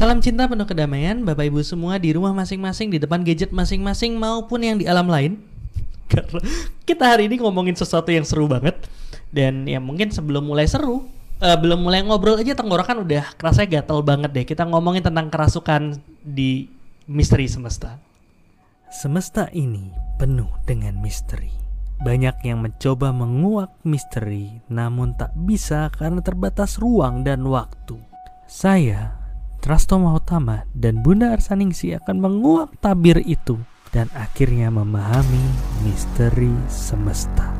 Salam cinta penuh kedamaian Bapak Ibu semua di rumah masing-masing, di depan gadget masing-masing maupun yang di alam lain. Karena kita hari ini ngomongin sesuatu yang seru banget. Dan ya mungkin sebelum mulai seru, belum mulai ngobrol aja tenggorokan udah kerasa gatel banget deh. Kita ngomongin tentang kerasukan di Misteri Semesta. Semesta ini penuh dengan misteri. Banyak yang mencoba menguak misteri, namun tak bisa karena terbatas ruang dan waktu. Saya, Trasto Mahotama dan Bunda Arsaningsi akan menguak tabir itu dan akhirnya memahami misteri semesta.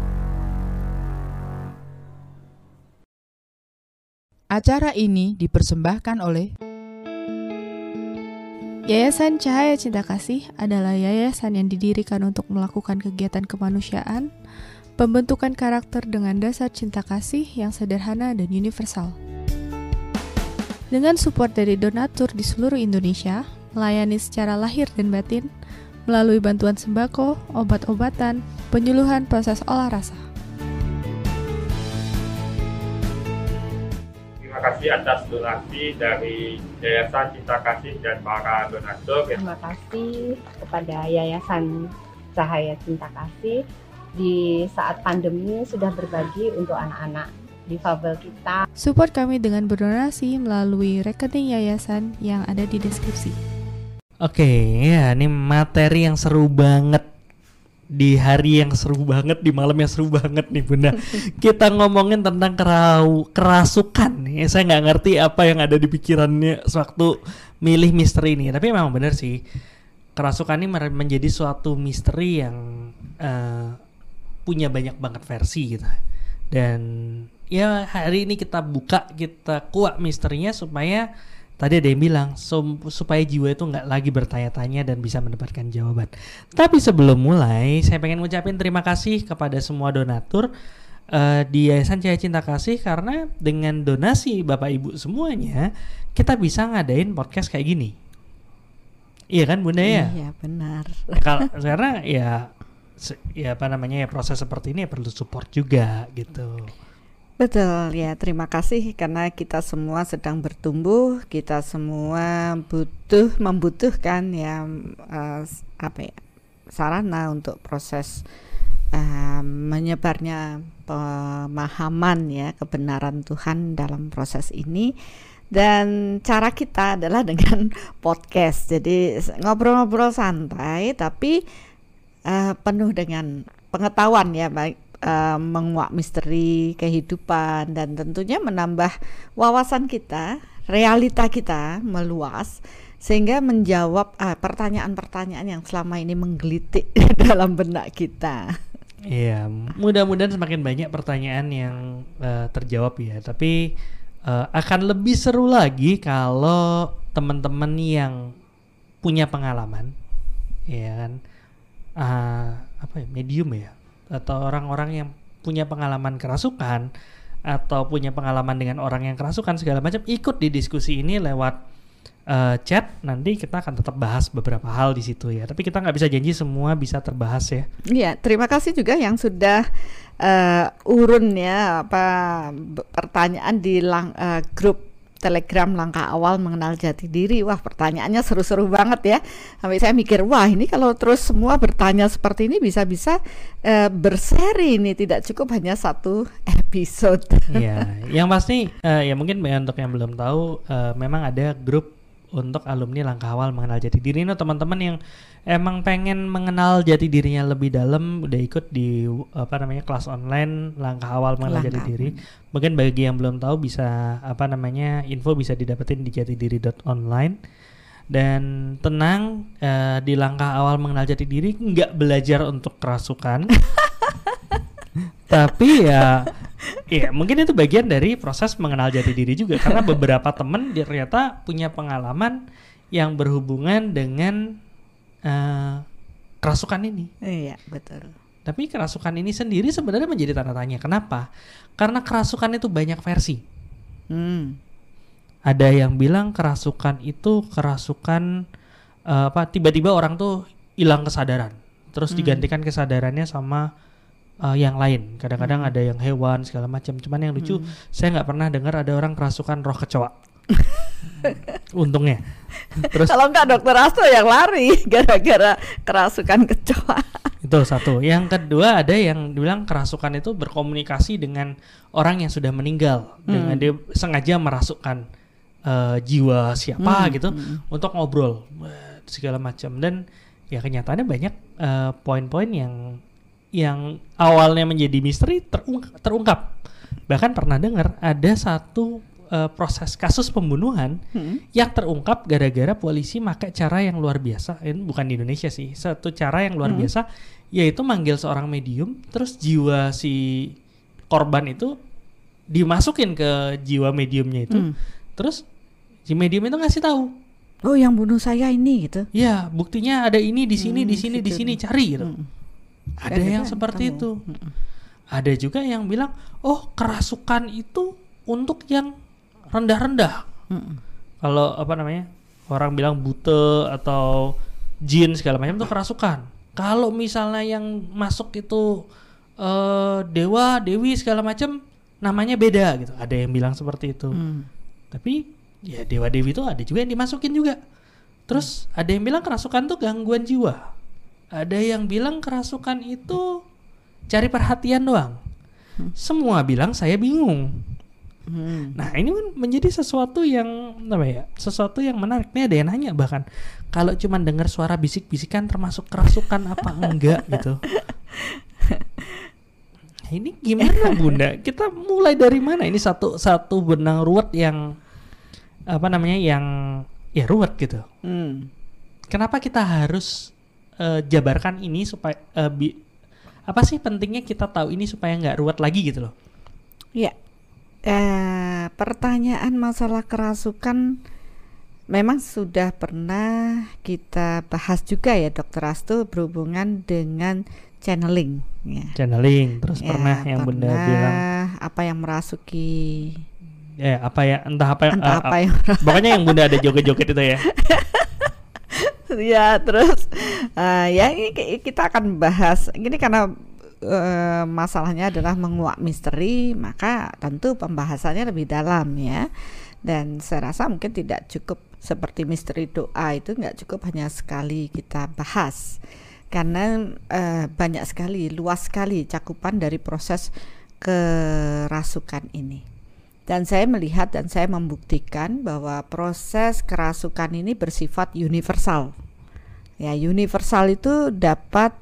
Acara ini dipersembahkan oleh Yayasan Cahaya Cinta Kasih adalah yayasan yang didirikan untuk melakukan kegiatan kemanusiaan, pembentukan karakter dengan dasar cinta kasih yang sederhana dan universal. Dengan support dari donatur di seluruh Indonesia, melayani secara lahir dan batin, melalui bantuan sembako, obat-obatan, penyuluhan proses olah rasa. Terima kasih atas donasi dari Yayasan Cinta Kasih dan para donatur. Terima kasih kepada Yayasan Cahaya Cinta Kasih di saat pandemi sudah berbagi untuk anak-anak difabel kita. Support kami dengan berdonasi melalui rekening yayasan yang ada di deskripsi. Oke, ya ini materi yang seru banget di hari yang seru banget, di malam yang seru banget nih Bunda. Kita ngomongin tentang kerasukan nih. Saya nggak ngerti apa yang ada di pikirannya sewaktu milih misteri ini. Tapi memang benar sih, kerasukan ini menjadi suatu misteri yang punya banyak banget versi gitu. Dan ya hari ini kita kuak misterinya supaya tadi ada yang bilang supaya jiwa itu nggak lagi bertanya-tanya dan bisa mendapatkan jawaban. Tapi sebelum mulai, saya pengen ngucapin terima kasih kepada semua donatur di Yayasan Cahaya Cinta Kasih, karena dengan donasi Bapak Ibu semuanya kita bisa ngadain podcast kayak gini. Iya kan Bunda ya? Iya benar. Karena ya proses seperti ini perlu support juga gitu. Betul ya, terima kasih karena kita semua sedang bertumbuh, kita semua membutuhkan ya sarana untuk proses menyebarnya pemahaman ya kebenaran Tuhan dalam proses ini. Dan cara kita adalah dengan podcast. Jadi ngobrol-ngobrol santai tapi penuh dengan pengetahuan ya, baik menguak misteri kehidupan dan tentunya menambah wawasan kita, realita kita meluas sehingga menjawab pertanyaan-pertanyaan yang selama ini menggelitik dalam benak kita. Iya, mudah-mudahan semakin banyak pertanyaan yang terjawab ya. Tapi akan lebih seru lagi kalau teman-teman yang punya pengalaman, ya kan, medium ya, atau orang-orang yang punya pengalaman kerasukan atau punya pengalaman dengan orang yang kerasukan segala macam, ikut di diskusi ini lewat chat. Nanti kita akan tetap bahas beberapa hal di situ ya. Tapi kita nggak bisa janji semua bisa terbahas ya. Iya, terima kasih juga yang sudah urun ya pertanyaan di grup Telegram Langkah Awal Mengenal Jati Diri. Wah, pertanyaannya seru-seru banget ya. Sampai saya mikir, wah ini kalau terus semua bertanya seperti ini bisa-bisa berseri ini, tidak cukup hanya satu episode. Iya, yang pasti ya mungkin untuk yang belum tahu, memang ada grup untuk alumni Langkah Awal Mengenal Jati Diri. Ini teman-teman yang emang pengen mengenal jati dirinya lebih dalam, udah ikut di kelas online Langkah Awal Mengenal Jati Diri. Mungkin bagi yang belum tahu bisa info bisa didapetin di jatidiri.online. Dan tenang, di Langkah Awal Mengenal Jati Diri nggak belajar untuk kerasukan. Tapi ya mungkin itu bagian dari proses mengenal jati diri juga, karena beberapa teman ternyata punya pengalaman yang berhubungan dengan kerasukan ini. Iya, betul. Tapi kerasukan ini sendiri sebenarnya menjadi tanda tanya. Kenapa? Karena kerasukan itu banyak versi. Ada yang bilang kerasukan itu tiba-tiba orang tuh hilang kesadaran, terus digantikan kesadarannya sama yang lain. Kadang-kadang ada yang hewan segala macam. Cuman yang lucu, saya nggak pernah dengar ada orang kerasukan roh kecoa. Untungnya. Terus Kalau enggak dokter Asto yang lari gara-gara kerasukan kecoa. itu satu. Yang kedua ada yang bilang kerasukan itu berkomunikasi dengan orang yang sudah meninggal dengan dia sengaja merasukkan jiwa siapa gitu untuk ngobrol segala macam. Dan ya kenyataannya banyak poin-poin yang awalnya menjadi misteri terungkap. Bahkan pernah dengar ada satu proses kasus pembunuhan yang terungkap gara-gara polisi pakai cara yang luar biasa. Ini bukan di Indonesia sih, satu cara yang luar biasa, yaitu manggil seorang medium, terus jiwa si korban itu dimasukin ke jiwa mediumnya itu, terus si medium itu ngasih tahu, oh yang bunuh saya ini gitu. ya buktinya ada ini di sini, di sini, di sini, cari gitu. Ada yang seperti itu. Ada juga yang bilang, oh kerasukan itu untuk yang rendah-rendah. Kalau apa namanya, orang bilang buta atau jin segala macam itu kerasukan. Kalau misalnya yang masuk itu dewa, dewi segala macam, namanya beda gitu. Ada yang bilang seperti itu. Tapi ya dewa dewi itu ada juga yang dimasukin juga. Terus ada yang bilang kerasukan itu gangguan jiwa. Ada yang bilang kerasukan itu cari perhatian doang. Semua bilang saya bingung. Nah ini kan menjadi sesuatu yang apa ya? Sesuatu yang menarik. Nih ada yang nanya bahkan kalau cuma dengar suara bisik-bisikan termasuk kerasukan apa enggak gitu. Ini gimana Bunda? Kita mulai dari mana? Ini satu benang ruwet yang apa namanya? Yang ya ruwet gitu. Kenapa kita harus jabarkan ini supaya apa sih pentingnya kita tahu ini supaya nggak ruwet lagi gitu loh? Ya. Pertanyaan masalah kerasukan memang sudah pernah kita bahas juga ya Dokter Asto, berhubungan dengan channeling ya. Channeling, terus ya, pernah yang Bunda bilang apa yang merasuki entah apa yang pokoknya yang Bunda ada joget-joget itu ya. Ya terus ya ini kita akan bahas ini karena masalahnya adalah menguak misteri, maka tentu pembahasannya lebih dalam ya. Dan saya rasa mungkin tidak cukup seperti misteri doa itu, nggak cukup hanya sekali kita bahas, karena banyak sekali, luas sekali cakupan dari proses kerasukan ini. Dan saya melihat dan saya membuktikan bahwa proses kerasukan ini bersifat universal. Ya, universal itu dapat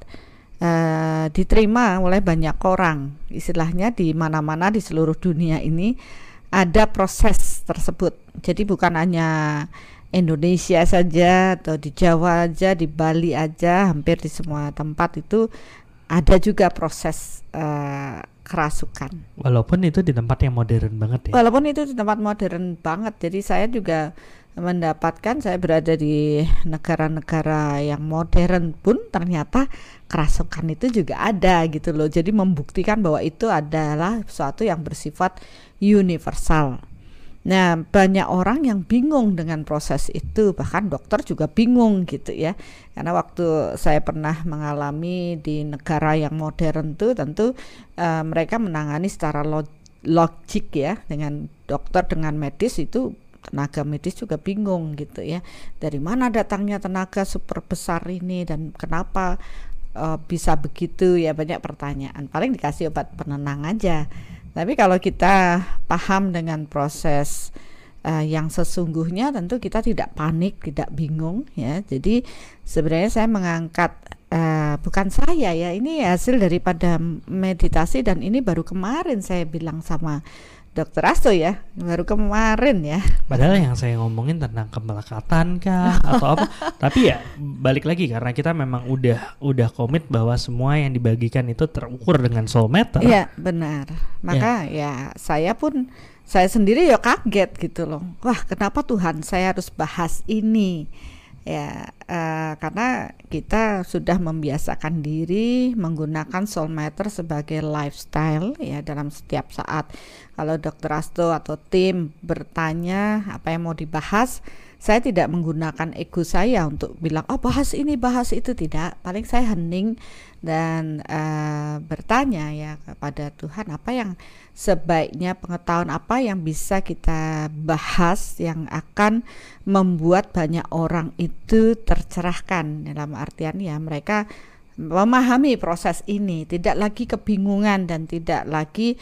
diterima oleh banyak orang. Istilahnya di mana-mana di seluruh dunia ini ada proses tersebut. Jadi bukan hanya Indonesia saja atau di Jawa aja, di Bali aja, hampir di semua tempat itu ada juga proses kerasukan. Walaupun itu di tempat yang modern banget ya. Walaupun itu di tempat modern banget. Jadi saya juga mendapatkan, saya berada di negara-negara yang modern pun ternyata kerasukan itu juga ada gitu loh. Jadi membuktikan bahwa itu adalah sesuatu yang bersifat universal. Nah, banyak orang yang bingung dengan proses itu, bahkan dokter juga bingung gitu ya. Karena waktu saya pernah mengalami di negara yang modern tuh tentu mereka menangani secara logik ya, dengan dokter, dengan medis itu. Tenaga medis juga bingung gitu ya, dari mana datangnya tenaga super besar ini dan kenapa bisa begitu ya, banyak pertanyaan. Paling dikasih obat penenang aja. Tapi kalau kita paham dengan proses yang sesungguhnya, tentu kita tidak panik, tidak bingung ya. Jadi sebenarnya saya mengangkat bukan saya ya, ini hasil daripada meditasi, dan ini baru kemarin saya bilang sama Dokter Asto ya, baru kemarin ya. Padahal yang saya ngomongin tentang kemelekatan kah atau apa. Tapi ya balik lagi, karena kita memang udah komit bahwa semua yang dibagikan itu terukur dengan soulmeter. Iya benar. Maka ya saya sendiri ya kaget gitu loh. Wah, kenapa Tuhan saya harus bahas ini? Ya karena kita sudah membiasakan diri menggunakan soul matter sebagai lifestyle ya dalam setiap saat. Kalau Dr. Asto atau tim bertanya apa yang mau dibahas, saya tidak menggunakan ego saya untuk bilang oh bahas ini bahas itu, tidak. Paling saya hening dan bertanya ya kepada Tuhan apa yang sebaiknya, pengetahuan apa yang bisa kita bahas yang akan membuat banyak orang itu tercerahkan, dalam artian ya mereka memahami proses ini, tidak lagi kebingungan dan tidak lagi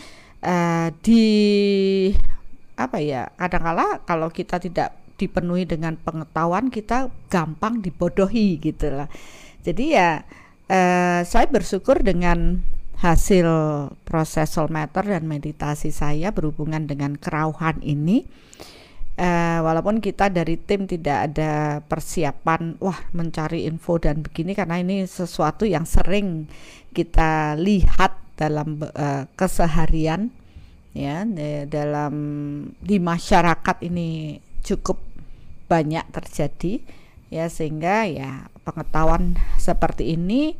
kadang-kala kalau kita tidak dipenuhi dengan pengetahuan kita gampang dibodohi gitu lah. Jadi ya saya bersyukur dengan hasil proses soul matter dan meditasi saya berhubungan dengan kerauhan ini. Walaupun kita dari tim tidak ada persiapan mencari info dan begini, karena ini sesuatu yang sering kita lihat dalam keseharian ya, di masyarakat ini cukup banyak terjadi ya, sehingga ya pengetahuan seperti ini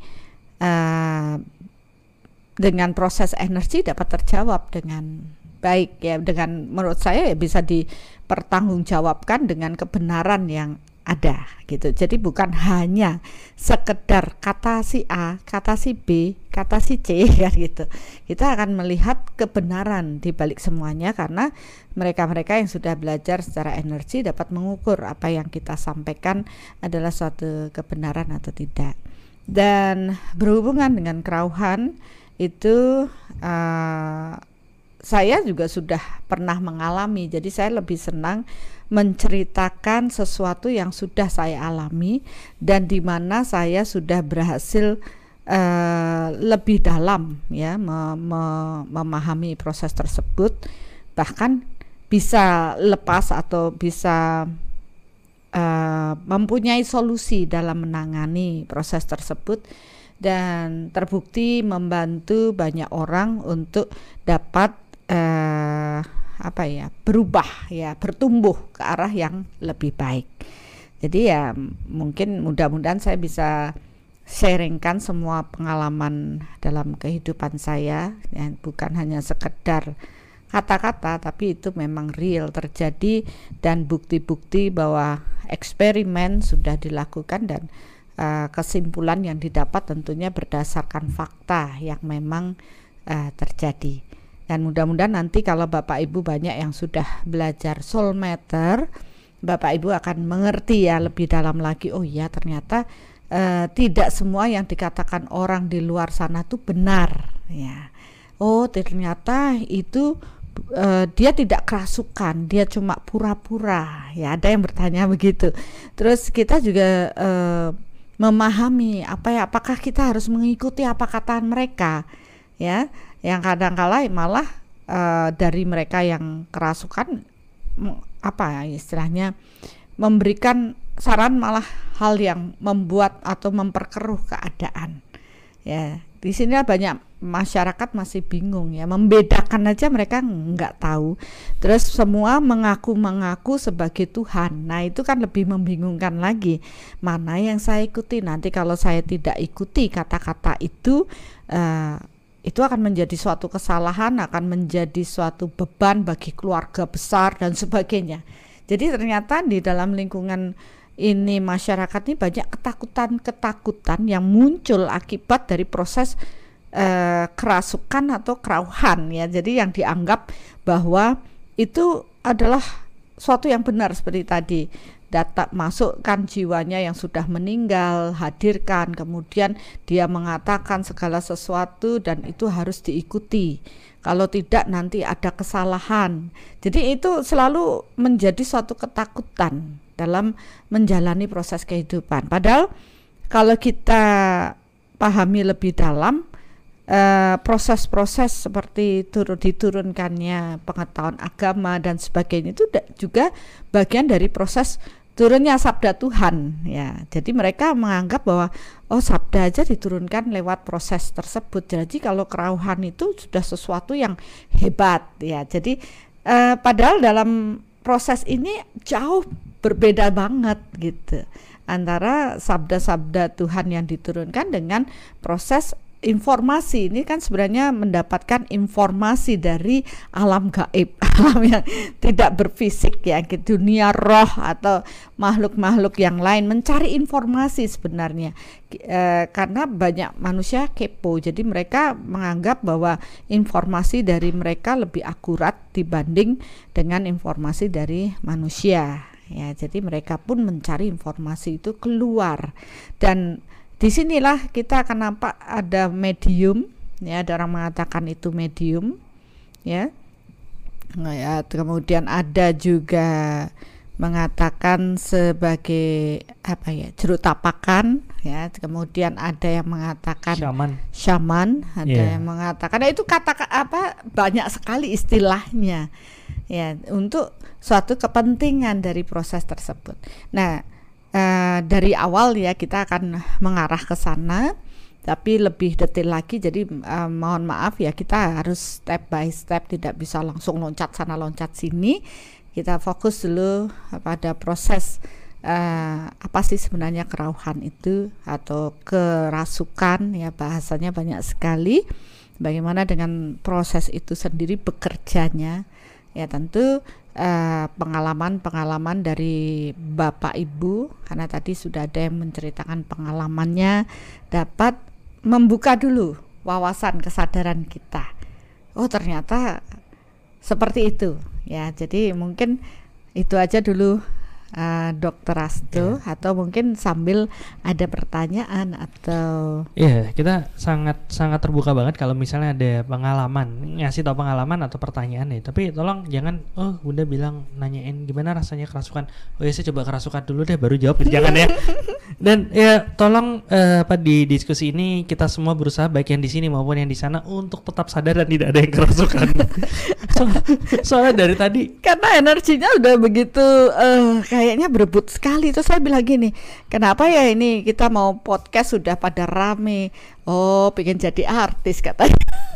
dengan proses energi dapat terjawab dengan baik ya, dengan menurut saya ya bisa dipertanggungjawabkan dengan kebenaran yang ada gitu. Jadi bukan hanya sekedar kata si A, kata si B, kata si C kan gitu. Kita akan melihat kebenaran di balik semuanya, karena mereka-mereka yang sudah belajar secara energi dapat mengukur apa yang kita sampaikan adalah suatu kebenaran atau tidak. Dan berhubungan dengan kerauhan itu saya juga sudah pernah mengalami, jadi saya lebih senang menceritakan sesuatu yang sudah saya alami dan di mana saya sudah berhasil lebih dalam ya memahami proses tersebut, bahkan bisa lepas atau bisa mempunyai solusi dalam menangani proses tersebut, dan terbukti membantu banyak orang untuk dapat berubah ya, bertumbuh ke arah yang lebih baik. Jadi ya mungkin mudah-mudahan saya bisa sharingkan semua pengalaman dalam kehidupan saya, ya, bukan hanya sekedar kata-kata, tapi itu memang real terjadi dan bukti-bukti bahwa eksperimen sudah dilakukan dan kesimpulan yang didapat tentunya berdasarkan fakta yang memang terjadi. Dan mudah-mudahan nanti kalau Bapak Ibu banyak yang sudah belajar soul matter, Bapak Ibu akan mengerti ya lebih dalam lagi, oh ya ternyata tidak semua yang dikatakan orang di luar sana itu benar ya. Oh ternyata itu dia tidak kerasukan, dia cuma pura-pura ya, ada yang bertanya begitu. Terus kita juga memahami apakah kita harus mengikuti apa kata mereka ya, yang kadang-kala malah dari mereka yang kerasukan istilahnya memberikan saran malah hal yang membuat atau memperkeruh keadaan ya. Di sini banyak masyarakat masih bingung ya, membedakan aja mereka nggak tahu, terus semua mengaku sebagai Tuhan. Nah itu kan lebih membingungkan lagi, mana yang saya ikuti. Nanti kalau saya tidak ikuti kata-kata itu akan menjadi suatu kesalahan, akan menjadi suatu beban bagi keluarga besar dan sebagainya. Jadi ternyata di dalam lingkungan ini masyarakat ini banyak ketakutan yang muncul akibat dari proses kerasukan atau kerauhan ya. Jadi yang dianggap bahwa itu adalah suatu yang benar, seperti tadi, masukkan jiwanya yang sudah meninggal, hadirkan, kemudian dia mengatakan segala sesuatu dan itu harus diikuti, kalau tidak nanti ada kesalahan. Jadi itu selalu menjadi suatu ketakutan dalam menjalani proses kehidupan. Padahal kalau kita pahami lebih dalam proses-proses seperti diturunkannya pengetahuan agama dan sebagainya itu juga bagian dari proses turunnya sabda Tuhan ya. Jadi mereka menganggap bahwa sabda aja diturunkan lewat proses tersebut. Jadi kalau kerauhan itu sudah sesuatu yang hebat ya. Jadi padahal dalam proses ini jauh berbeda banget gitu. antara sabda-sabda Tuhan yang diturunkan dengan proses informasi. Ini kan sebenarnya mendapatkan informasi dari alam gaib, alam yang tidak berfisik ya, dunia roh atau makhluk-makhluk yang lain, mencari informasi sebenarnya. Karena banyak manusia kepo, jadi mereka menganggap bahwa informasi dari mereka lebih akurat dibanding dengan informasi dari manusia. Ya, jadi mereka pun mencari informasi itu keluar, dan disinilah kita akan nampak ada medium, ya, ada orang mengatakan itu medium, ya. Nah, ya, kemudian ada juga mengatakan sebagai apa ya, jerutapakan, ya. Kemudian ada yang mengatakan syaman, ada yang mengatakan, nah itu kata apa, banyak sekali istilahnya, ya, untuk suatu kepentingan dari proses tersebut. Nah, dari awal ya kita akan mengarah ke sana, tapi lebih detail lagi. Jadi mohon maaf ya, kita harus step by step, tidak bisa langsung loncat sana loncat sini. Kita fokus dulu pada proses apa sih sebenarnya kerauhan itu atau kerasukan, ya, bahasanya banyak sekali. Bagaimana dengan proses itu sendiri bekerjanya, ya, tentu pengalaman-pengalaman dari Bapak Ibu, karena tadi sudah ada yang menceritakan pengalamannya, dapat membuka dulu wawasan kesadaran kita. Oh, ternyata seperti itu, ya. Jadi mungkin itu aja dulu, Dr. Asto, atau mungkin sambil ada pertanyaan atau kita sangat terbuka banget kalau misalnya ada pengalaman, ngasih tahu pengalaman atau pertanyaan ya. Tapi tolong jangan Bunda bilang nanyain gimana rasanya kerasukan. Oh ya, saya coba kerasukan dulu deh baru jawab, jangan ya. Dan ya tolong di diskusi ini kita semua berusaha, baik yang di sini maupun yang di sana, untuk tetap sadar dan tidak ada yang kerasukan. Soalnya dari tadi karena energinya udah begitu kayaknya berebut sekali. Terus saya bilang gini, kenapa ya ini kita mau podcast sudah pada rame, pengen jadi artis katanya.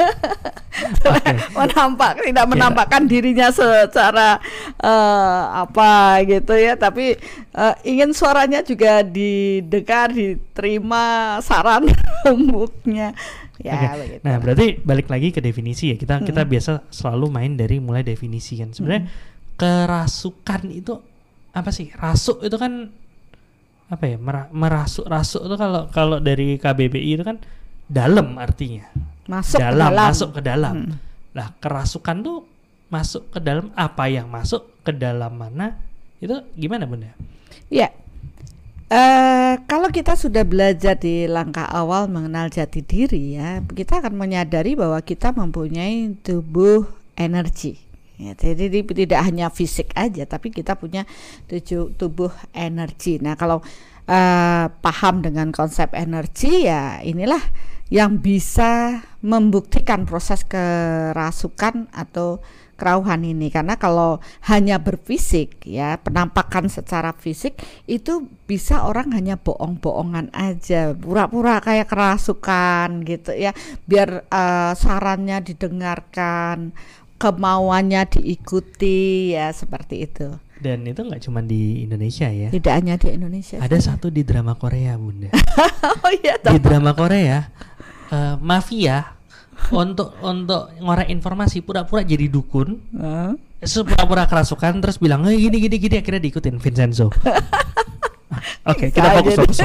Tidak menampakkan dirinya secara apa gitu ya, tapi ingin suaranya juga didengar, diterima saran umumnya. Ya, begitu. Nah, berarti balik lagi ke definisi ya. Kita biasa selalu main dari mulai definisi kan. Sebenarnya kerasukan itu apa sih? Rasuk itu kan apa ya? Rasuk itu kalau dari KBBI itu kan dalam artinya. Masuk ke dalam. Lah, kerasukan tuh masuk ke dalam, apa yang masuk ke dalam mana? Itu gimana, Bunda? Ya. Kalau kita sudah belajar di langkah awal mengenal jati diri ya, kita akan menyadari bahwa kita mempunyai tubuh energi. Ya, jadi tidak hanya fisik aja, tapi kita punya tubuh energi. Nah, kalau paham dengan konsep energi, ya inilah yang bisa membuktikan proses kerasukan atau kerauhan ini. Karena kalau hanya berfisik ya, penampakan secara fisik itu bisa orang hanya bohong-bohongan aja, pura-pura kayak kerasukan gitu ya, biar sarannya didengarkan, kemauannya diikuti ya, seperti itu. Dan itu nggak cuma di Indonesia ya. Tidak hanya di Indonesia. Ada satu di drama Korea, Bunda. Oh iya. Di drama Korea, mafia untuk ngorek informasi pura-pura jadi dukun, pura-pura kerasukan, terus bilang gini, akhirnya diikutin Vincenzo. Oke, kita fokus.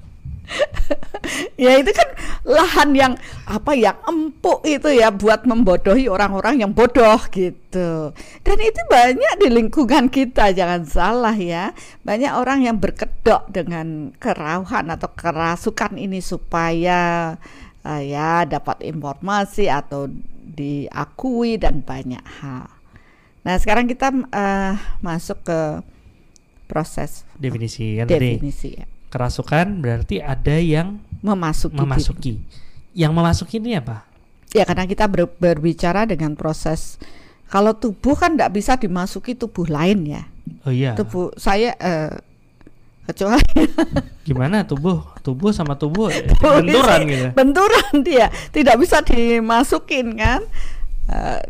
Ya itu kan lahan yang empuk itu ya, buat membodohi orang-orang yang bodoh gitu. Dan itu banyak di lingkungan kita, jangan salah ya. Banyak orang yang berkedok dengan kerauhan atau kerasukan ini supaya ya dapat informasi atau diakui dan banyak hal. Nah, sekarang kita masuk ke proses definisi kan definisi tadi. Ya. Kerasukan berarti ada yang memasuki. Yang memasuki ini apa? Ya, karena kita berbicara dengan proses. Kalau tubuh kan tidak bisa dimasuki tubuh lain ya. Oh iya. Tubuh saya kecuali gimana tubuh sama tubuh benturan gitu. Benturan dia tidak bisa dimasukin kan.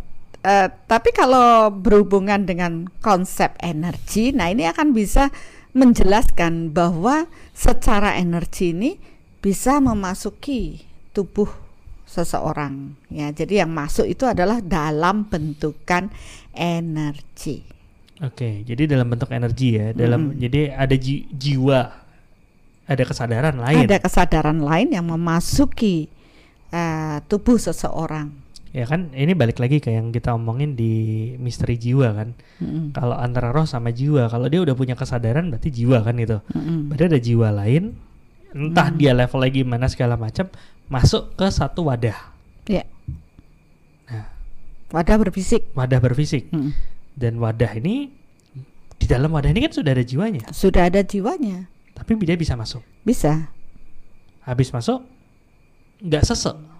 Tapi kalau berhubungan dengan konsep energi, nah ini akan bisa menjelaskan bahwa secara energi ini bisa memasuki tubuh seseorang ya. Jadi yang masuk itu adalah dalam bentukan energi. Oke, jadi dalam bentuk energi ya. Jadi ada jiwa, ada kesadaran lain. Ada kesadaran lain yang memasuki tubuh seseorang. Ya kan, ini balik lagi ke yang kita omongin di misteri jiwa kan. Kalau antara roh sama jiwa, kalau dia udah punya kesadaran berarti jiwa kan itu. Berarti ada jiwa lain, entah dia levelnya gimana segala macam, masuk ke satu wadah. Ya. Nah, wadah berfisik. Dan wadah ini, di dalam wadah ini kan sudah ada jiwanya. Sudah ada jiwanya. Tapi dia bisa masuk. Bisa. Habis masuk, nggak sesek.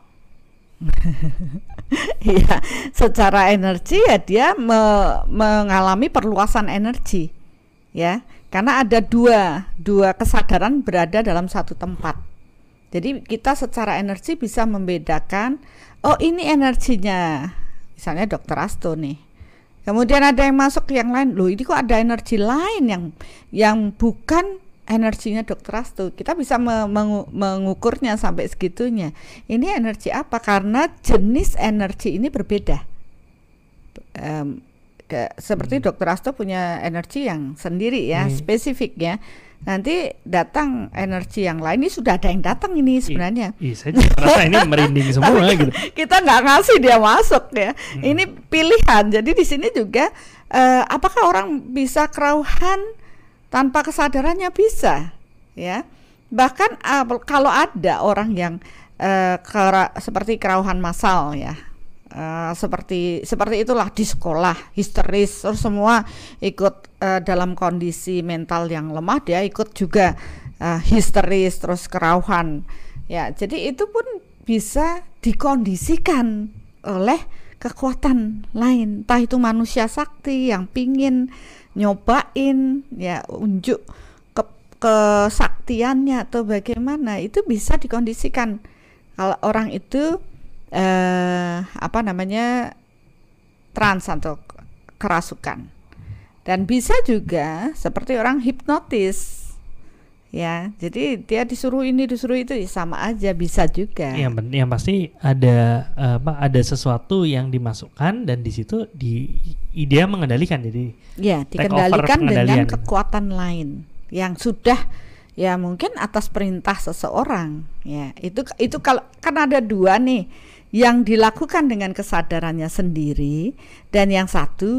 Iya, secara energi ya dia mengalami perluasan energi, ya, karena ada dua kesadaran berada dalam satu tempat. Jadi kita secara energi bisa membedakan, oh ini energinya, misalnya Dr. Asto nih. Kemudian ada yang masuk yang lain, loh ini kok ada energi lain yang bukan energinya Dr. Asto. Kita bisa mengukurnya sampai segitunya. Ini energi apa? Karena jenis energi ini berbeda. Seperti Dr. Asto punya energi yang sendiri ya, spesifik ya. Nanti datang energi yang lain, ini sudah ada yang datang ini sebenarnya. Saya merasa ini merinding semua gitu. Kita nggak ngasih dia masuk ya. Ini pilihan. Jadi di sini juga apakah orang bisa kerauhan tanpa kesadarannya? Bisa, ya. Bahkan kalau ada orang yang seperti kerauhan massal ya, seperti itulah di sekolah histeris, terus semua ikut dalam kondisi mental yang lemah, dia ikut juga histeris terus kerauhan. Ya, jadi itu pun bisa dikondisikan oleh kekuatan lain, entah itu manusia sakti yang pingin nyobain ya unjuk kesaktiannya atau bagaimana, itu bisa dikondisikan kalau orang itu trans atau kerasukan. Dan bisa juga seperti orang hipnotis ya, jadi dia disuruh ini disuruh itu, sama aja, bisa juga. Yang pasti ada sesuatu yang dimasukkan dan di situ dia mengendalikan, jadi ya dikendalikan dengan kekuatan lain yang sudah ya mungkin atas perintah seseorang ya. Itu kalau kan ada dua nih, yang dilakukan dengan kesadarannya sendiri dan yang satu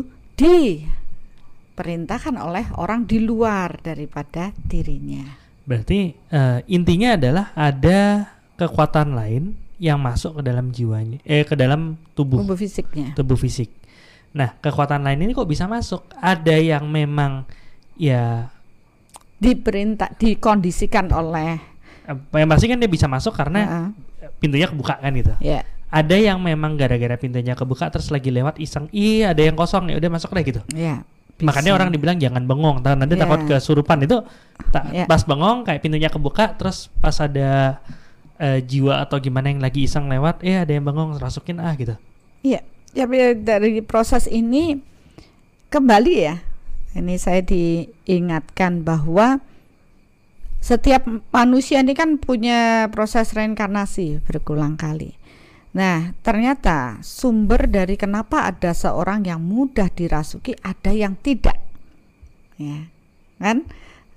diperintahkan oleh orang di luar daripada dirinya. Berarti intinya adalah ada kekuatan lain yang masuk ke dalam jiwanya, ke dalam tubuh fisik. Nah, kekuatan lain ini kok bisa masuk? Ada yang memang ya dikondisikan oleh, yang pasti kan dia bisa masuk karena pintunya kebuka kan gitu. Yeah. Ada yang memang gara-gara pintunya kebuka terus lagi lewat iseng, ada yang kosong ya udah masuk deh gitu. Yeah. Bisa. Makanya orang dibilang jangan bengong, nanti takut kesurupan itu. Pas bengong kayak pintunya kebuka, terus pas ada jiwa atau gimana yang lagi iseng lewat, ada yang bengong, rasukin gitu. Iya, ya dari proses ini kembali ya, ini saya diingatkan bahwa setiap manusia ini kan punya proses reinkarnasi berulang kali. Nah, ternyata sumber dari kenapa ada seorang yang mudah dirasuki, ada yang tidak, ya kan?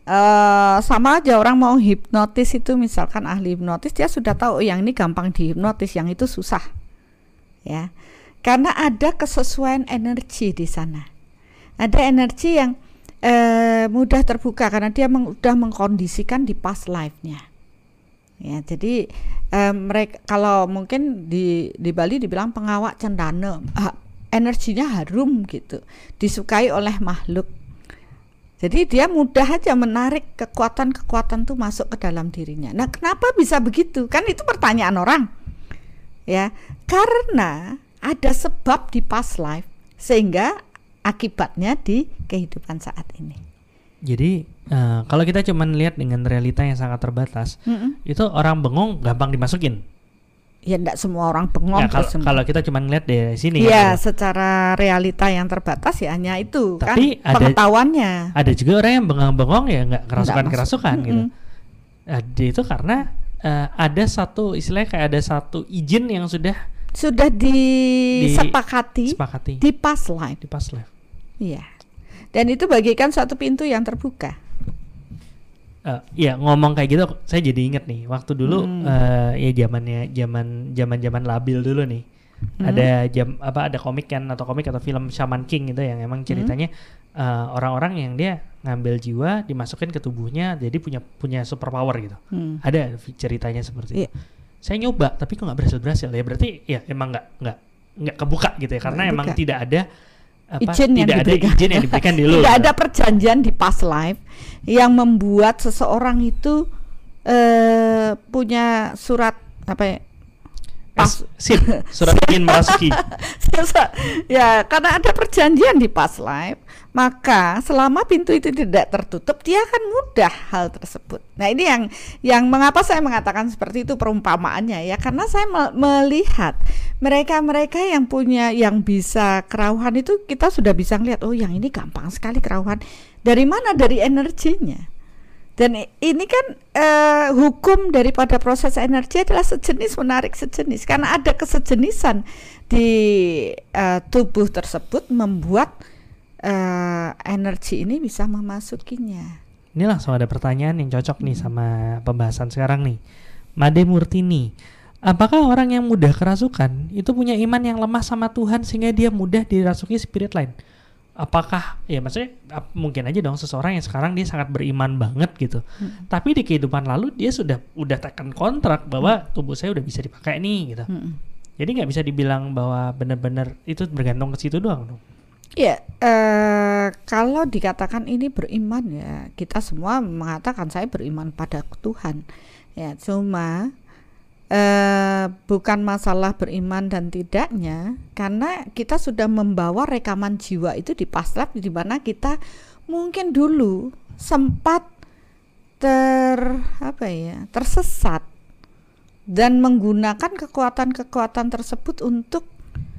Sama aja orang mau hipnotis itu, misalkan ahli hipnotis, dia sudah tahu yang ini gampang dihipnotis, yang itu susah, ya, karena ada kesesuaian energi di sana. Ada energi yang mudah terbuka karena dia sudah mengkondisikan di past life-nya. Ya, jadi mereka kalau mungkin di Bali dibilang pengawak cendana, energinya harum gitu, disukai oleh makhluk. Jadi dia mudah aja menarik kekuatan-kekuatan tuh masuk ke dalam dirinya. Nah, kenapa bisa begitu? Kan itu pertanyaan orang. Ya, karena ada sebab di past life sehingga akibatnya di kehidupan saat ini. Jadi kalau kita cuma lihat dengan realita yang sangat terbatas, itu orang bengong gampang dimasukin. ya enggak semua orang bengong. Ya, kalau kita cuma ngeliat dari sini ya gitu. Secara realita yang terbatas ya hanya itu. Tapi kan pengetahuannya. Ada juga orang yang bengong-bengong ya nggak kerasukan gitu. Itu karena ada satu istilahnya kayak ada satu izin yang sudah disepakati di past life. Iya. Dan itu bagikan suatu pintu yang terbuka. Ya ngomong kayak gitu saya jadi inget nih waktu dulu ya zaman labil dulu nih. Ada komik atau film Shaman King gitu yang emang ceritanya orang-orang yang dia ngambil jiwa dimasukin ke tubuhnya jadi punya superpower gitu. Ada ceritanya seperti itu. Saya nyoba tapi kok nggak berhasil ya berarti ya emang nggak kebuka gitu ya karena emang tidak ada izin yang diberikan dulu. Tidak ada perjanjian di past life yang membuat seseorang itu punya surat surat ingin memasuki. Ya, karena ada perjanjian di past life, maka selama pintu itu tidak tertutup, dia akan mudah hal tersebut. Nah, ini yang mengapa saya mengatakan seperti itu perumpamaannya ya, karena saya melihat mereka yang bisa kerauhan itu kita sudah bisa lihat, oh yang ini gampang sekali kerauhan. Dari mana? Dari energinya. Dan ini kan hukum daripada proses energi adalah sejenis menarik sejenis. Karena ada kesejenisan di tubuh tersebut membuat energi ini bisa memasukinya. Ini langsung ada pertanyaan yang cocok nih sama pembahasan sekarang nih. Made Murtini, apakah orang yang mudah kerasukan itu punya iman yang lemah sama Tuhan sehingga dia mudah dirasuki spirit lain? Apakah ya maksudnya mungkin aja dong seseorang yang sekarang dia sangat beriman banget gitu, tapi di kehidupan lalu dia udah tekan kontrak bahwa tubuh saya udah bisa dipakai nih gitu. Jadi nggak bisa dibilang bahwa benar-benar itu bergantung ke situ doang dong. Ya, kalau dikatakan ini beriman ya kita semua mengatakan saya beriman pada Tuhan. Ya, cuma bukan masalah beriman dan tidaknya, karena kita sudah membawa rekaman jiwa itu di past life di mana kita mungkin dulu sempat tersesat dan menggunakan kekuatan tersebut untuk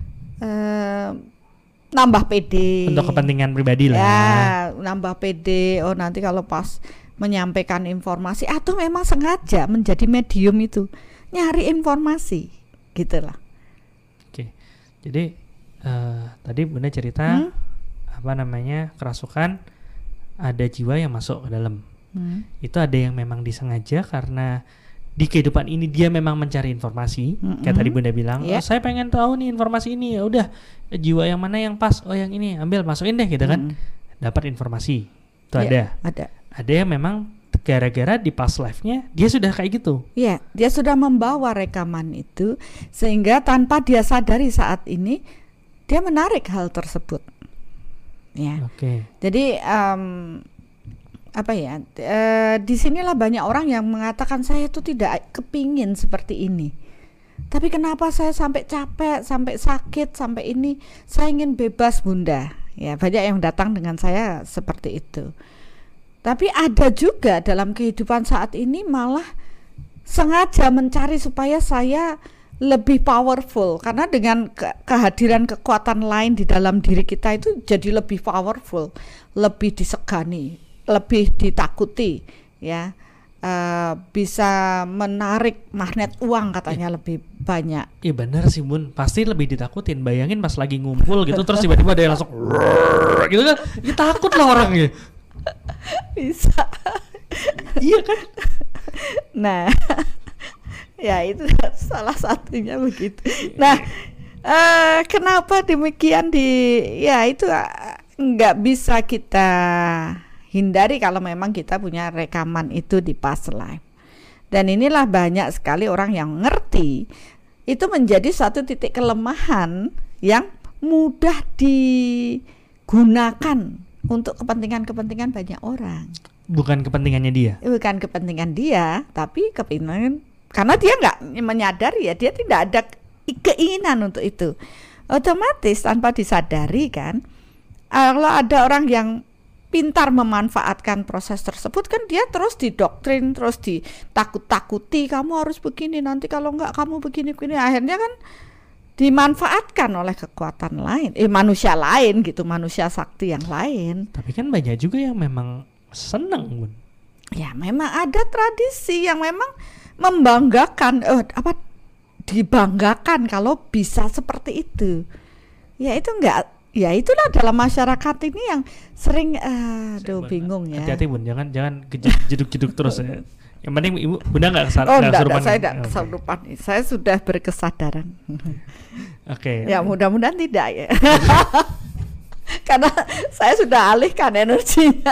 nambah pede untuk kepentingan pribadi lah. Ya, nambah pede. Oh, nanti kalau pas menyampaikan informasi atau memang sengaja menjadi medium itu nyari informasi gitulah. Oke. Jadi tadi Bunda cerita kerasukan ada jiwa yang masuk ke dalam. Itu ada yang memang disengaja karena di kehidupan ini dia memang mencari informasi. Kayak tadi Bunda bilang, oh, saya pengen tahu nih informasi ini, ya udah jiwa yang mana yang pas, oh yang ini ambil masukin deh gitu kan. Dapat informasi. Itu ada. Ada yang memang gara-gara di past life-nya dia sudah kayak gitu. Iya, dia sudah membawa rekaman itu sehingga tanpa dia sadari saat ini dia menarik hal tersebut. Ya. Oke. Jadi disinilah banyak orang yang mengatakan saya tuh tidak kepingin seperti ini. Tapi kenapa saya sampai capek, sampai sakit, sampai ini? Saya ingin bebas, Bunda. Ya, banyak yang datang dengan saya seperti itu. Tapi ada juga dalam kehidupan saat ini malah sengaja mencari supaya saya lebih powerful, karena dengan kehadiran kekuatan lain di dalam diri kita itu jadi lebih powerful, lebih disegani, lebih ditakuti, ya. Bisa menarik magnet uang katanya lebih banyak. Iya benar sih Bun, pasti lebih ditakutin. Bayangin pas lagi ngumpul gitu terus tiba-tiba ada yang langsung gitu kan, ya takut lah orangnya. Bisa. Iya kan. Nah, ya itu salah satunya begitu. Nah, kenapa demikian itu nggak bisa kita hindari kalau memang kita punya rekaman itu di past life. Dan inilah banyak sekali orang yang ngerti itu menjadi suatu titik kelemahan yang mudah digunakan untuk kepentingan banyak orang. Bukan kepentingannya dia. Bukan kepentingan dia, tapi kepentingan karena dia nggak menyadari ya, dia tidak ada keinginan untuk itu. Otomatis tanpa disadari kan, kalau ada orang yang pintar memanfaatkan proses tersebut, kan dia terus didoktrin, terus ditakut-takuti, kamu harus begini, nanti kalau enggak kamu begini-begini, akhirnya kan dimanfaatkan oleh kekuatan lain, manusia lain gitu, manusia sakti yang lain. Tapi kan banyak juga yang memang seneng, Bun. Ya memang ada tradisi yang memang membanggakan, dibanggakan kalau bisa seperti itu. Ya itu enggak. Ya itulah dalam masyarakat ini yang sering bingung ya. Hati-hati Bun, jangan jeduk-jeduk terus ya. Yang penting Ibu Bunda enggak kesurupan. Saya enggak kesurupan. Saya sudah berkesadaran. Oke. Ya mudah-mudahan tidak ya. Karena saya sudah alihkan energinya.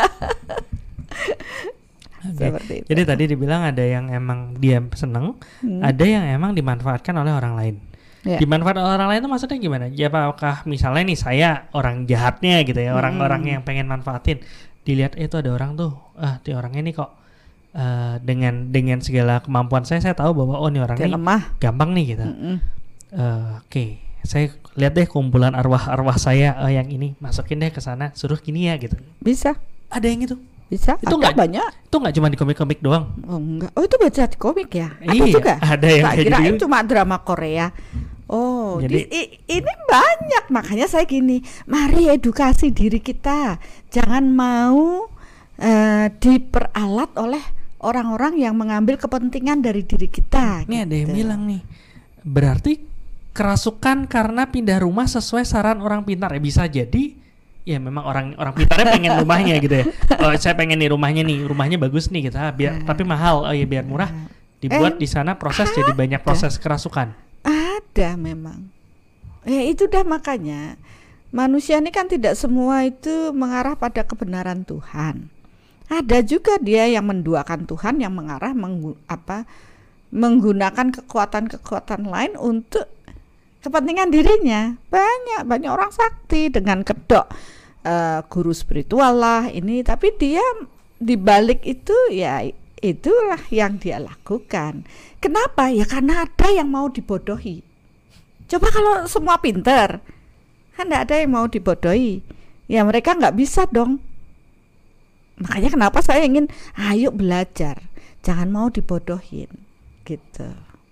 Okay. Jadi tadi dibilang ada yang emang dia seneng, ada yang emang dimanfaatkan oleh orang lain. Yeah. Dimanfaatkan oleh orang lain itu maksudnya gimana? Ya apakah misalnya nih saya orang jahatnya gitu ya, orang-orang yang pengen manfaatin, dilihat itu ada orang tuh, di orangnya nih kok dengan segala kemampuan saya tahu bahwa ini orang ini lemah, gampang nih gitu. Oke, saya lihat deh kumpulan arwah saya yang ini, masukin deh ke sana, suruh gini ya gitu. Bisa. Ada yang itu. Bisa. Itu nggak banyak. Itu nggak cuma di komik-komik doang. Oh enggak. Oh itu baca di komik ya? Ada iya, juga. Ada yang kayak kirain gitu. Cuma drama Korea. Oh, jadi ini banyak, makanya saya gini, mari edukasi diri kita, jangan mau diperalat oleh orang-orang yang mengambil kepentingan dari diri kita. Ini ada yang bilang nih, berarti kerasukan karena pindah rumah sesuai saran orang pintar ya, bisa jadi. Ya memang orang pintarnya pengen rumahnya gitu ya. Oh, saya pengen nih rumahnya bagus nih gitu, tapi mahal. Oh ya biar murah, dibuat di sana proses jadi banyak proses kerasukan. Ada memang. Ya itu dah makanya manusia ini kan tidak semua itu mengarah pada kebenaran Tuhan. Ada juga dia yang menduakan Tuhan, yang mengarah menggunakan kekuatan-kekuatan lain untuk kepentingan dirinya. Banyak orang sakti dengan kedok guru spiritual lah ini, tapi dia dibalik itu ya itulah yang dia lakukan. Kenapa? Ya karena ada yang mau dibodohi. Coba kalau semua pintar, kan tidak ada yang mau dibodohi. Ya mereka nggak bisa dong. Makanya kenapa saya ingin ayo belajar, jangan mau dibodohin gitu.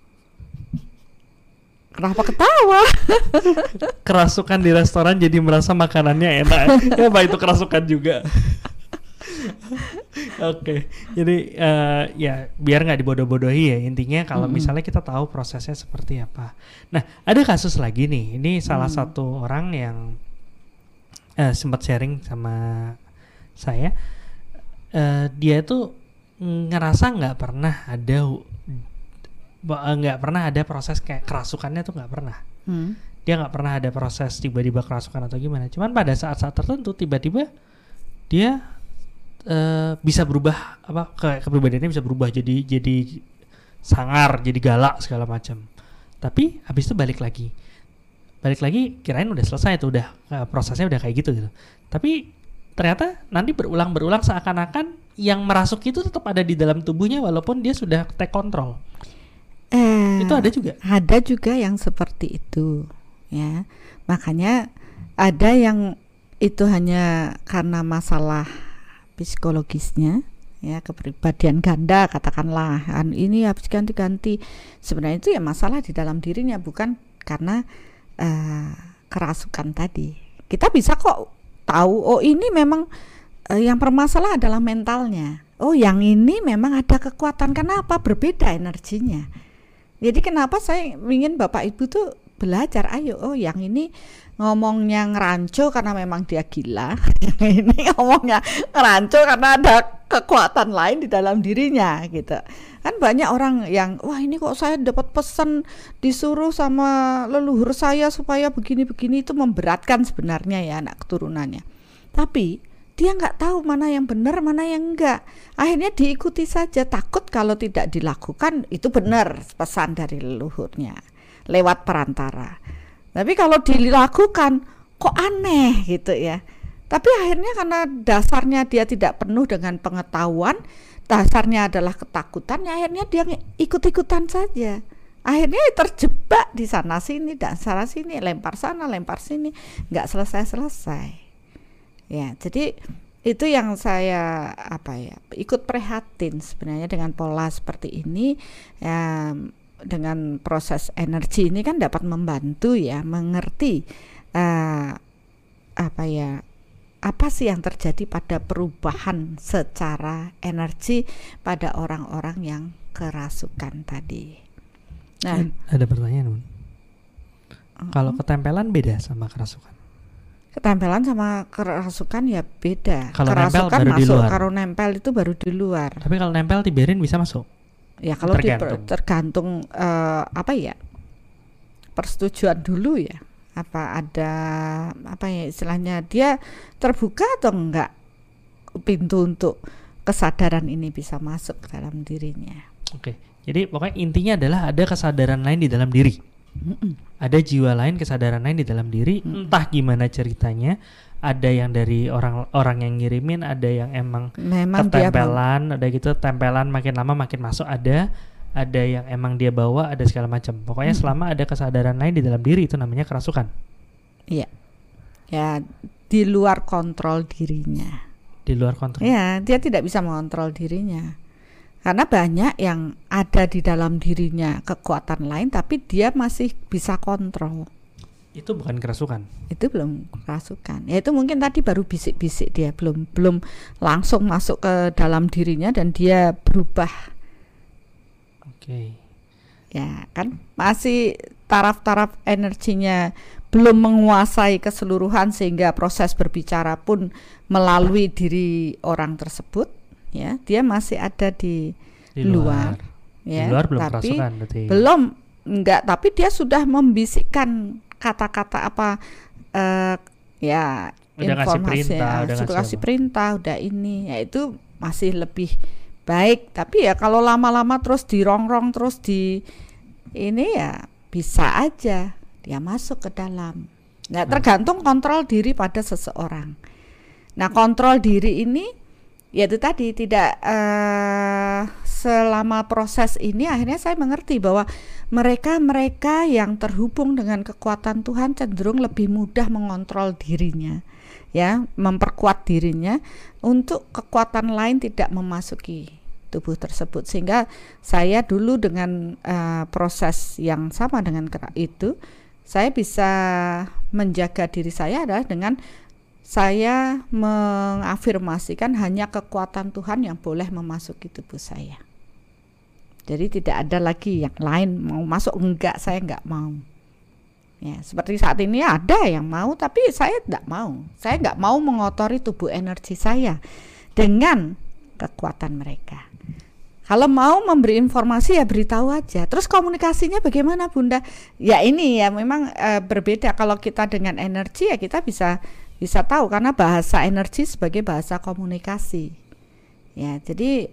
Kenapa ketawa? Kerasukan di restoran jadi merasa makanannya enak. Ya Pak, itu kerasukan juga. Oke, jadi ya biar nggak dibodoh-bodohi ya, intinya kalau misalnya kita tahu prosesnya seperti apa. Nah, ada kasus lagi nih, ini salah satu orang yang sempat sharing sama saya, dia tuh ngerasa nggak pernah ada proses kayak kerasukannya tuh nggak pernah. Dia nggak pernah ada proses tiba-tiba kerasukan atau gimana. Cuman pada saat-saat tertentu tiba-tiba dia bisa berubah, kepribadiannya bisa berubah jadi sangar, jadi galak segala macam. Tapi habis itu balik lagi kirain udah selesai tuh, udah prosesnya udah kayak gitu. Tapi ternyata nanti berulang seakan-akan yang merasuk itu tetap ada di dalam tubuhnya walaupun dia sudah take control. Itu ada juga. Ada juga yang seperti itu, ya. Makanya ada yang itu hanya karena masalah psikologisnya, ya, kepribadian ganda katakanlah, ini habis ganti-ganti. Sebenarnya itu ya masalah di dalam dirinya, bukan karena kerasukan tadi. Kita bisa kok tahu, oh ini memang yang bermasalah adalah mentalnya. Oh yang ini memang ada kekuatan, kenapa berbeda energinya. Jadi kenapa saya ingin Bapak Ibu tuh belajar, ayo, oh yang ini ngomongnya ngeranco karena memang dia gila, yang ini ngomongnya ngeranco karena ada kekuatan lain di dalam dirinya gitu. Kan banyak orang yang, wah ini kok saya dapat pesan disuruh sama leluhur saya supaya begini-begini, itu memberatkan sebenarnya ya anak keturunannya. Tapi dia nggak tahu mana yang benar, mana yang enggak. Akhirnya diikuti saja, takut kalau tidak dilakukan itu benar pesan dari leluhurnya lewat perantara. Tapi kalau dilakukan kok aneh gitu ya. Tapi akhirnya karena dasarnya dia tidak penuh dengan pengetahuan, dasarnya adalah ketakutan, ya akhirnya dia ikut-ikutan saja. Akhirnya terjebak di sana sini dan sana sini, lempar sana lempar sini, nggak selesai-selesai. Ya, jadi itu yang saya ikut prihatin sebenarnya dengan pola seperti ini ya. Dengan proses energi ini kan dapat membantu ya mengerti apa sih yang terjadi pada perubahan secara energi pada orang-orang yang kerasukan tadi. Nah, ada pertanyaan, Bun. Kalau ketempelan beda sama kerasukan? Ketempelan sama kerasukan ya beda. Kalau kerasukan nempel baru di masuk, luar. kalau nempel itu baru di luar. Tapi kalau nempel dibiarin bisa masuk? Ya kalau Tergantung. persetujuan dulu ya. Apa ada istilahnya dia terbuka atau enggak pintu untuk kesadaran ini bisa masuk ke dalam dirinya. Oke. Jadi pokoknya intinya adalah ada kesadaran lain di dalam diri. Ada jiwa lain, kesadaran lain di dalam diri. Entah gimana ceritanya. Ada yang dari orang yang ngirimin, ada yang memang ketempelan, ada gitu tempelan makin lama makin masuk, ada yang emang dia bawa, ada segala macam. Pokoknya selama ada kesadaran lain di dalam diri itu namanya kerasukan. Iya. Ya, di luar kontrol dirinya. Di luar kontrol. Ya, dia tidak bisa mengontrol dirinya. Karena banyak yang ada di dalam dirinya kekuatan lain tapi dia masih bisa kontrol. Itu bukan kerasukan. Itu belum kerasukan. Ya itu mungkin tadi baru bisik-bisik dia, belum langsung masuk ke dalam dirinya dan dia berubah. Oke. Ya, kan masih taraf-taraf energinya belum menguasai keseluruhan sehingga proses berbicara pun melalui diri orang tersebut, ya. Dia masih ada di luar. Ya, di luar belum tapi kerasukan berarti. Tapi dia sudah membisikkan kata-kata informasi, sudah kasih perintah, udah ini, ya itu masih lebih baik. Tapi ya kalau lama-lama terus dirongrong terus di ini ya bisa aja dia masuk ke dalam. Nah, tergantung kontrol diri pada seseorang. Nah, kontrol diri ini yaitu tadi tidak selama proses ini akhirnya saya mengerti bahwa mereka yang terhubung dengan kekuatan Tuhan cenderung lebih mudah mengontrol dirinya, ya, memperkuat dirinya untuk kekuatan lain tidak memasuki tubuh tersebut. Sehingga saya dulu dengan proses yang sama dengan itu, saya bisa menjaga diri saya adalah dengan saya mengafirmasikan hanya kekuatan Tuhan yang boleh memasuki tubuh saya. Jadi tidak ada lagi yang lain mau masuk, saya enggak mau. Ya, seperti saat ini ada yang mau tapi saya tidak mau. Saya enggak mau mengotori tubuh energi saya dengan kekuatan mereka. Kalau mau memberi informasi ya beritahu aja. Terus komunikasinya bagaimana, Bunda? Ya ini ya memang berbeda. Kalau kita dengan energi ya kita bisa tahu karena bahasa energi sebagai bahasa komunikasi. Ya, jadi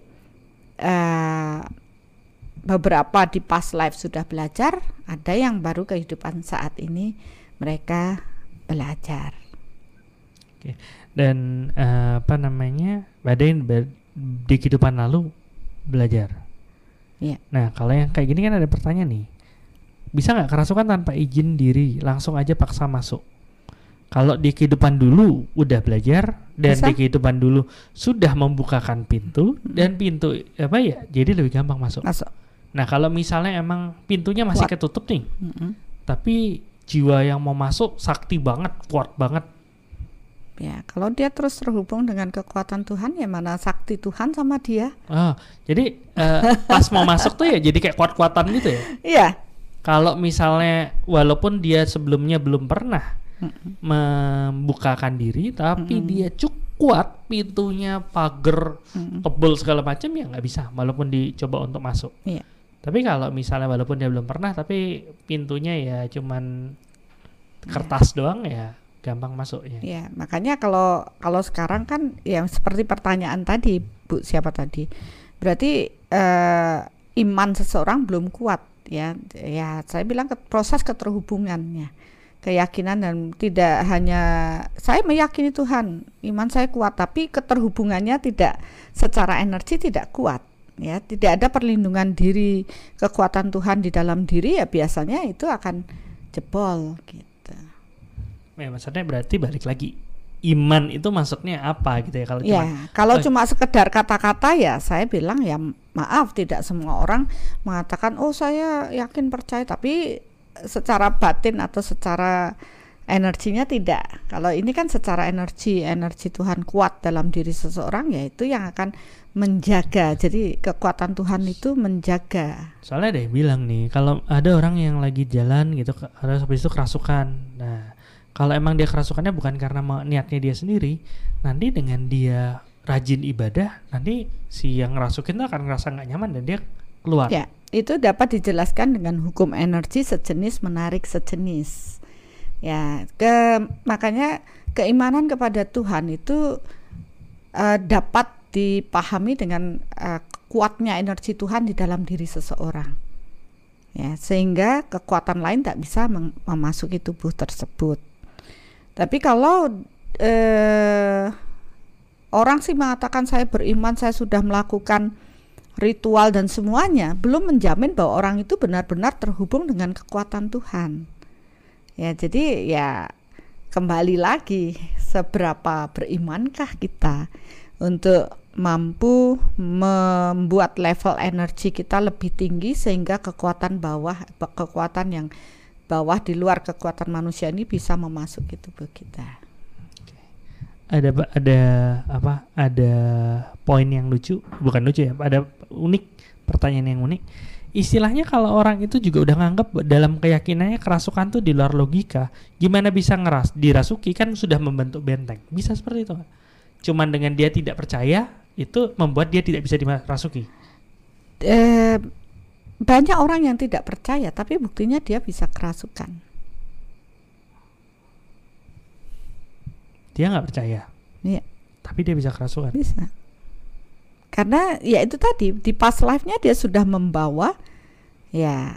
beberapa di past life sudah belajar, ada yang baru kehidupan saat ini mereka belajar. Oke. Dan ada yang di kehidupan lalu belajar. Ya. Nah, kalau yang kayak gini kan ada pertanyaan nih. Bisa nggak kerasukan tanpa izin diri, langsung aja paksa masuk? Kalau di kehidupan dulu udah belajar dan di kehidupan dulu sudah membukakan pintu dan pintu jadi lebih gampang masuk. Nah, kalau misalnya emang pintunya masih ketutup nih, tapi jiwa yang mau masuk sakti banget, kuat banget. Ya, kalau dia terus terhubung dengan kekuatan Tuhan, ya mana sakti Tuhan sama dia. Jadi pas mau masuk tuh ya jadi kayak kuat-kuatan gitu ya? Iya. Kalau misalnya walaupun dia sebelumnya belum pernah membukakan diri, tapi dia kuat, pintunya pagar tebel segala macam, ya nggak bisa walaupun dicoba untuk masuk. Iya. Tapi kalau misalnya walaupun dia belum pernah tapi pintunya ya cuman kertas doang, ya gampang masuk ya. Ya, makanya kalau sekarang kan ya seperti pertanyaan tadi Bu siapa tadi, berarti iman seseorang belum kuat ya. Ya saya bilang proses keterhubungannya, keyakinan, dan tidak hanya saya meyakini Tuhan, iman saya kuat, tapi keterhubungannya tidak secara energi tidak kuat. Ya, tidak ada perlindungan diri, kekuatan Tuhan di dalam diri, ya biasanya itu akan jebol gitu. Ya, maksudnya berarti balik lagi iman itu masuknya apa gitu ya? Kalau cuma sekedar kata-kata ya saya bilang ya maaf, tidak semua orang mengatakan oh saya yakin percaya, tapi secara batin atau secara energinya tidak. Kalau ini kan secara energi Tuhan kuat dalam diri seseorang, ya itu yang akan menjaga. Jadi kekuatan Tuhan itu menjaga. Soalnya ada yang bilang nih, kalau ada orang yang lagi jalan gitu, habis itu kerasukan. Nah, kalau emang dia kerasukannya bukan karena niatnya dia sendiri, nanti dengan dia rajin ibadah, nanti si yang ngerasukin tuh akan ngerasa nggak nyaman dan dia keluar. Ya, itu dapat dijelaskan dengan hukum energi sejenis menarik sejenis. Ya, makanya keimanan kepada Tuhan itu dapat dipahami dengan kuatnya energi Tuhan di dalam diri seseorang. Ya, sehingga kekuatan lain tak bisa memasuki tubuh tersebut. Tapi kalau orang sih mengatakan saya beriman, saya sudah melakukan ritual dan semuanya, belum menjamin bahwa orang itu benar-benar terhubung dengan kekuatan Tuhan. Ya, jadi ya kembali lagi, seberapa berimankah kita untuk mampu membuat level energi kita lebih tinggi sehingga kekuatan yang bawah di luar kekuatan manusia ini bisa memasuki tubuh kita. Ada poin yang lucu, bukan lucu ya, ada pertanyaan yang unik. Istilahnya kalau orang itu juga udah nganggap dalam keyakinannya kerasukan tuh di luar logika, gimana bisa dirasuki, kan sudah membentuk benteng. Bisa seperti itu nggak? Cuman dengan dia tidak percaya itu membuat dia tidak bisa dirasuki. Banyak orang yang tidak percaya tapi buktinya dia bisa kerasukan. Dia nggak percaya. Iya. Tapi dia bisa kerasukan. Bisa. Karena ya itu tadi, di past life-nya dia sudah membawa, ya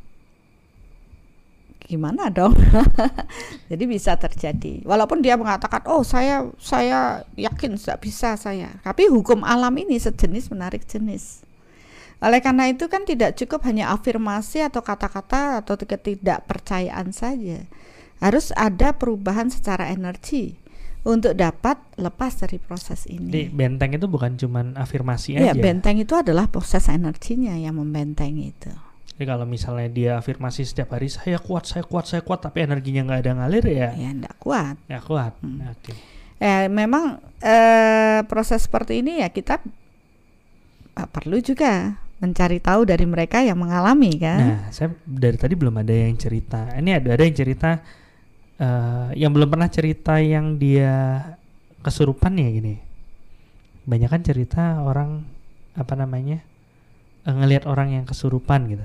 gimana dong. Jadi bisa terjadi. Walaupun dia mengatakan oh saya yakin tidak bisa saya. Tapi hukum alam ini sejenis menarik jenis. Oleh karena itu kan tidak cukup hanya afirmasi atau kata-kata atau ketidakpercayaan saja. Harus ada perubahan secara energi untuk dapat lepas dari proses ini. Jadi benteng itu bukan cuman afirmasi aja. Ya, benteng itu adalah proses energinya yang membenteng itu. Jadi kalau misalnya dia afirmasi setiap hari saya kuat, tapi energinya nggak ada ngalir ya nggak kuat. Nggak kuat. Oke. Memang proses seperti ini ya kita perlu juga mencari tahu dari mereka yang mengalami kan. Nah, saya dari tadi belum ada yang cerita. Ini ada yang cerita. Yang belum pernah cerita yang dia kesurupan ya gini. Banyak kan cerita orang ngelihat orang yang kesurupan gitu.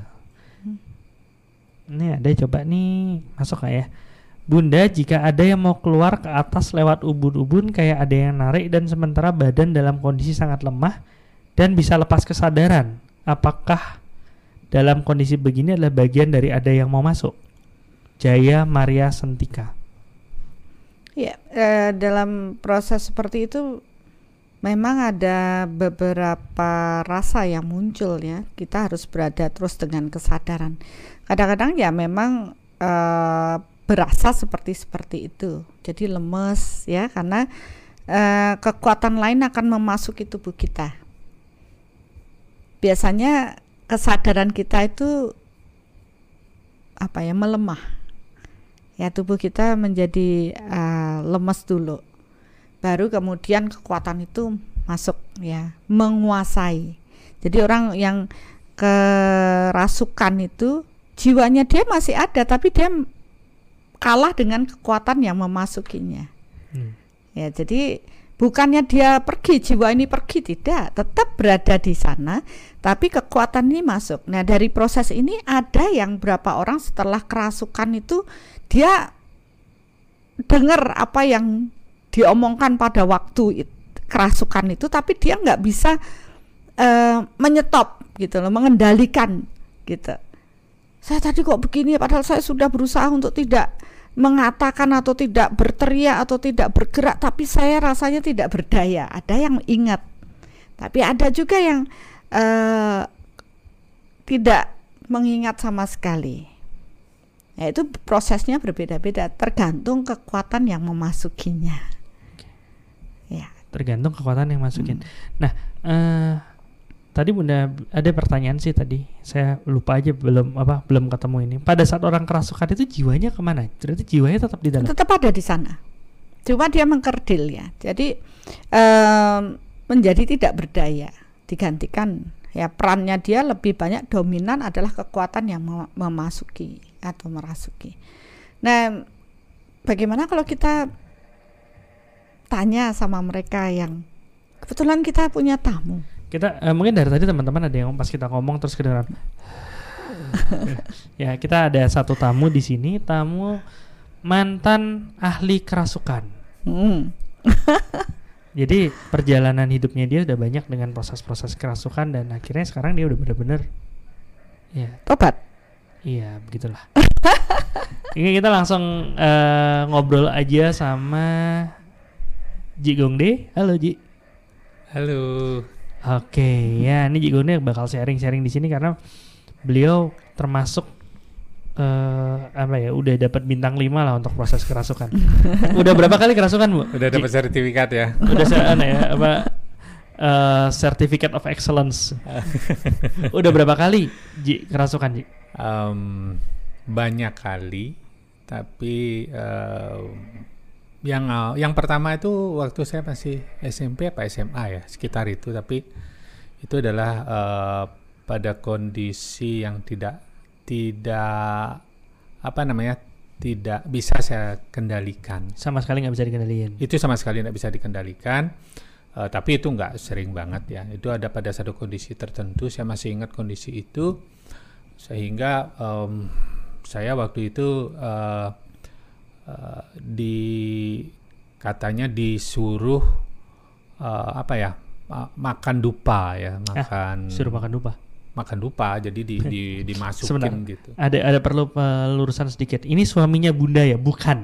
Ini ada, coba nih masuk gak ya? Bunda, jika ada yang mau keluar ke atas lewat ubun-ubun kayak ada yang narik dan sementara badan dalam kondisi sangat lemah dan bisa lepas kesadaran, apakah dalam kondisi begini adalah bagian dari ada yang mau masuk? Jaya Maria Sentika. Ya, dalam proses seperti itu memang ada beberapa rasa yang muncul ya. Kita harus berada terus dengan kesadaran. Kadang-kadang ya memang berasa seperti itu. Jadi lemes ya, karena kekuatan lain akan memasuki tubuh kita. Biasanya kesadaran kita itu melemah. Ya, tubuh kita menjadi lemes dulu, baru kemudian kekuatan itu masuk ya, menguasai. Jadi orang yang kerasukan itu jiwanya dia masih ada, tapi dia kalah dengan kekuatan yang memasukinya. Ya, jadi bukannya dia pergi, jiwa ini pergi, tidak, tetap berada di sana, tapi kekuatan ini masuk. Nah, dari proses ini ada yang berapa orang setelah kerasukan itu dia dengar apa yang diomongkan pada waktu kerasukan itu, tapi dia nggak bisa menyetop gitu loh, mengendalikan gitu. Saya tadi kok begini, padahal saya sudah berusaha untuk tidak mengatakan atau tidak berteriak atau tidak bergerak, tapi saya rasanya tidak berdaya. Ada yang ingat, tapi ada juga yang tidak mengingat sama sekali. Ya, itu prosesnya berbeda-beda tergantung kekuatan yang memasukinya. Tergantung kekuatan yang masukin. Nah, tadi Bunda ada pertanyaan sih tadi. Saya lupa aja belum ketemu ini. Pada saat orang kerasukan itu jiwanya kemana? Berarti jiwanya tetap di dalam. Tetap ada di sana. Cuma dia mengkerdil ya. Jadi menjadi tidak berdaya, digantikan ya, perannya dia lebih banyak dominan adalah kekuatan yang memasuki atau merasuki. Nah, bagaimana kalau kita tanya sama mereka yang kebetulan kita punya tamu? Kita mungkin dari tadi teman-teman ada yang pas kita ngomong terus kedengeran. Ya, kita ada satu tamu di sini, tamu mantan ahli kerasukan. Jadi perjalanan hidupnya dia udah banyak dengan proses-proses kerasukan dan akhirnya sekarang dia udah benar-benar ya tobat. Iya, begitulah. Ini kita langsung ngobrol aja sama Ji Gongde. Halo Ji. Halo. Oke, ya ini Ji Gongde bakal sharing-sharing di sini karena beliau termasuk udah dapat bintang 5 lah untuk proses kerasukan. Udah berapa kali kerasukan, Bu? Udah dapat sertifikat ya. Udah Certificate of Excellence. Udah berapa kali Ji kerasukan, Ji? Banyak kali, tapi yang pertama itu waktu saya masih SMP apa SMA ya, sekitar itu, tapi itu adalah pada kondisi yang tidak bisa saya kendalikan. Sama sekali nggak bisa dikendalikan. Itu sama sekali nggak bisa dikendalikan. Tapi itu nggak sering banget ya. Itu ada pada satu kondisi tertentu. Saya masih ingat kondisi itu, sehingga saya waktu itu katanya disuruh makan dupa ya, suruh makan dupa. Jadi dimasukin gitu. Ada perlu pelurusan sedikit. Ini suaminya Bunda ya, bukan?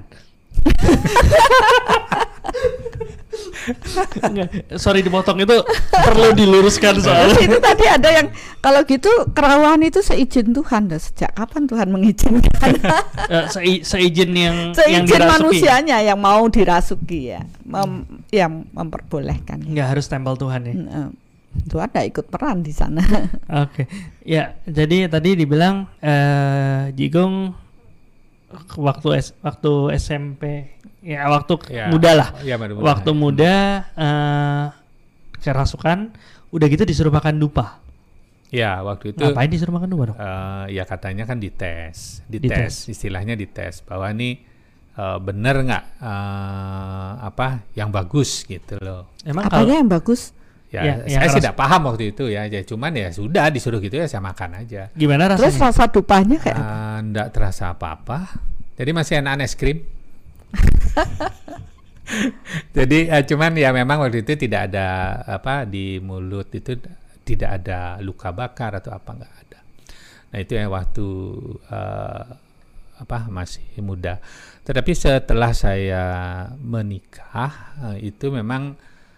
Enggak, sorry dipotong, itu perlu diluruskan soalnya. Itu tadi ada yang kalau gitu kerawan itu seizin Tuhan. Sejak kapan Tuhan mengizinkan? Seizin yang manusianya yang mau dirasuki ya, yang memperbolehkan. Nggak harus tempel Tuhan ya. Tuhan ada ikut peran di sana. Oke. Ya, jadi tadi dibilang Jigong waktu SMP ya, waktu muda lah. Ya, waktu muda kerasukan, udah gitu disuruh makan dupa. Ya, waktu itu. Ngapain disuruh makan dupa dong? Ya katanya kan dites, istilahnya dites bahwa ini bener nggak yang bagus gitu loh. Emang apanya yang bagus? Ya, saya tidak paham waktu itu ya, cuman ya sudah disuruh gitu ya saya makan aja. Gimana rasanya? Terus rasa dupanya kayak enggak terasa apa-apa. Jadi masih enak es krim. Jadi cuman ya memang waktu itu tidak ada di mulut itu tidak ada luka bakar atau apa, nggak ada. Nah itu ya waktu masih muda. Tetapi setelah saya menikah itu memang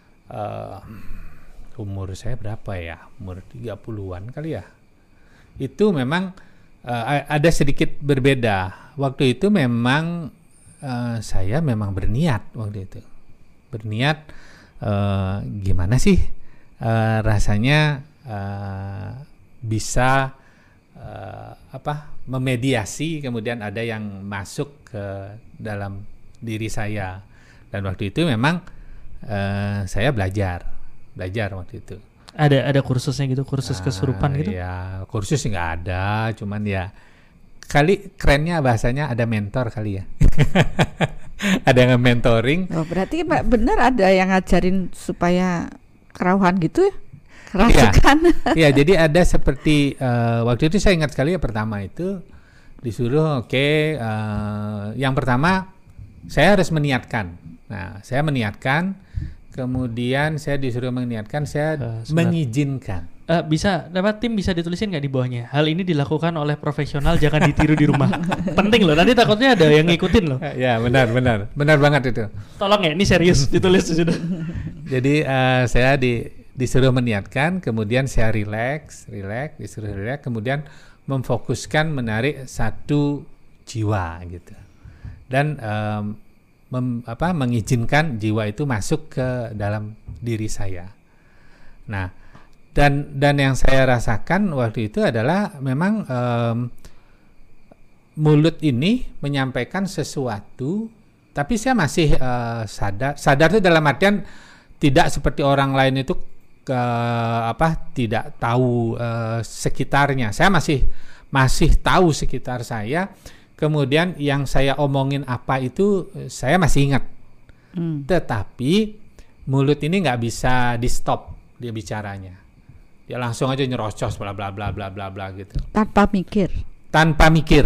umur saya berapa ya? Umur 30-an kali ya. Itu memang ada sedikit berbeda. Waktu itu memang saya memang berniat waktu itu. Berniat gimana sih rasanya bisa memediasi, kemudian ada yang masuk ke dalam diri saya. Dan waktu itu memang saya belajar waktu itu. Ada kursusnya gitu, kursus kesurupan gitu? Ya, kursus nggak ada, cuman ya kali kerennya bahasanya ada mentor kali ya. Ada yang mentoring. Oh, berarti benar ada yang ngajarin supaya kerawan gitu ya? Kerasukan. Iya, jadi ada seperti waktu itu saya ingat sekali ya, pertama itu disuruh yang pertama saya harus meniatkan. Nah, saya meniatkan. Kemudian saya disuruh meniatkan, saya mengizinkan. Tim bisa ditulisin nggak di bawahnya? Hal ini dilakukan oleh profesional, jangan ditiru di rumah. Penting loh, nanti takutnya ada yang ngikutin loh. Ya benar banget itu. Tolong ya, ini serius ditulis sudah. Jadi saya disuruh meniatkan, kemudian saya disuruh relax, kemudian memfokuskan menarik satu jiwa gitu. Dan mengizinkan jiwa itu masuk ke dalam diri saya. Nah, dan yang saya rasakan waktu itu adalah memang mulut ini menyampaikan sesuatu, tapi saya masih sadar itu dalam artian tidak seperti orang lain itu tidak tahu sekitarnya. Saya masih tahu sekitar saya. Kemudian yang saya omongin apa itu saya masih ingat. Tetapi mulut ini nggak bisa di stop dia bicaranya. Dia langsung aja nyerocos bla bla bla bla bla bla gitu. Tanpa mikir. Tanpa mikir.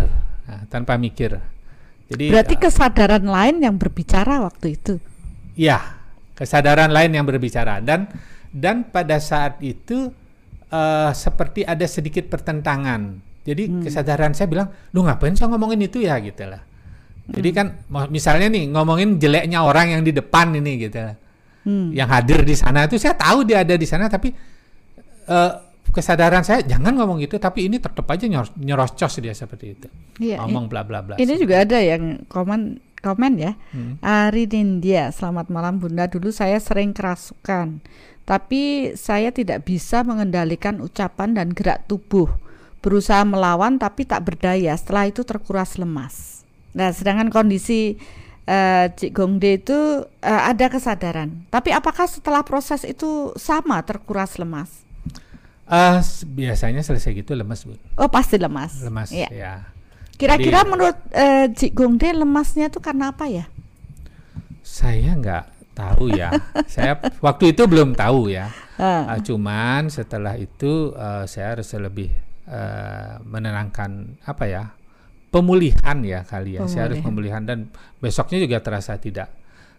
Jadi berarti kesadaran lain yang berbicara waktu itu. Ya, kesadaran lain yang berbicara dan pada saat itu seperti ada sedikit pertentangan. Jadi kesadaran saya bilang, lu ngapain sih ngomongin itu ya gitu lah. Jadi kan misalnya nih ngomongin jeleknya orang yang di depan ini gitu lah. Yang hadir di sana itu saya tahu dia ada di sana, tapi kesadaran saya jangan ngomong gitu, tapi ini tetap aja nyerocos dia seperti itu. Iya, ngomong bla bla bla. Ini juga ada yang komen ya. Ari Nindya, selamat malam Bunda. Dulu saya sering kerasukan, tapi saya tidak bisa mengendalikan ucapan dan gerak tubuh. Berusaha melawan tapi tak berdaya, setelah itu terkuras lemas. Nah, sedangkan kondisi Cik Gongde itu ada kesadaran. Tapi apakah setelah proses itu sama terkuras lemas? Biasanya selesai gitu lemas, Bu. Oh, pasti lemas. Lemas, ya. Kira-kira menurut Cik Gongde lemasnya itu karena apa ya? Saya nggak tahu ya. Saya waktu itu belum tahu ya. Cuman setelah itu saya harus lebih menenangkan pemulihan ya kali ya. Saya harus pemulihan dan besoknya juga terasa tidak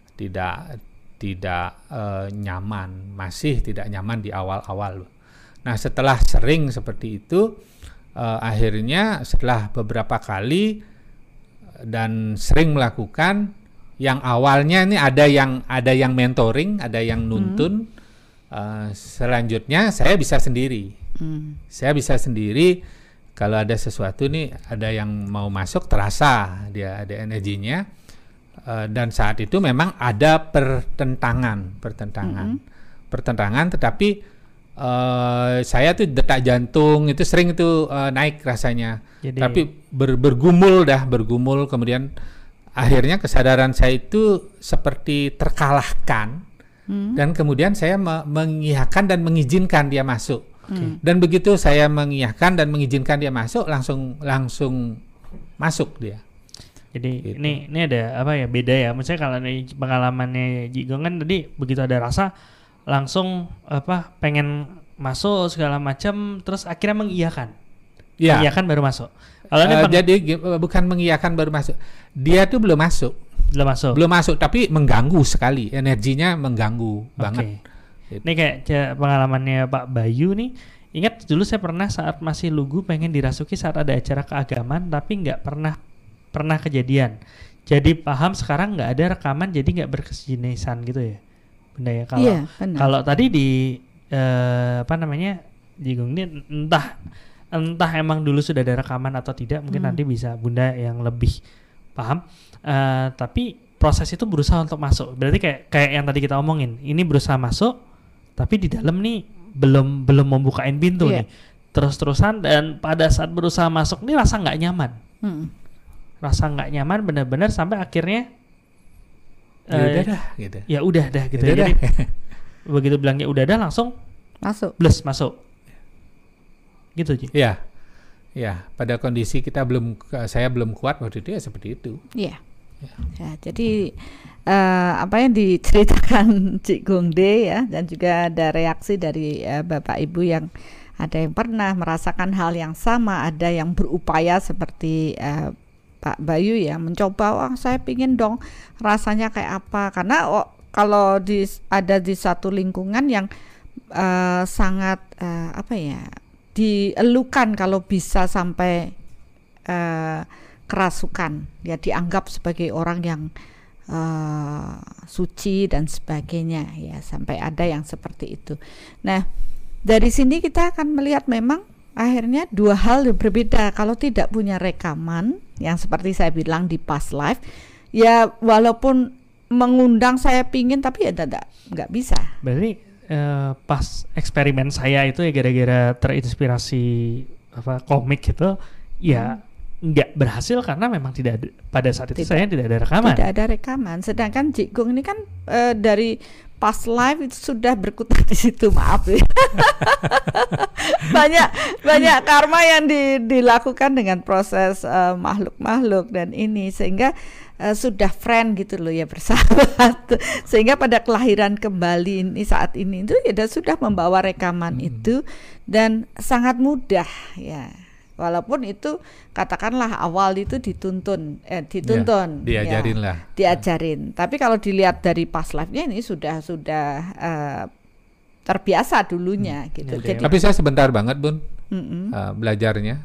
nyaman, masih tidak nyaman di awal-awal. Nah, setelah sering seperti itu, akhirnya setelah beberapa kali dan sering melakukan, yang awalnya ini ada yang mentoring, ada yang nuntun, selanjutnya saya bisa sendiri. Saya bisa sendiri. Kalau ada sesuatu nih, ada yang mau masuk, terasa dia ada energinya, dan saat itu memang ada pertentangan, tetapi saya tuh detak jantung itu sering itu naik rasanya. Jadi, tapi bergumul, kemudian akhirnya kesadaran saya itu seperti terkalahkan, dan kemudian saya mengiyakan dan mengizinkan dia masuk. Dan begitu saya mengiyakan dan mengizinkan dia masuk, langsung masuk dia. Jadi gitu. ini ada beda ya. Maksudnya kalau ini pengalamannya Jigong kan tadi begitu ada rasa langsung pengen masuk segala macam, terus akhirnya mengiyakan. Ya. Mengiyakan baru masuk. Kalau jadi bukan mengiyakan baru masuk. Dia tuh belum masuk, tapi mengganggu sekali, energinya mengganggu banget. Ini kayak pengalamannya Pak Bayu nih. Ingat dulu saya pernah saat masih lugu pengen dirasuki saat ada acara keagamaan, tapi nggak pernah kejadian. Jadi paham sekarang nggak ada rekaman, jadi nggak berkesejenisan gitu ya, Bunda ya. Kalau tadi di Jigong ini entah emang dulu sudah ada rekaman atau tidak, mungkin nanti bisa Bunda yang lebih paham. Tapi proses itu berusaha untuk masuk. Berarti kayak yang tadi kita omongin, ini berusaha masuk, tapi di dalam nih belum membukain pintu nih. Terus-terusan, dan pada saat berusaha masuk nih rasa nggak nyaman. Rasa nggak nyaman benar-benar sampai akhirnya ya udah dah gitu. Jadi begitu bilangnya udah dah langsung masuk. Gitu Ji. Ya, pada kondisi saya belum kuat waktu itu ya seperti itu. Iya. Ya, jadi apa yang diceritakan Cik Gongde ya, dan juga ada reaksi dari Bapak Ibu yang ada yang pernah merasakan hal yang sama, ada yang berupaya seperti Pak Bayu ya, mencoba, saya pingin dong rasanya kayak apa, karena kalau ada di satu lingkungan yang sangat dielukan kalau bisa sampai kerasukan ya, dianggap sebagai orang yang suci dan sebagainya ya, sampai ada yang seperti itu. Nah, dari sini kita akan melihat memang akhirnya dua hal yang berbeda. Kalau tidak punya rekaman yang seperti saya bilang di past life ya, walaupun mengundang saya pingin tapi ya nggak bisa. Berarti pas eksperimen saya itu ya gara-gara terinspirasi komik itu ya nggak berhasil karena memang tidak ada, pada saat itu saya tidak ada rekaman. Tidak ada rekaman. Sedangkan Jigong ini kan dari past life itu sudah berkutat di situ, maaf ya. banyak karma yang dilakukan dengan proses makhluk-makhluk dan ini sehingga sudah friend gitu loh ya, bersahabat. Sehingga pada kelahiran kembali ini saat ini itu ya sudah membawa rekaman itu dan sangat mudah ya. Walaupun itu katakanlah awal itu dituntun diajarin lah. Diajarin. Tapi kalau dilihat dari past life-nya ini sudah terbiasa dulunya gitu. Jadi tapi saya sebentar banget Bun belajarnya.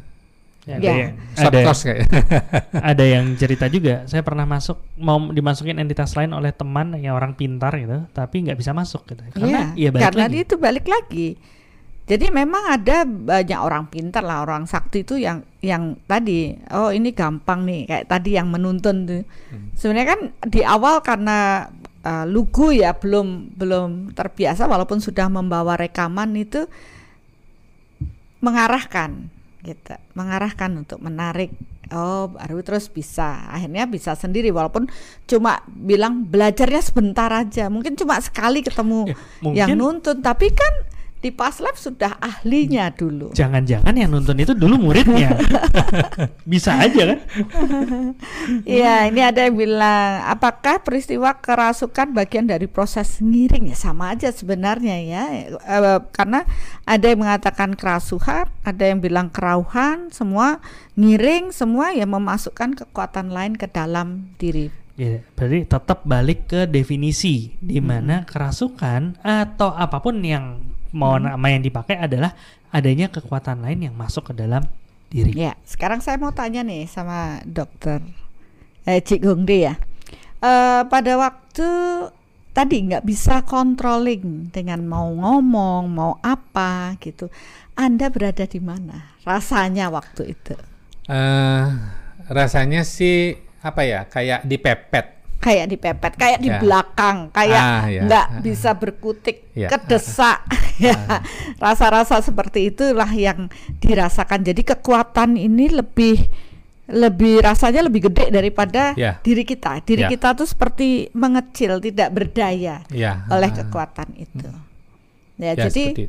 Ada yang cerita juga, saya pernah mau dimasukin entitas lain oleh teman yang orang pintar gitu, tapi nggak bisa masuk gitu. Karena itu balik lagi. Jadi memang ada banyak orang pintar lah, orang sakti itu yang tadi, oh ini gampang nih, kayak tadi yang menuntun tuh. Sebenarnya kan di awal karena lugu ya, belum terbiasa, walaupun sudah membawa rekaman itu mengarahkan untuk menarik. Oh, baru terus akhirnya bisa sendiri, walaupun cuma bilang belajarnya sebentar aja, mungkin cuma sekali ketemu yang nuntun, tapi kan di past life sudah ahlinya dulu. Jangan-jangan yang nonton itu dulu muridnya. Bisa aja kan? Iya, ini ada yang bilang, apakah peristiwa kerasukan bagian dari proses ngiring? Ya sama aja sebenarnya ya. Karena ada yang mengatakan kerasukan, ada yang bilang kerauhan, semua ngiring, semua ya memasukkan kekuatan lain ke dalam diri. Ya, berarti tetap balik ke definisi di mana kerasukan atau apapun yang mau nama yang dipakai adalah adanya kekuatan lain yang masuk ke dalam diri. Ya, sekarang saya mau tanya nih sama dokter Jigong ya. Pada waktu tadi nggak bisa controlling dengan mau ngomong, mau apa gitu. Anda berada di mana? Rasanya waktu itu? Rasanya sih apa ya? Kayak dipepet, kayak di belakang, kayak nggak bisa berkutik, kedesak. Rasa-rasa seperti itulah yang dirasakan. Jadi kekuatan ini lebih rasanya lebih gede daripada diri kita. Diri kita tuh seperti mengecil, tidak berdaya oleh kekuatan itu. Jadi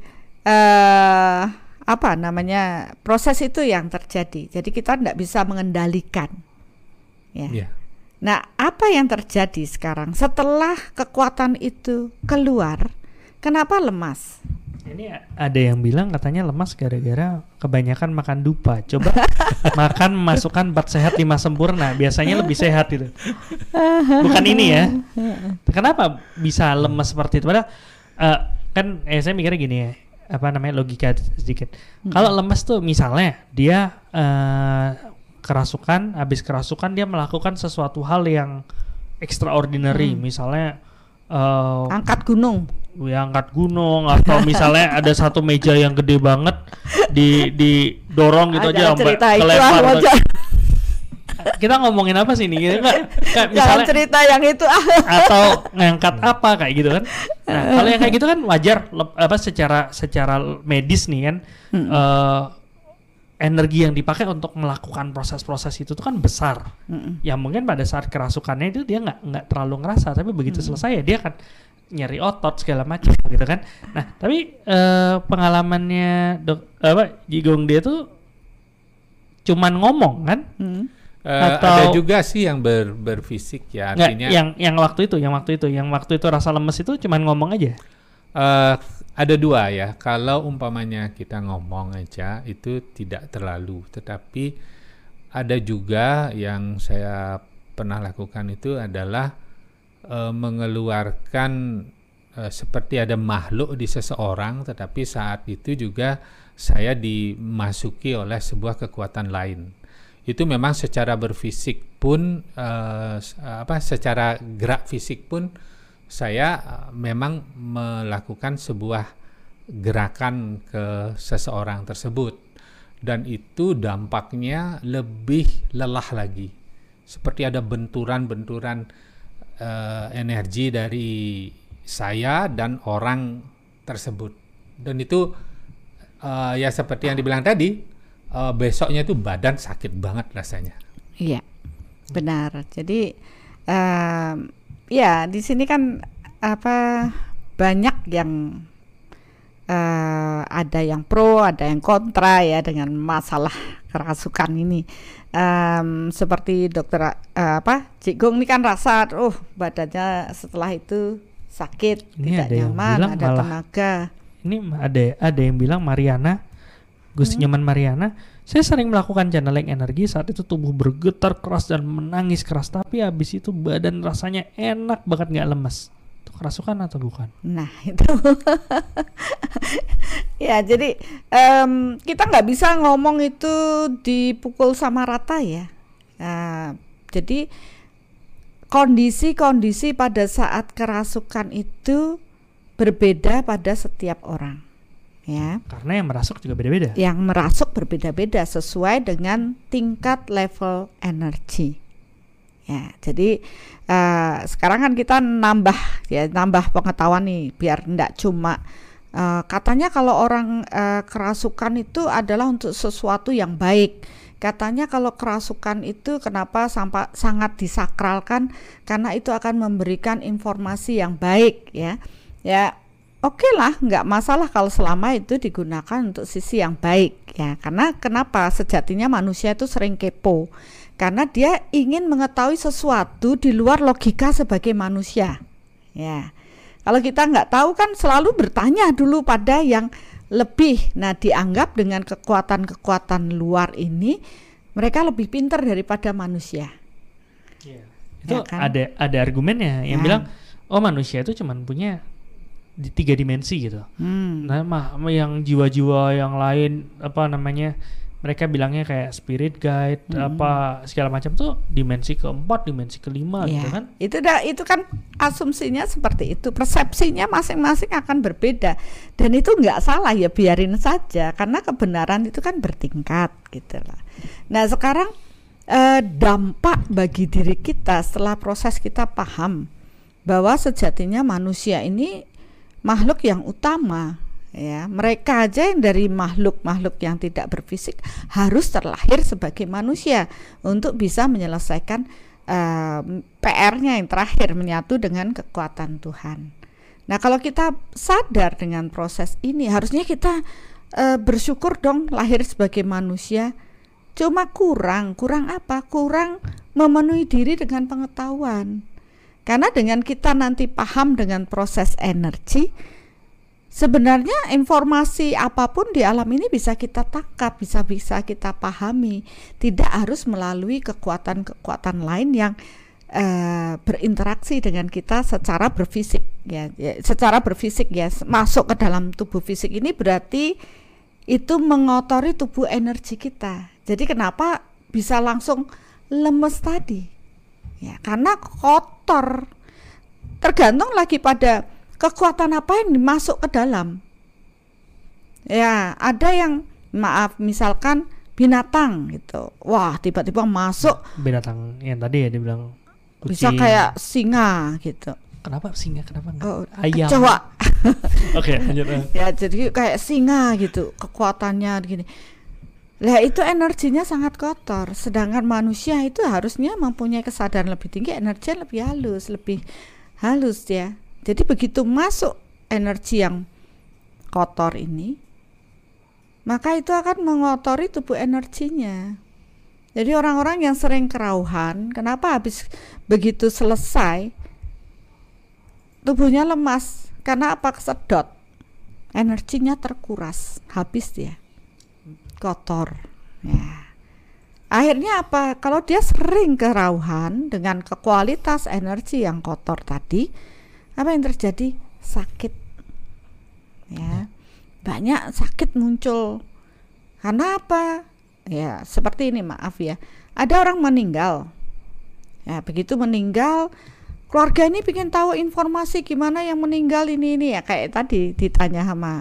proses itu yang terjadi. Jadi kita tidak bisa mengendalikan. Nah, apa yang terjadi sekarang setelah kekuatan itu keluar? Kenapa lemas? Ini ada yang bilang katanya lemas gara-gara kebanyakan makan dupa. Coba makan memasukkan 4 sehat 5 sempurna, biasanya lebih sehat itu. Bukan ini ya. Kenapa bisa lemas seperti itu? Padahal kan saya mikirnya gini ya, logika sedikit. Kalau lemas tuh misalnya dia habis kerasukan dia melakukan sesuatu hal yang extraordinary, misalnya angkat gunung atau misalnya ada satu meja yang gede banget didorong gitu aja kelempar. Kita ngomongin apa sih ini? Misalnya cerita yang itu atau ngangkat apa kayak gitu kan. Nah, kalau yang kayak gitu kan wajar secara medis nih kan. Energi yang dipakai untuk melakukan proses-proses itu tuh kan besar. Ya mungkin pada saat kerasukannya itu dia nggak terlalu ngerasa, tapi begitu selesai ya dia akan nyeri otot segala macam gitu kan. Nah, tapi pengalamannya Jigong dia tuh cuman ngomong kan? Atau ada juga sih yang berfisik ya, artinya yang waktu itu rasa lemes itu cuman ngomong aja. Ada dua ya, kalau umpamanya kita ngomong aja itu tidak terlalu, tetapi ada juga yang saya pernah lakukan itu adalah mengeluarkan seperti ada makhluk di seseorang, tetapi saat itu juga saya dimasuki oleh sebuah kekuatan lain. Itu memang secara berfisik pun secara gerak fisik pun saya memang melakukan sebuah gerakan ke seseorang tersebut, dan itu dampaknya lebih lelah lagi, seperti ada benturan-benturan energi dari saya dan orang tersebut. Dan itu ya seperti yang dibilang tadi, besoknya itu badan sakit banget rasanya. Iya, benar. Jadi ya di sini kan banyak yang ada yang pro, ada yang kontra ya dengan masalah kerasukan ini. Seperti dokter Cik Gung ini kan rasa, badannya setelah itu sakit, Ini tidak ada yang nyaman, bilang ada malah tenaga. Ini ada yang bilang Mariana, Gusti Nyoman Mariana, saya sering melakukan channeling energi, saat itu tubuh bergetar keras dan menangis keras, tapi habis itu badan rasanya enak banget, nggak lemas. Itu kerasukan atau bukan? Nah itu ya, jadi kita nggak bisa ngomong itu dipukul sama rata ya. Jadi kondisi-kondisi pada saat kerasukan itu berbeda pada setiap orang ya. Karena yang merasuk juga beda-beda. Yang merasuk berbeda-beda sesuai dengan tingkat level energi. Ya, jadi sekarang kan kita nambah pengetahuan nih, biar enggak cuma katanya kalau orang kerasukan itu adalah untuk sesuatu yang baik. Katanya kalau kerasukan itu kenapa sangat disakralkan, karena itu akan memberikan informasi yang baik ya. Ya, oke lah, nggak masalah kalau selama itu digunakan untuk sisi yang baik ya. Karena kenapa? Sejatinya manusia itu sering kepo, karena dia ingin mengetahui sesuatu di luar logika sebagai manusia ya. Kalau kita nggak tahu kan selalu bertanya dulu pada yang lebih. Nah, dianggap dengan kekuatan-kekuatan luar ini mereka lebih pintar daripada manusia. Itu Ya kan? ada argumennya yang Ya. bilang, oh manusia itu cuma punya di 3 dimensi gitu. Nah, yang jiwa-jiwa yang lain mereka bilangnya kayak spirit guide segala macam tuh dimensi keempat, dimensi kelima gitu kan. Itu kan asumsinya seperti itu, persepsinya masing-masing akan berbeda, dan itu nggak salah ya, biarin saja karena kebenaran itu kan bertingkat gitu lah. Nah sekarang dampak bagi diri kita setelah proses kita paham bahwa sejatinya manusia ini makhluk yang utama ya. Mereka aja yang dari makhluk-makhluk yang tidak berfisik harus terlahir sebagai manusia untuk bisa menyelesaikan PR-nya yang terakhir, menyatu dengan kekuatan Tuhan. Nah kalau kita sadar dengan proses ini, harusnya kita bersyukur dong lahir sebagai manusia. Cuma kurang apa? Kurang memenuhi diri dengan pengetahuan. Karena dengan kita nanti paham dengan proses energi, sebenarnya informasi apapun di alam ini bisa kita tangkap, bisa kita pahami, tidak harus melalui kekuatan-kekuatan lain yang berinteraksi dengan kita secara berfisik ya. Secara berfisik ya, masuk ke dalam tubuh fisik ini berarti itu mengotori tubuh energi kita. Jadi kenapa bisa langsung lemes tadi? Ya, karena kotor. Tergantung lagi pada kekuatan apa yang dimasuk ke dalam. Ya, ada yang misalkan binatang gitu. Wah, tiba-tiba masuk Binatang yang tadi ya dibilang bisa kucing. kayak singa gitu. Kenapa singa? Kenapa enggak? Oh, Ayam. kecoa. Oke, lanjut. Ya, jadi kayak singa gitu, kekuatannya gini. Lah itu energinya sangat kotor. Sedangkan manusia itu harusnya mempunyai kesadaran lebih tinggi, energi lebih halus ya. Jadi begitu masuk energi yang kotor ini, maka itu akan mengotori tubuh energinya. Jadi orang-orang yang sering kerauhan, kenapa habis begitu selesai tubuhnya lemas? Karena apa? Kesedot, energinya terkuras, habis dia, kotor ya. Akhirnya apa? Kalau dia sering kerauhan dengan kualitas energi yang kotor tadi, apa yang terjadi? Sakit ya. Banyak sakit muncul. Karena apa? Ya seperti ini, maaf ya, ada orang meninggal ya. Begitu meninggal, keluarga ini ingin tahu informasi gimana yang meninggal ini ya. Kayak tadi ditanya sama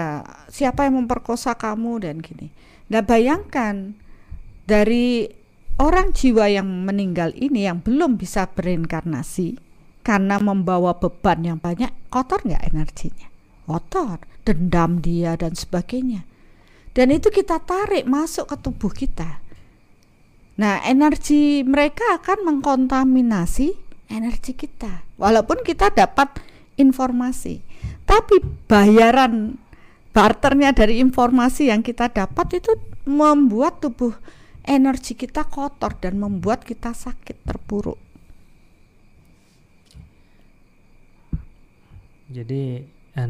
siapa yang memperkosa kamu dan gini. Nah bayangkan dari orang jiwa yang meninggal ini yang belum bisa bereinkarnasi karena membawa beban yang banyak, kotor nggak energinya? Kotor, dendam dia dan sebagainya. Dan itu kita tarik masuk ke tubuh kita. Nah, energi mereka akan mengkontaminasi energi kita. Walaupun kita dapat informasi, tapi bayaran barternya dari informasi yang kita dapat itu membuat tubuh energi kita kotor dan membuat kita sakit, terpuruk. Jadi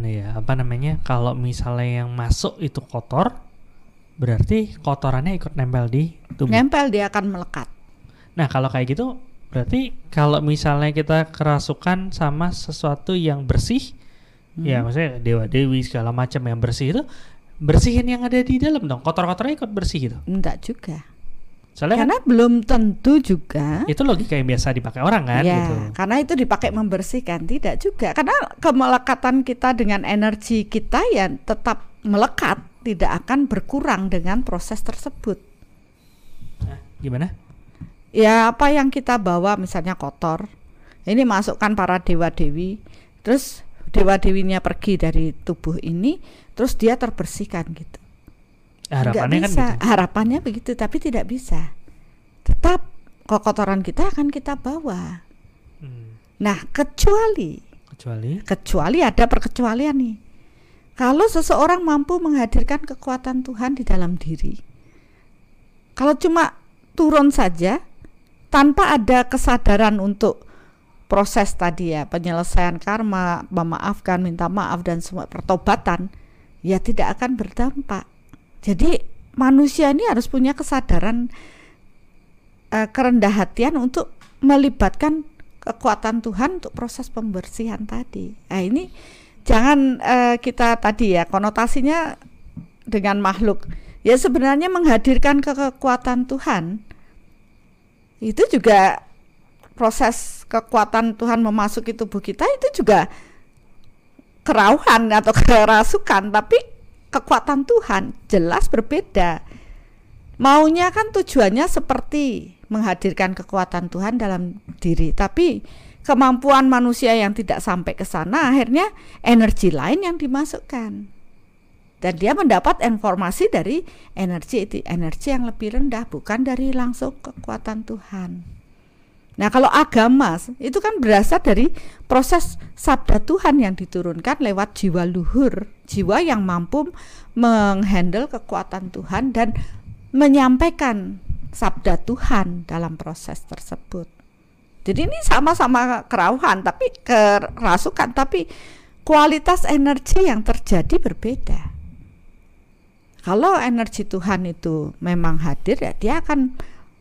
kalau misalnya yang masuk itu kotor, berarti kotorannya ikut nempel di tubuh. Nempel, dia akan melekat. Nah, kalau kayak gitu berarti kalau misalnya kita kerasukan sama sesuatu yang bersih, ya maksudnya dewa-dewi segala macam yang bersih itu, bersihin yang ada di dalam dong. Kotor-kotornya ikut bersih gitu. Enggak juga. Soalnya karena belum tentu juga. Itu logika yang biasa dipakai orang kan ya, gitu. Karena itu dipakai membersihkan, tidak juga. Karena kemelekatan kita dengan energi kita yang tetap melekat, tidak akan berkurang dengan proses tersebut. Nah, gimana? Ya, apa yang kita bawa misalnya kotor, ini masukkan para dewa-dewi, terus dewa-dewinya pergi dari tubuh ini, terus dia terbersihkan gitu. Harapannya kan bisa. Gitu. Harapannya begitu, tapi tidak bisa. Tetap kotoran kita akan kita bawa. Nah, kecuali ada perkecualian nih. Kalau seseorang mampu menghadirkan kekuatan Tuhan di dalam diri, kalau cuma turun saja tanpa ada kesadaran untuk proses tadi ya, penyelesaian karma, memaafkan, minta maaf dan semua pertobatan, ya tidak akan berdampak. Jadi manusia ini harus punya kesadaran, kerendah hatian untuk melibatkan kekuatan Tuhan untuk proses pembersihan tadi. Nah, ini jangan kita tadi ya konotasinya dengan makhluk. Ya sebenarnya menghadirkan kekuatan Tuhan itu juga proses kekuatan Tuhan memasuki tubuh kita itu juga kerauhan atau kerasukan, tapi kekuatan Tuhan jelas berbeda. Maunya kan tujuannya seperti menghadirkan kekuatan Tuhan dalam diri, tapi kemampuan manusia yang tidak sampai ke sana, akhirnya energi lain yang dimasukkan. Dan dia mendapat informasi dari energi yang lebih rendah, bukan dari langsung kekuatan Tuhan. Nah, kalau agama itu kan berasal dari proses sabda Tuhan yang diturunkan lewat jiwa luhur, jiwa yang mampu menghandle kekuatan Tuhan dan menyampaikan sabda Tuhan dalam proses tersebut. Jadi ini sama-sama kerauhan, tapi kerasukan, tapi kualitas energi yang terjadi berbeda. Kalau energi Tuhan itu memang hadir, ya dia akan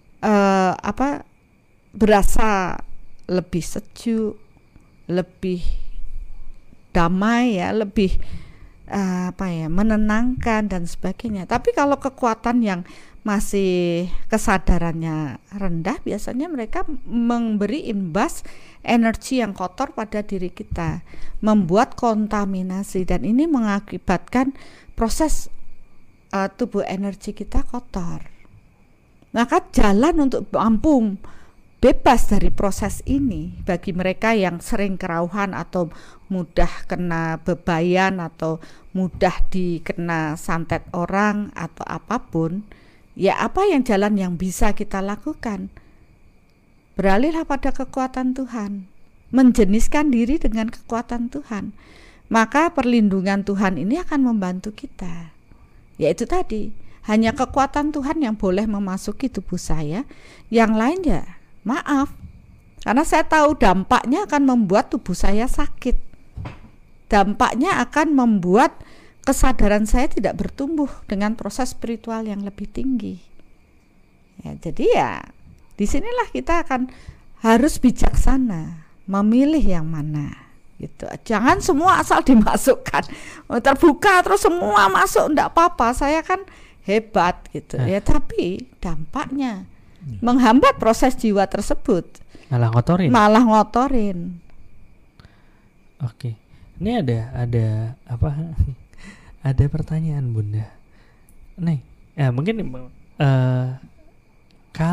berasa lebih sejuk, lebih damai ya, lebih menenangkan dan sebagainya. Tapi kalau kekuatan yang masih kesadarannya rendah, biasanya mereka memberi imbas energi yang kotor pada diri kita, membuat kontaminasi, dan ini mengakibatkan proses tubuh energi kita kotor. Maka jalan untuk mampu bebas dari proses ini bagi mereka yang sering kerauhan atau mudah kena bebayan atau mudah dikena santet orang atau apapun, ya apa yang jalan yang bisa kita lakukan? Beralihlah pada kekuatan Tuhan, menjeniskan diri dengan kekuatan Tuhan. Maka perlindungan Tuhan ini akan membantu kita. Yaitu tadi, hanya kekuatan Tuhan yang boleh memasuki tubuh saya, yang lain ya maaf, karena saya tahu dampaknya akan membuat tubuh saya sakit. Dampaknya akan membuat kesadaran saya tidak bertumbuh dengan proses spiritual yang lebih tinggi. Ya, jadi ya disinilah kita akan harus bijaksana memilih yang mana. Gitu. Jangan semua asal dimasukkan, terbuka terus semua masuk, enggak apa-apa, saya kan hebat gitu. Ya tapi dampaknya menghambat proses jiwa tersebut, malah ngotorin. Oke. Ini ada apa? Ada pertanyaan Bunda. Nih, ya mungkin kalau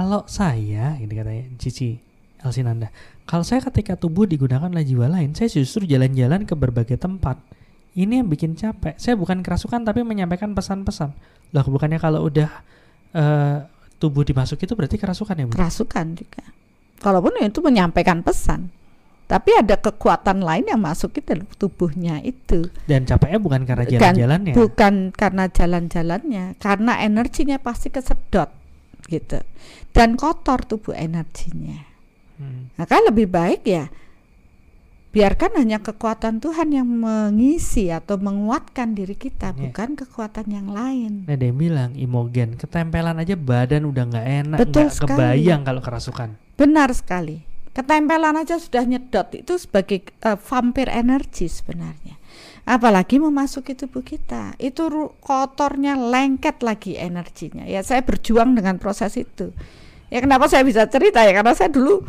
Kalau saya, ini katanya Cici Elsinanda, kalau saya ketika tubuh digunakan oleh jiwa lain, saya justru jalan-jalan ke berbagai tempat. Ini yang bikin capek. Saya bukan kerasukan tapi menyampaikan pesan-pesan. Loh, bukannya kalau udah tubuh dimasuki itu berarti kerasukan ya, Bu? Kerasukan juga. Kalaupun itu menyampaikan pesan, tapi ada kekuatan lain yang masuk ke dalam tubuhnya itu. Dan capeknya bukan karena jalan-jalannya. Bukan karena jalan-jalannya, karena energinya pasti kesedot gitu. Dan kotor tubuh energinya. Maka lebih baik ya biarkan hanya kekuatan Tuhan yang mengisi atau menguatkan diri kita, bukan kekuatan yang lain. Nah, dia bilang Imogen, ketempelan aja badan udah nggak enak, Betul nggak sekali. kebayang kalau kerasukan. Benar sekali. Ketempelan aja sudah nyedot, itu sebagai vampir energi sebenarnya. Apalagi memasuki tubuh kita, itu kotornya, lengket lagi energinya. Ya, saya berjuang dengan proses itu. Ya, kenapa saya bisa cerita ya, karena saya dulu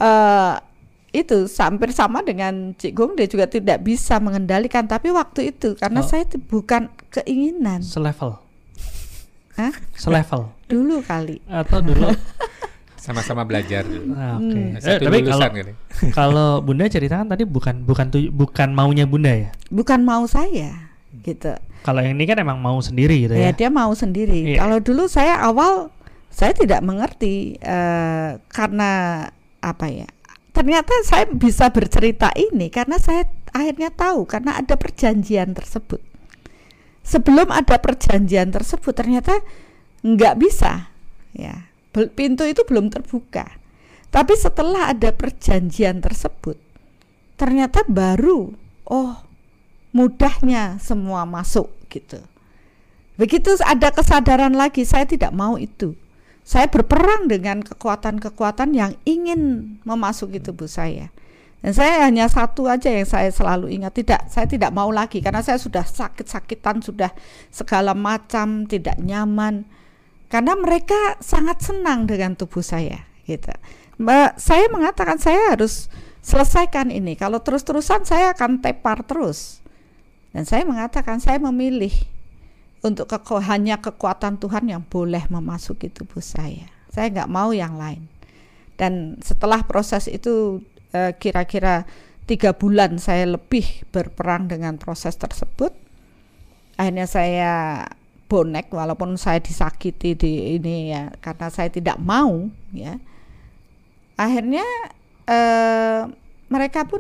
itu hampir sama dengan Cik Gung, dia juga tidak bisa mengendalikan, tapi waktu itu karena saya itu bukan keinginan. Selevel. Hah? Selevel. Dulu kali. Atau dulu. Sama-sama belajar dulu. Nah, oke. Satu Tapi lulusan gini. kalau Bunda ceritakan tadi bukan maunya Bunda ya? Bukan mau saya gitu. Kalau yang ini kan emang mau sendiri gitu ya? Ya, dia mau sendiri. Iya. Kalau dulu saya tidak mengerti karena apa ya? Ternyata saya bisa bercerita ini karena saya akhirnya tahu, karena ada perjanjian tersebut. Sebelum ada perjanjian tersebut ternyata nggak bisa, ya, pintu itu belum terbuka. Tapi setelah ada perjanjian tersebut ternyata baru mudahnya semua masuk gitu. Begitu ada kesadaran lagi, saya tidak mau itu. Saya berperang dengan kekuatan-kekuatan yang ingin memasuki tubuh saya. Dan saya hanya satu aja yang saya selalu ingat, saya tidak mau lagi, karena saya sudah sakit-sakitan, sudah segala macam, tidak nyaman. Karena mereka sangat senang dengan tubuh saya gitu. Saya mengatakan saya harus selesaikan ini, kalau terus-terusan saya akan tepar terus. Dan saya mengatakan saya memilih untuk hanya kekuatan Tuhan yang boleh memasuki tubuh saya. Saya nggak mau yang lain. Dan setelah proses itu kira-kira 3 bulan saya lebih berperang dengan proses tersebut. Akhirnya saya bonek, walaupun saya disakiti di ini ya, karena saya tidak mau ya. Akhirnya mereka pun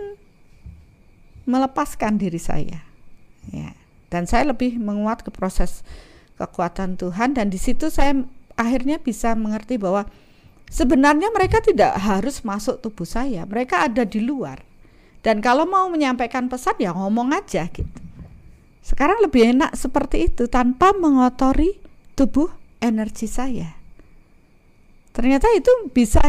melepaskan diri saya. Ya. Dan saya lebih menguat ke proses kekuatan Tuhan, dan di situ saya akhirnya bisa mengerti bahwa sebenarnya mereka tidak harus masuk tubuh saya, mereka ada di luar. Dan kalau mau menyampaikan pesan ya ngomong aja gitu. Sekarang lebih enak seperti itu, tanpa mengotori tubuh energi saya. Ternyata itu bisa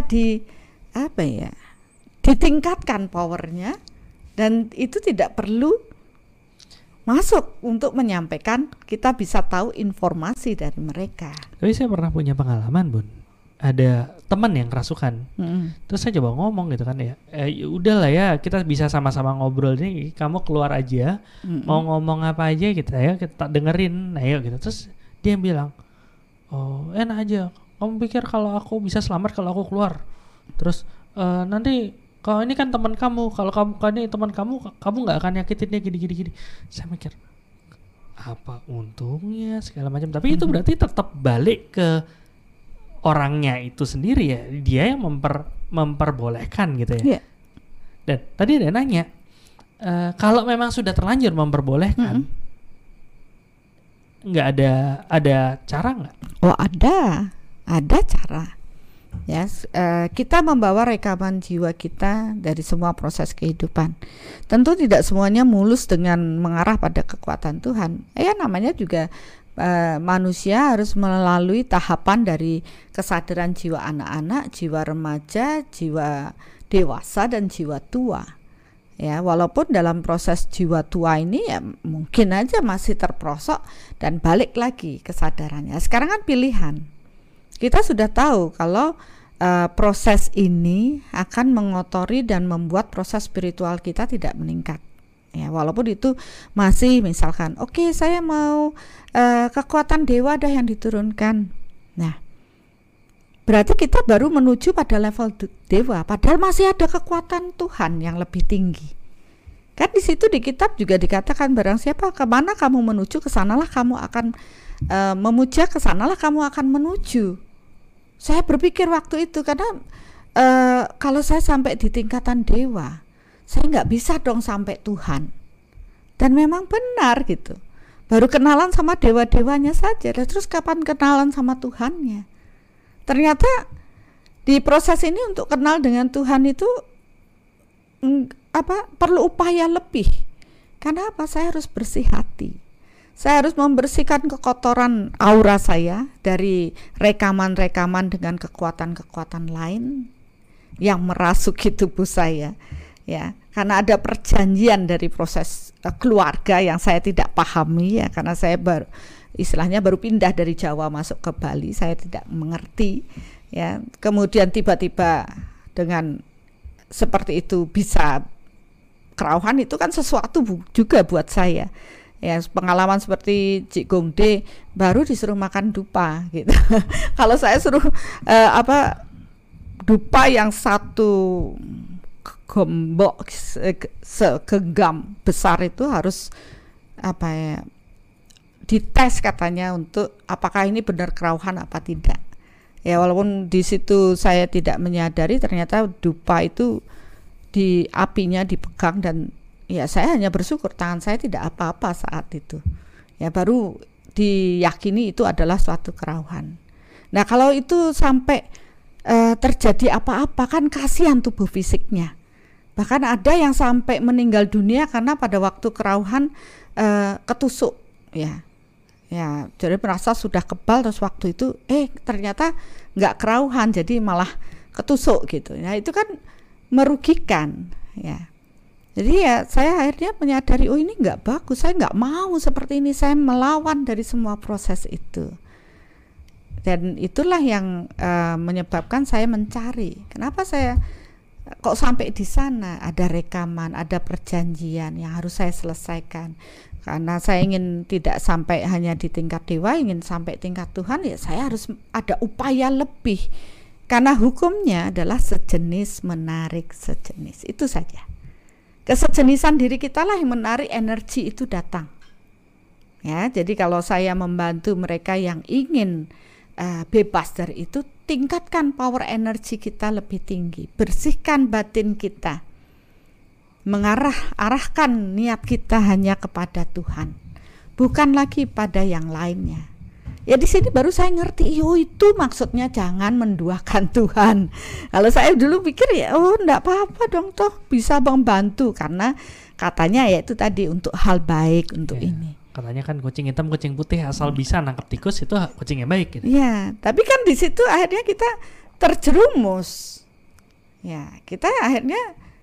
ditingkatkan powernya, dan itu tidak perlu masuk untuk menyampaikan, kita bisa tahu informasi dari mereka. Tapi saya pernah punya pengalaman, Bun. Ada teman yang kerasukan. Terus saya coba ngomong gitu kan ya. Udahlah ya, kita bisa sama-sama ngobrol ini. Kamu keluar aja, mau ngomong apa aja kita dengerin. Ayo gitu. Terus dia bilang, oh enak aja. Kamu pikir kalau aku bisa selamat kalau aku keluar? Terus nanti kalau ini kan teman kamu, kalau ini teman kamu nggak akan nyakitin dia gini. Saya mikir, apa untungnya segala macam. Tapi itu berarti tetap balik ke orangnya itu sendiri ya, dia yang memperbolehkan gitu ya. Yeah. Dan tadi ada nanya, kalau memang sudah terlanjur memperbolehkan, nggak ada cara nggak? Oh ada cara. Ya, kita membawa rekaman jiwa kita dari semua proses kehidupan. Tentu tidak semuanya mulus dengan mengarah pada kekuatan Tuhan. Namanya juga manusia harus melalui tahapan dari kesadaran jiwa anak-anak, jiwa remaja, jiwa dewasa, dan jiwa tua. Ya, walaupun dalam proses jiwa tua ini ya mungkin aja masih terperosok dan balik lagi kesadarannya. Sekarang kan pilihan. Kita sudah tahu kalau proses ini akan mengotori dan membuat proses spiritual kita tidak meningkat. Ya, walaupun itu masih misalkan, oke, saya mau kekuatan dewa dah yang diturunkan. Nah, berarti kita baru menuju pada level dewa, padahal masih ada kekuatan Tuhan yang lebih tinggi. Kan di situ di kitab juga dikatakan, barang siapa kemana kamu menuju, kesanalah kamu akan memuja, kesanalah kamu akan menuju. Saya berpikir waktu itu, karena kalau saya sampai di tingkatan dewa, saya nggak bisa dong sampai Tuhan. Dan memang benar gitu. Baru kenalan sama dewa-dewanya saja, dan terus kapan kenalan sama Tuhannya? Ternyata di proses ini untuk kenal dengan Tuhan itu perlu upaya lebih. Karena apa? Saya harus bersih hati. Saya harus membersihkan kekotoran aura saya dari rekaman-rekaman dengan kekuatan-kekuatan lain yang merasuki tubuh saya. Ya, karena ada perjanjian dari proses keluarga yang saya tidak pahami, ya, karena saya baru pindah dari Jawa masuk ke Bali, saya tidak mengerti, ya. Kemudian tiba-tiba dengan seperti itu bisa kerauhan, itu kan sesuatu juga buat saya. Ya, pengalaman seperti Cik Gongde baru disuruh makan dupa gitu. Kalau saya suruh dupa yang satu gembok segenggam besar itu harus dites katanya untuk apakah ini benar kerauhan apa tidak. Ya, walaupun di situ saya tidak menyadari, ternyata dupa itu di apinya dipegang, dan ya saya hanya bersyukur tangan saya tidak apa-apa saat itu. Ya, baru diyakini itu adalah suatu kerauhan. Nah, kalau itu sampai terjadi apa-apa, kan kasihan tubuh fisiknya. Bahkan ada yang sampai meninggal dunia karena pada waktu kerauhan ketusuk, ya, jadi merasa sudah kebal, terus waktu itu ternyata nggak kerauhan, jadi malah ketusuk gitu. Nah, itu kan merugikan, ya. Jadi ya saya akhirnya menyadari, oh ini nggak bagus, saya nggak mau seperti ini, saya melawan dari semua proses itu. Dan itulah yang menyebabkan saya mencari, kenapa saya kok sampai di sana, ada rekaman, ada perjanjian yang harus saya selesaikan. Karena saya ingin tidak sampai hanya di tingkat dewa, ingin sampai tingkat Tuhan, ya saya harus ada upaya lebih. Karena hukumnya adalah sejenis menarik sejenis, itu saja. Kesejenisan diri kita lah yang menarik energi itu datang. Ya, jadi kalau saya membantu mereka yang ingin bebas dari itu, tingkatkan power energi kita lebih tinggi, bersihkan batin kita, arahkan niat kita hanya kepada Tuhan, bukan lagi pada yang lainnya. Ya, di sini baru saya ngerti, itu maksudnya jangan menduakan Tuhan. Kalau saya dulu pikir enggak apa-apa dong, toh bisa membantu, karena katanya ya itu tadi untuk hal baik, untuk ini. Katanya kan kucing hitam, kucing putih, asal bisa nangkap tikus itu kucing yang baik gitu. Ya, tapi kan di situ akhirnya kita terjerumus. Ya, kita akhirnya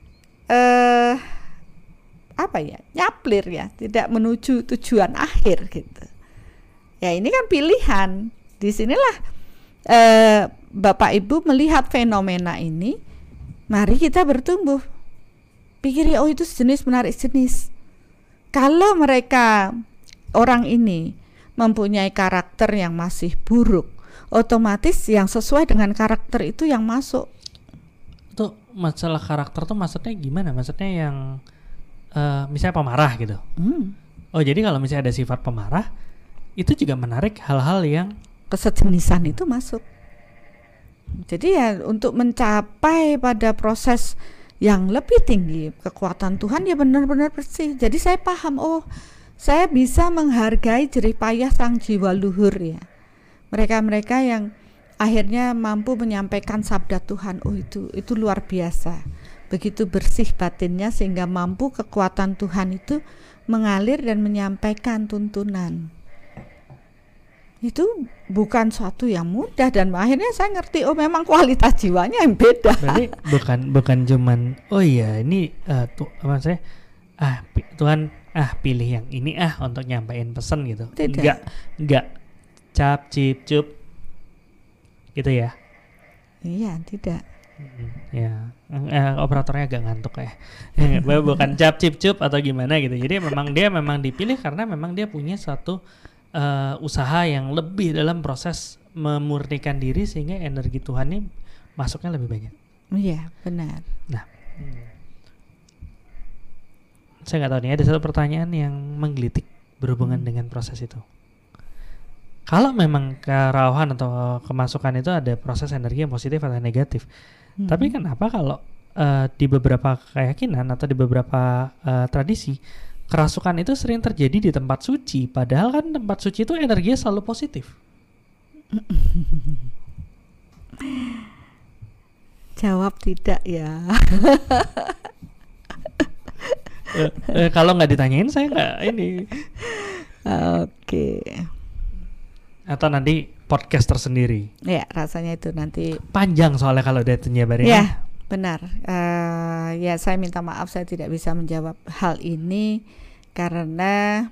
nyaplir ya, tidak menuju tujuan akhir gitu. Ya, ini kan pilihan. Di sinilah Bapak Ibu melihat fenomena ini, mari kita bertumbuh. Pikir itu sejenis menarik jenis. Kalau mereka orang ini mempunyai karakter yang masih buruk, otomatis yang sesuai dengan karakter itu yang masuk. Itu masalah karakter tuh maksudnya gimana? Maksudnya yang misalnya pemarah gitu. Oh, jadi kalau misalnya ada sifat pemarah, itu juga menarik hal-hal yang kesejenisan itu masuk. Jadi ya untuk mencapai pada proses yang lebih tinggi kekuatan Tuhan, ya benar-benar bersih. Jadi saya paham, saya bisa menghargai jerih payah sang jiwa luhur ya. Mereka-mereka yang akhirnya mampu menyampaikan sabda Tuhan, itu luar biasa. Begitu bersih batinnya sehingga mampu kekuatan Tuhan itu mengalir dan menyampaikan tuntunan. Itu bukan suatu yang mudah, dan akhirnya saya ngerti, memang kualitas jiwanya yang beda. Berarti bukan cuman ini maksudnya Tuhan pilih yang ini untuk nyampein pesan gitu. Enggak cap cip cup gitu ya. Iya, tidak. Ya, operatornya agak ngantuk ya. Bukan cap cip cup atau gimana gitu. Jadi dia memang dipilih karena memang dia punya suatu usaha yang lebih dalam proses memurnikan diri sehingga energi Tuhannya masuknya lebih banyak. Iya, benar. Nah, saya nggak tahu nih, ada satu pertanyaan yang menggelitik berhubungan dengan proses itu. Kalau memang kerawahan atau kemasukan itu ada proses energi yang positif atau negatif, tapi kenapa kalau di beberapa keyakinan atau di beberapa tradisi kerasukan itu sering terjadi di tempat suci, padahal kan tempat suci itu energinya selalu positif? Jawab tidak ya. Kalau nggak ditanyain saya nggak ini. Oke. Atau nanti podcast tersendiri. Ya, rasanya itu nanti Panjang soalnya kalau udah nyebarin. ya, benar. Ya, saya minta maaf saya tidak bisa menjawab hal ini karena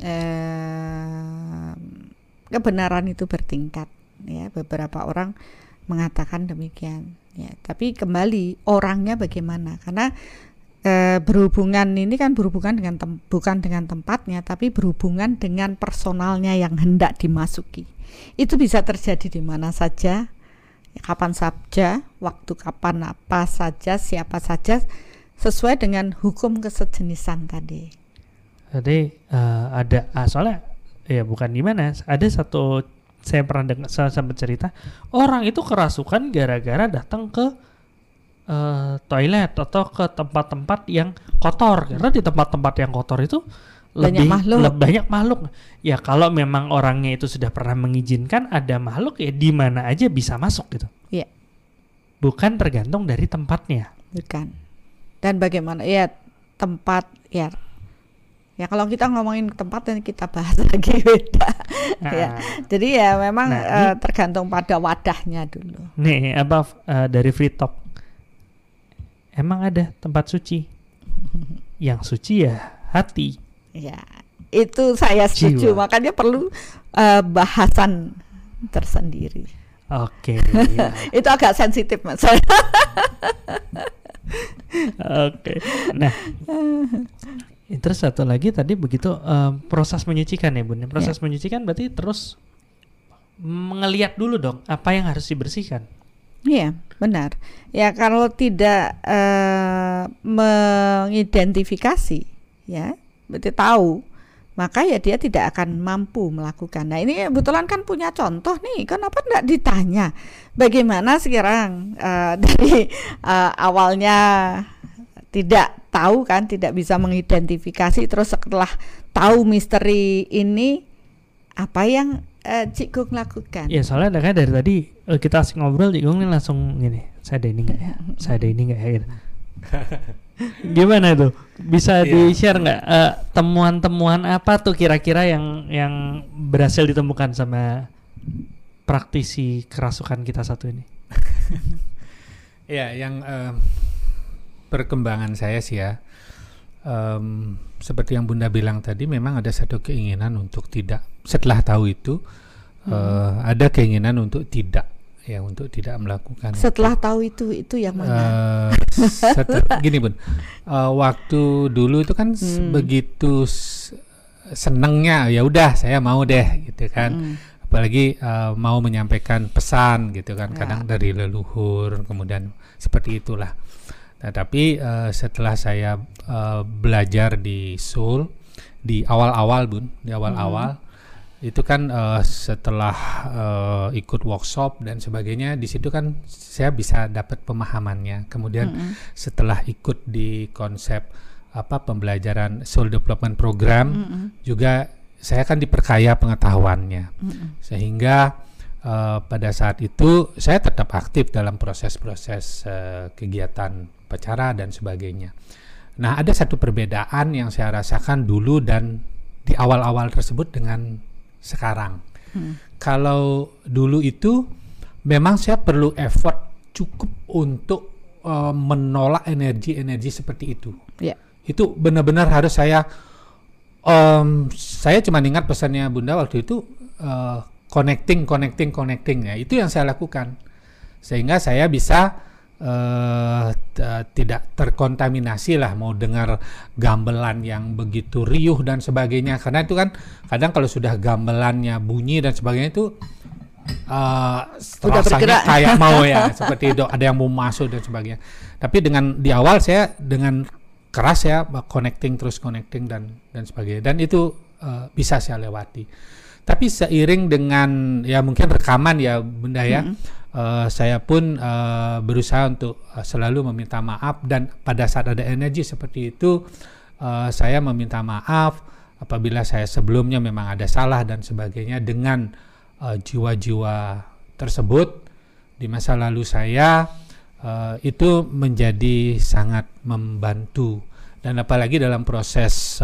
kebenaran itu bertingkat. Ya, beberapa orang mengatakan demikian. Ya, tapi kembali orangnya bagaimana? Karena berhubungan ini kan berhubungan dengan bukan dengan tempatnya, tapi berhubungan dengan personalnya yang hendak dimasuki. Itu bisa terjadi di mana saja, kapan saja, waktu kapan, apa saja, siapa saja, sesuai dengan hukum kesejenisan tadi. Jadi ada soalnya ya bukan di mana, ada satu saya pernah dengar sampai cerita orang itu kerasukan gara-gara datang ke toilet atau ke tempat-tempat yang kotor, karena di tempat-tempat yang kotor itu Banyak makhluk. Ya kalau memang orangnya itu sudah pernah mengizinkan ada makhluk, ya di mana aja bisa masuk gitu. Iya. Bukan tergantung dari tempatnya. Bukan. Dan bagaimana ya tempat ya. Ya kalau kita ngomongin tempat dan kita bahas lagi beda. Ya. Jadi ya memang tergantung pada wadahnya dulu. Nih dari Free Talk. Emang ada tempat suci? Yang suci ya hati. Ya, itu saya setuju. Jiwa. Makanya perlu bahasan tersendiri. Oke. Ya. Itu agak sensitif, Mas. Oke. Nah, terus satu lagi tadi begitu proses menyucikan ya Bun. Proses menyucikan berarti terus ngelihat dulu dong apa yang harus dibersihkan. Iya, benar. Ya kalau tidak mengidentifikasi, ya, berarti tahu, maka ya dia tidak akan mampu melakukan. Nah ini kebetulan kan punya contoh nih. Kenapa tidak ditanya? Bagaimana sekarang dari awalnya tidak tahu kan, tidak bisa mengidentifikasi, terus setelah tahu misteri ini, apa yang Cik Gung lakukan? Ya soalnya kan dari tadi kita asik ngobrol, Cik Gung ini langsung gini, saya ada ini nggak ya? Saya ada ini nggak ya? Gitu. Gimana tuh? Bisa di-share nggak temuan-temuan apa tuh kira-kira yang berhasil ditemukan sama praktisi kerasukan kita satu ini? Ya, yang perkembangan saya sih ya, seperti yang Bunda bilang tadi, memang ada satu keinginan untuk tidak, setelah tahu itu ada keinginan untuk tidak melakukan. Setelah tahu itu yang mana? Gini Bun, waktu dulu itu kan begitu senengnya, ya udah saya mau deh gitu kan. Apalagi mau menyampaikan pesan gitu kan, kadang dari leluhur, kemudian seperti itulah. Nah, tapi setelah saya belajar di Seoul di awal-awal Bun, itu kan setelah ikut workshop dan sebagainya, di situ kan saya bisa dapat pemahamannya. Kemudian setelah ikut di konsep pembelajaran Soul Development Program, juga saya kan diperkaya pengetahuannya, sehingga pada saat itu saya tetap aktif dalam proses-proses kegiatan upacara dan sebagainya. Nah, ada satu perbedaan yang saya rasakan dulu dan di awal-awal tersebut dengan sekarang. Kalau dulu itu memang saya perlu effort cukup untuk menolak energi-energi seperti itu. Itu benar-benar harus saya cuma ingat pesannya Bunda waktu itu, connecting ya, itu yang saya lakukan sehingga saya bisa tidak terkontaminasi lah, mau dengar gamelan yang begitu riuh dan sebagainya, karena itu kan kadang kalau sudah gamelannya bunyi dan sebagainya itu Udah rasanya bergerak. kayak mau ya seperti itu, ada yang mau masuk dan sebagainya. Tapi dengan di awal saya dengan keras ya connecting dan sebagainya, dan itu bisa saya lewati. Tapi seiring dengan ya mungkin rekaman ya Bunda ya, saya pun berusaha untuk selalu meminta maaf, dan pada saat ada energi seperti itu saya meminta maaf apabila saya sebelumnya memang ada salah dan sebagainya dengan jiwa-jiwa tersebut di masa lalu saya. Itu menjadi sangat membantu, dan apalagi dalam proses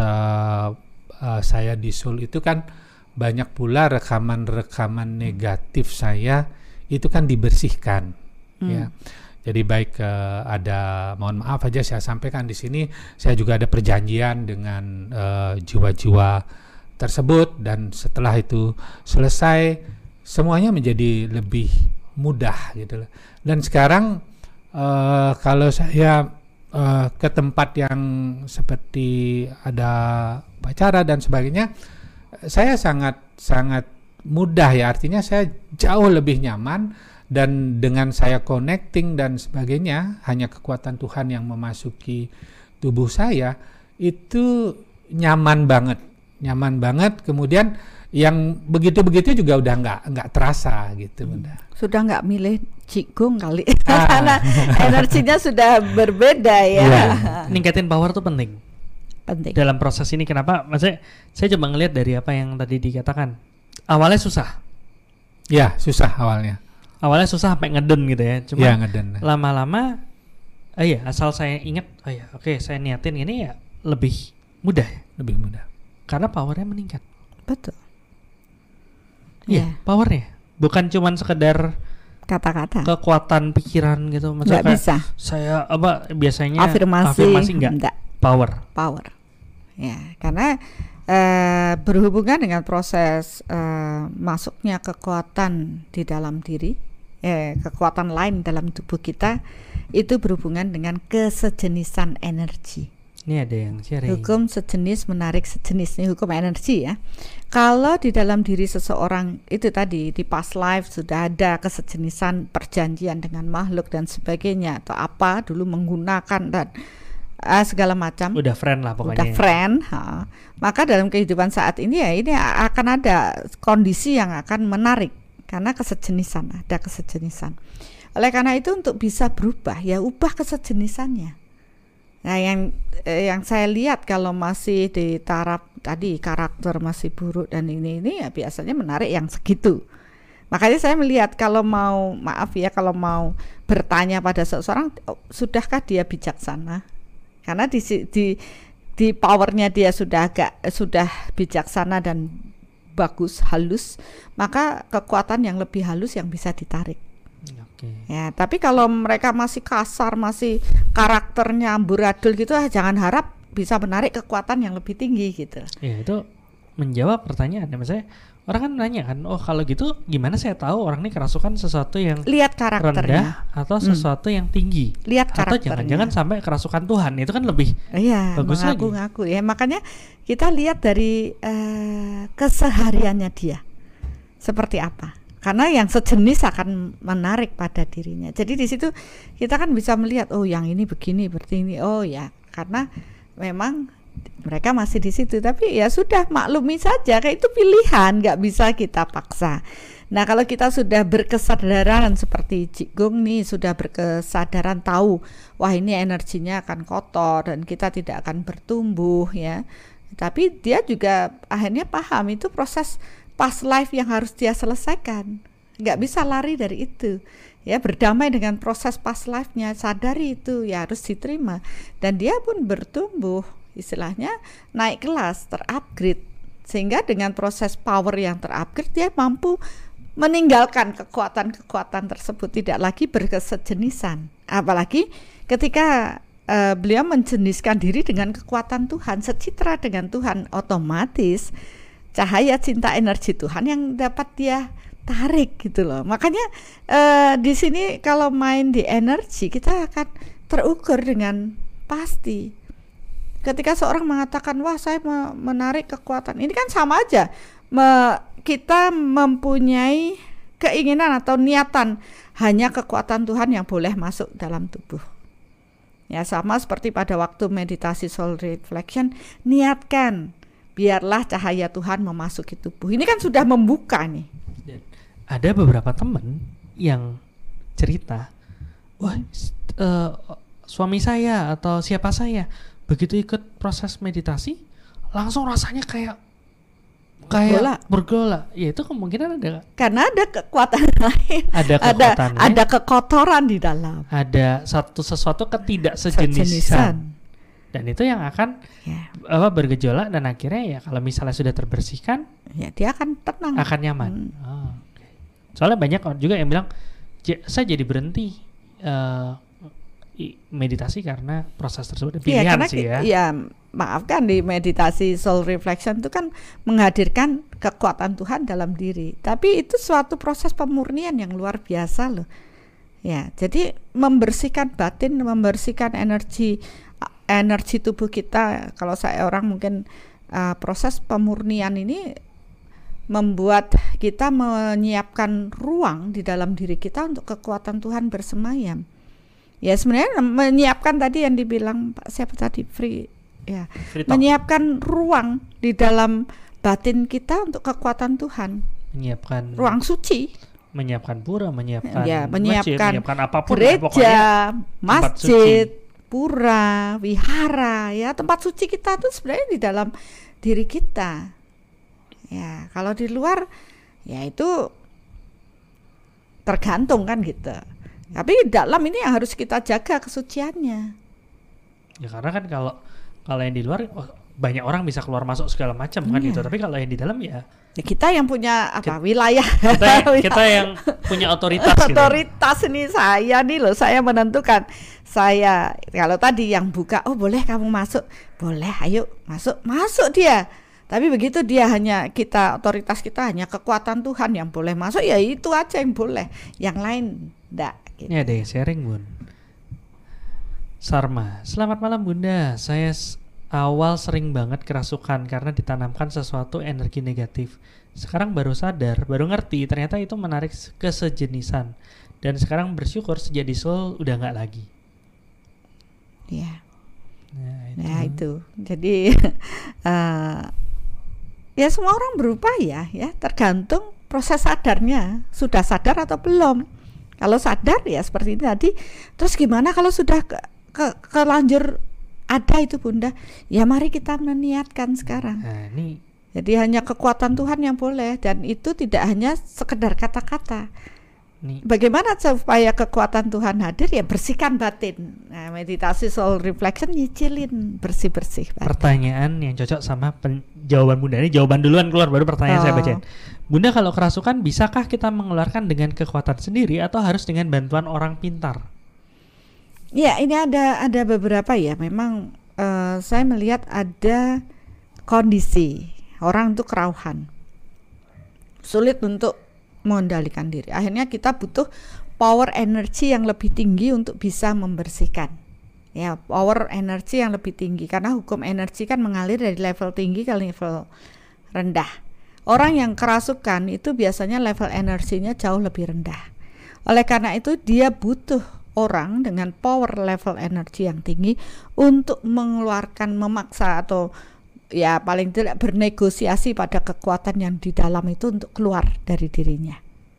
saya di Seoul itu kan banyak pula rekaman-rekaman negatif saya itu kan dibersihkan ya. Jadi baik ada, mohon maaf aja saya sampaikan di sini, saya juga ada perjanjian dengan jiwa-jiwa tersebut, dan setelah itu selesai semuanya menjadi lebih mudah gitu. Dan sekarang kalau saya ke tempat yang seperti ada upacara dan sebagainya, saya sangat mudah ya, artinya saya jauh lebih nyaman, dan dengan saya connecting dan sebagainya, hanya kekuatan Tuhan yang memasuki tubuh saya, itu nyaman banget. Kemudian yang begitu-begitu juga udah nggak terasa gitu Bunda. Sudah nggak milih Qigong kali karena energinya sudah berbeda ya. Ningkatin power tuh penting dalam proses ini. Kenapa? Maksudnya saya coba ngelihat dari apa yang tadi dikatakan. Awalnya susah. Ya, susah awalnya. Awalnya susah sampai ngeden gitu ya. Cuma ya, ngeden. Lama-lama asal saya ingat, oke, saya niatin ini ya lebih mudah ya. Lebih mudah. Karena powernya meningkat. Betul. Iya, powernya. Bukan cuman sekedar kata-kata, kekuatan pikiran gitu. Nggak bisa. Saya biasanya afirmasi enggak. Power. Ya, karena berhubungan dengan proses masuknya kekuatan di dalam diri, kekuatan lain dalam tubuh kita, itu berhubungan dengan kesejenisan energi. Ini ada yang sharing. Hukum sejenis menarik sejenis, ini hukum energi ya. Kalau di dalam diri seseorang itu tadi di past life sudah ada kesejenisan perjanjian dengan makhluk dan sebagainya, atau apa dulu menggunakan dan segala macam, udah friend lah pokoknya. Udah friend, maka dalam kehidupan saat ini ya ini akan ada kondisi yang akan menarik karena kesejenisan, ada kesejenisan. Oleh karena itu untuk bisa berubah ya ubah kesejenisannya. Nah yang saya lihat kalau masih di taraf tadi karakter masih buruk dan ini ya biasanya menarik yang segitu. Makanya saya melihat kalau mau kalau mau bertanya pada seseorang, sudahkah dia bijaksana? Karena di powernya dia sudah bijaksana dan bagus, halus, maka kekuatan yang lebih halus yang bisa ditarik. Ya, tapi kalau mereka masih kasar, masih karakternya amburadul gitu, jangan harap bisa menarik kekuatan yang lebih tinggi gitu. Ya, itu menjawab pertanyaan. Misalnya orang kan nanya kan, oh kalau gitu gimana saya tahu orang ini kerasukan sesuatu yang lihat karakternya rendah atau sesuatu yang tinggi? Lihat karakternya. Atau jangan-jangan sampai kerasukan Tuhan, itu kan lebih bagus mengaku-ngaku ya. Makanya kita lihat dari kesehariannya dia seperti apa. Karena yang sejenis akan menarik pada dirinya. Jadi di situ kita kan bisa melihat, oh yang ini begini, begini. Oh ya, karena memang mereka masih di situ. Tapi ya sudah, maklumi saja. Kayak itu pilihan, nggak bisa kita paksa. Nah kalau kita sudah berkesadaran seperti Qigong nih, sudah berkesadaran tahu, wah ini energinya akan kotor dan kita tidak akan bertumbuh ya. Tapi dia juga akhirnya paham itu proses past life yang harus dia selesaikan, nggak bisa lari dari itu ya, berdamai dengan proses past life-nya, sadari itu ya harus diterima, dan dia pun bertumbuh, istilahnya naik kelas, terupgrade, sehingga dengan proses power yang terupgrade dia mampu meninggalkan kekuatan-kekuatan tersebut, tidak lagi berkesejenisan, apalagi ketika beliau menjeniskan diri dengan kekuatan Tuhan, secitra dengan Tuhan, otomatis cahaya cinta energi Tuhan yang dapat dia tarik gitu loh. Makanya di sini kalau main di energi kita akan terukur dengan pasti. Ketika seorang mengatakan, wah saya menarik kekuatan, ini kan sama aja kita mempunyai keinginan atau niatan, hanya kekuatan Tuhan yang boleh masuk dalam tubuh. Ya, sama seperti pada waktu meditasi soul reflection, niatkan biarlah cahaya Tuhan memasuki tubuh. Ini kan sudah membuka nih. Ada beberapa teman yang cerita, wah suami saya atau siapa saya begitu ikut proses meditasi langsung rasanya kayak bergolak. Ya itu kemungkinan ada. Karena ada kekuatan lain. Ada kekotoran di dalam. Ada sesuatu ketidaksejenisan. Dan itu yang akan bergejolak, dan akhirnya ya kalau misalnya sudah terbersihkan, ya dia akan tenang. Akan nyaman. Okay. Soalnya banyak orang juga yang bilang, saya jadi berhenti meditasi karena proses tersebut. Pilihan sih ya. Ya, maafkan, di meditasi soul reflection itu kan menghadirkan kekuatan Tuhan dalam diri. Tapi itu suatu proses pemurnian yang luar biasa loh. Ya, jadi membersihkan batin, membersihkan energi tubuh kita. Kalau saya orang mungkin proses pemurnian ini membuat kita menyiapkan ruang di dalam diri kita untuk kekuatan Tuhan bersemayam. Ya, sebenarnya menyiapkan tadi yang dibilang Pak siapa tadi, free menyiapkan ruang di dalam batin kita untuk kekuatan Tuhan. Menyiapkan ruang suci, menyiapkan pura, menyiapkan masjid, menyiapkan apapun, gereja, masjid, pura, wihara, ya tempat suci kita tuh sebenarnya di dalam diri kita. Ya, kalau di luar ya itu tergantung kan gitu. Tapi dalam ini yang harus kita jaga kesuciannya. Ya karena kan kalau yang di luar banyak orang bisa keluar masuk segala macam kan gitu. Tapi kalau yang di dalam ya kita yang punya wilayah. Kita yang punya otoritas. Otoritas gitu. Ini saya nih loh, saya menentukan. Saya kalau tadi yang buka, oh boleh kamu masuk, boleh, ayo masuk dia. Tapi begitu dia otoritas kita hanya kekuatan Tuhan yang boleh masuk, ya itu aja yang boleh, yang lain enggak. Gitu. Ini ada yang sharing Bun. Sarma, selamat malam Bunda. Saya awal sering banget kerasukan karena ditanamkan sesuatu energi negatif. Sekarang baru sadar, baru ngerti ternyata itu menarik kesejenisan. Dan sekarang bersyukur sejadi soul udah nggak lagi. Ya. Nah itu. Jadi ya semua orang berubah ya tergantung proses sadarnya. Sudah sadar atau belum? Kalau sadar ya seperti ini tadi. Terus gimana kalau sudah kelanjur ada itu Bunda? Ya mari kita meniatkan sekarang. Nah, ini. Jadi hanya kekuatan Tuhan yang boleh, dan itu tidak hanya sekedar kata-kata. Bagaimana supaya kekuatan Tuhan hadir? Ya bersihkan batin. Nah, meditasi soul reflection nyicilin bersih-bersih batin. Pertanyaan yang cocok sama jawaban Bunda. Ini jawaban duluan keluar baru pertanyaan saya bacain. Bunda, kalau kerasukan bisakah kita mengeluarkan dengan kekuatan sendiri atau harus dengan bantuan orang pintar? Ya, ini ada beberapa ya. Memang saya melihat ada kondisi orang itu kerauhan, sulit untuk mengendalikan diri. Akhirnya kita butuh power energi yang lebih tinggi untuk bisa membersihkan. Ya, power energi yang lebih tinggi, karena hukum energi kan mengalir dari level tinggi ke level rendah. Orang yang kerasukan itu biasanya level energinya jauh lebih rendah. Oleh karena itu dia butuh orang dengan power level energi yang tinggi untuk mengeluarkan, memaksa atau ya paling tidak bernegosiasi pada kekuatan yang di dalam itu untuk keluar dari dirinya.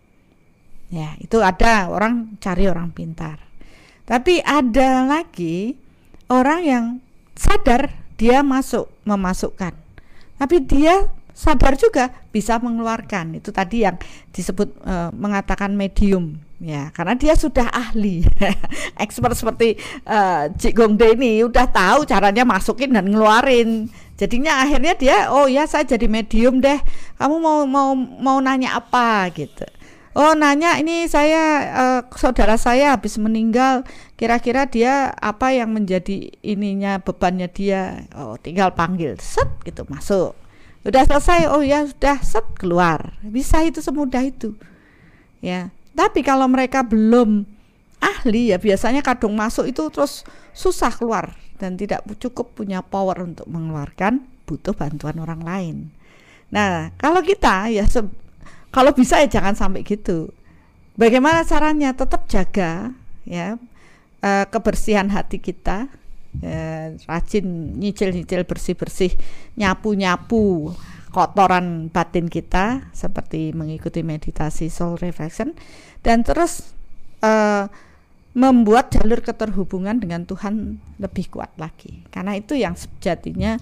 Ya, itu ada orang cari orang pintar. Tapi ada lagi orang yang sadar dia memasukkan. Tapi dia sadar juga bisa mengeluarkan. Itu tadi yang disebut mengatakan medium. Ya, karena dia sudah ahli, expert seperti Cik Gongde ini udah tahu caranya masukin dan ngeluarin. Jadinya akhirnya dia, oh ya saya jadi medium deh. Kamu mau nanya apa gitu? Oh nanya ini saya saudara saya habis meninggal. Kira-kira dia apa yang menjadi ininya bebannya dia? Oh tinggal panggil, set gitu masuk. Udah selesai, oh ya sudah set keluar. Bisa itu semudah itu, ya. Tapi kalau mereka belum ahli ya biasanya kadung masuk itu terus susah keluar dan tidak cukup punya power untuk mengeluarkan, butuh bantuan orang lain. Nah kalau kita ya kalau bisa ya jangan sampai gitu. Bagaimana caranya? Tetap jaga ya kebersihan hati kita, rajin nyicil-nyicil, bersih-bersih, nyapu-nyapu kotoran batin kita seperti mengikuti meditasi soul reflection, dan terus membuat jalur keterhubungan dengan Tuhan lebih kuat lagi, karena itu yang sejatinya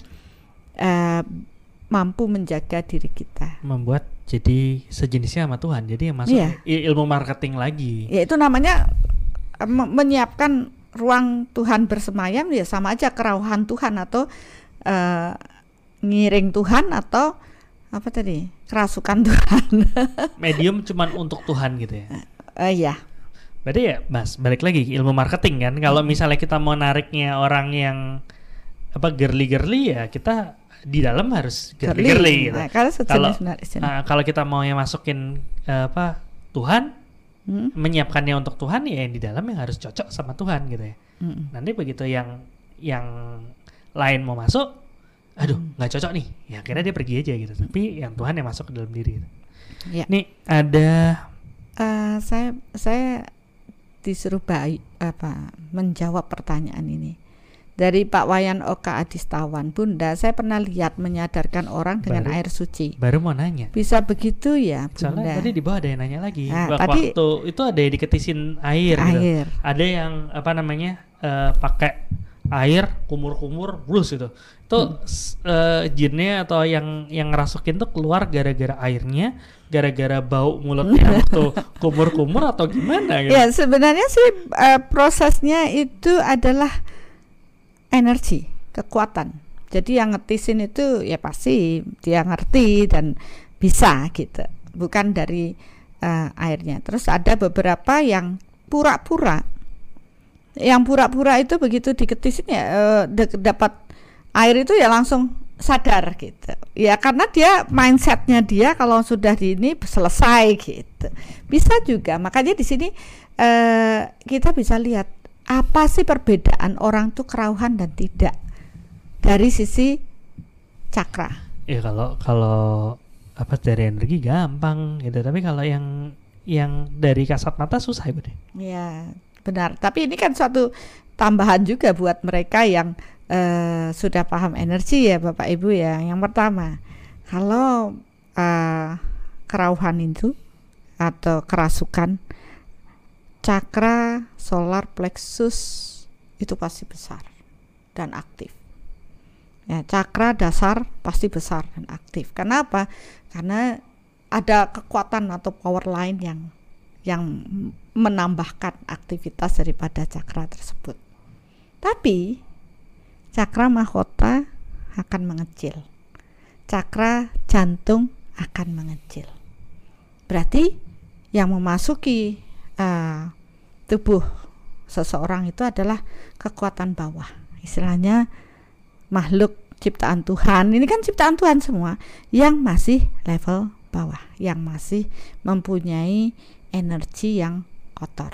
mampu menjaga diri kita, membuat jadi sejenisnya sama Tuhan. Jadi yang masuk ilmu marketing lagi. Ya itu namanya menyiapkan ruang Tuhan bersemayam, ya sama aja kerauhan Tuhan atau ngiring Tuhan atau apa tadi, kerasukan Tuhan. Medium cuman untuk Tuhan gitu ya. Iya. Berarti ya Mas, balik lagi ilmu marketing kan. Kalau misalnya kita mau nariknya orang yang girly ya kita di dalam harus girly gitu. Kalau kita mau yang masukin Tuhan, menyiapkannya untuk Tuhan, ya yang di dalam yang harus cocok sama Tuhan gitu ya. Nanti begitu yang lain mau masuk, aduh nggak cocok nih, ya akhirnya dia pergi aja gitu. Tapi yang Tuhan yang masuk ke dalam diri gitu. Ya. Nih ada saya disuruh menjawab pertanyaan ini dari Pak Wayan Oka Adistawan. Bunda, saya pernah lihat menyadarkan orang dengan air suci. Baru mau nanya. Bisa begitu ya, Bunda? Soalnya tadi di bawah ada yang nanya lagi. Waktu itu ada yang diketisin air. Gitu. Ada yang pakai air kumur-kumur blus gitu. Itu jinnya atau yang ngerasukin tuh keluar gara-gara airnya, gara-gara bau mulutnya atau kumur-kumur atau gimana gitu. Ya sebenarnya sih prosesnya itu adalah energi, kekuatan. Jadi yang ngetisin itu ya pasti dia ngerti dan bisa gitu, bukan dari airnya. Terus ada beberapa yang pura-pura. Yang pura-pura itu begitu diketisin ya dapat air itu ya langsung sadar gitu. Ya karena dia mindsetnya dia kalau sudah di ini selesai gitu. Bisa juga. Makanya di sini kita bisa lihat apa sih perbedaan orang tuh kerauhan dan tidak dari sisi cakra. Ya kalau dari energi gampang gitu, tapi kalau yang dari kasat mata susah ya, Budi. Ya benar. Tapi ini kan suatu tambahan juga buat mereka yang sudah paham energi ya Bapak Ibu ya. Yang pertama, kalau kerauhan itu atau kerasukan, cakra solar plexus itu pasti besar dan aktif. Ya, cakra dasar pasti besar dan aktif. Kenapa? Karena ada kekuatan atau power line yang menambahkan aktivitas daripada cakra tersebut. Tapi cakra mahkota akan mengecil. Cakra jantung akan mengecil. Berarti yang memasuki tubuh seseorang itu adalah kekuatan bawah, istilahnya makhluk ciptaan Tuhan. Ini kan ciptaan Tuhan semua yang masih level bawah, yang masih mempunyai energi yang kotor.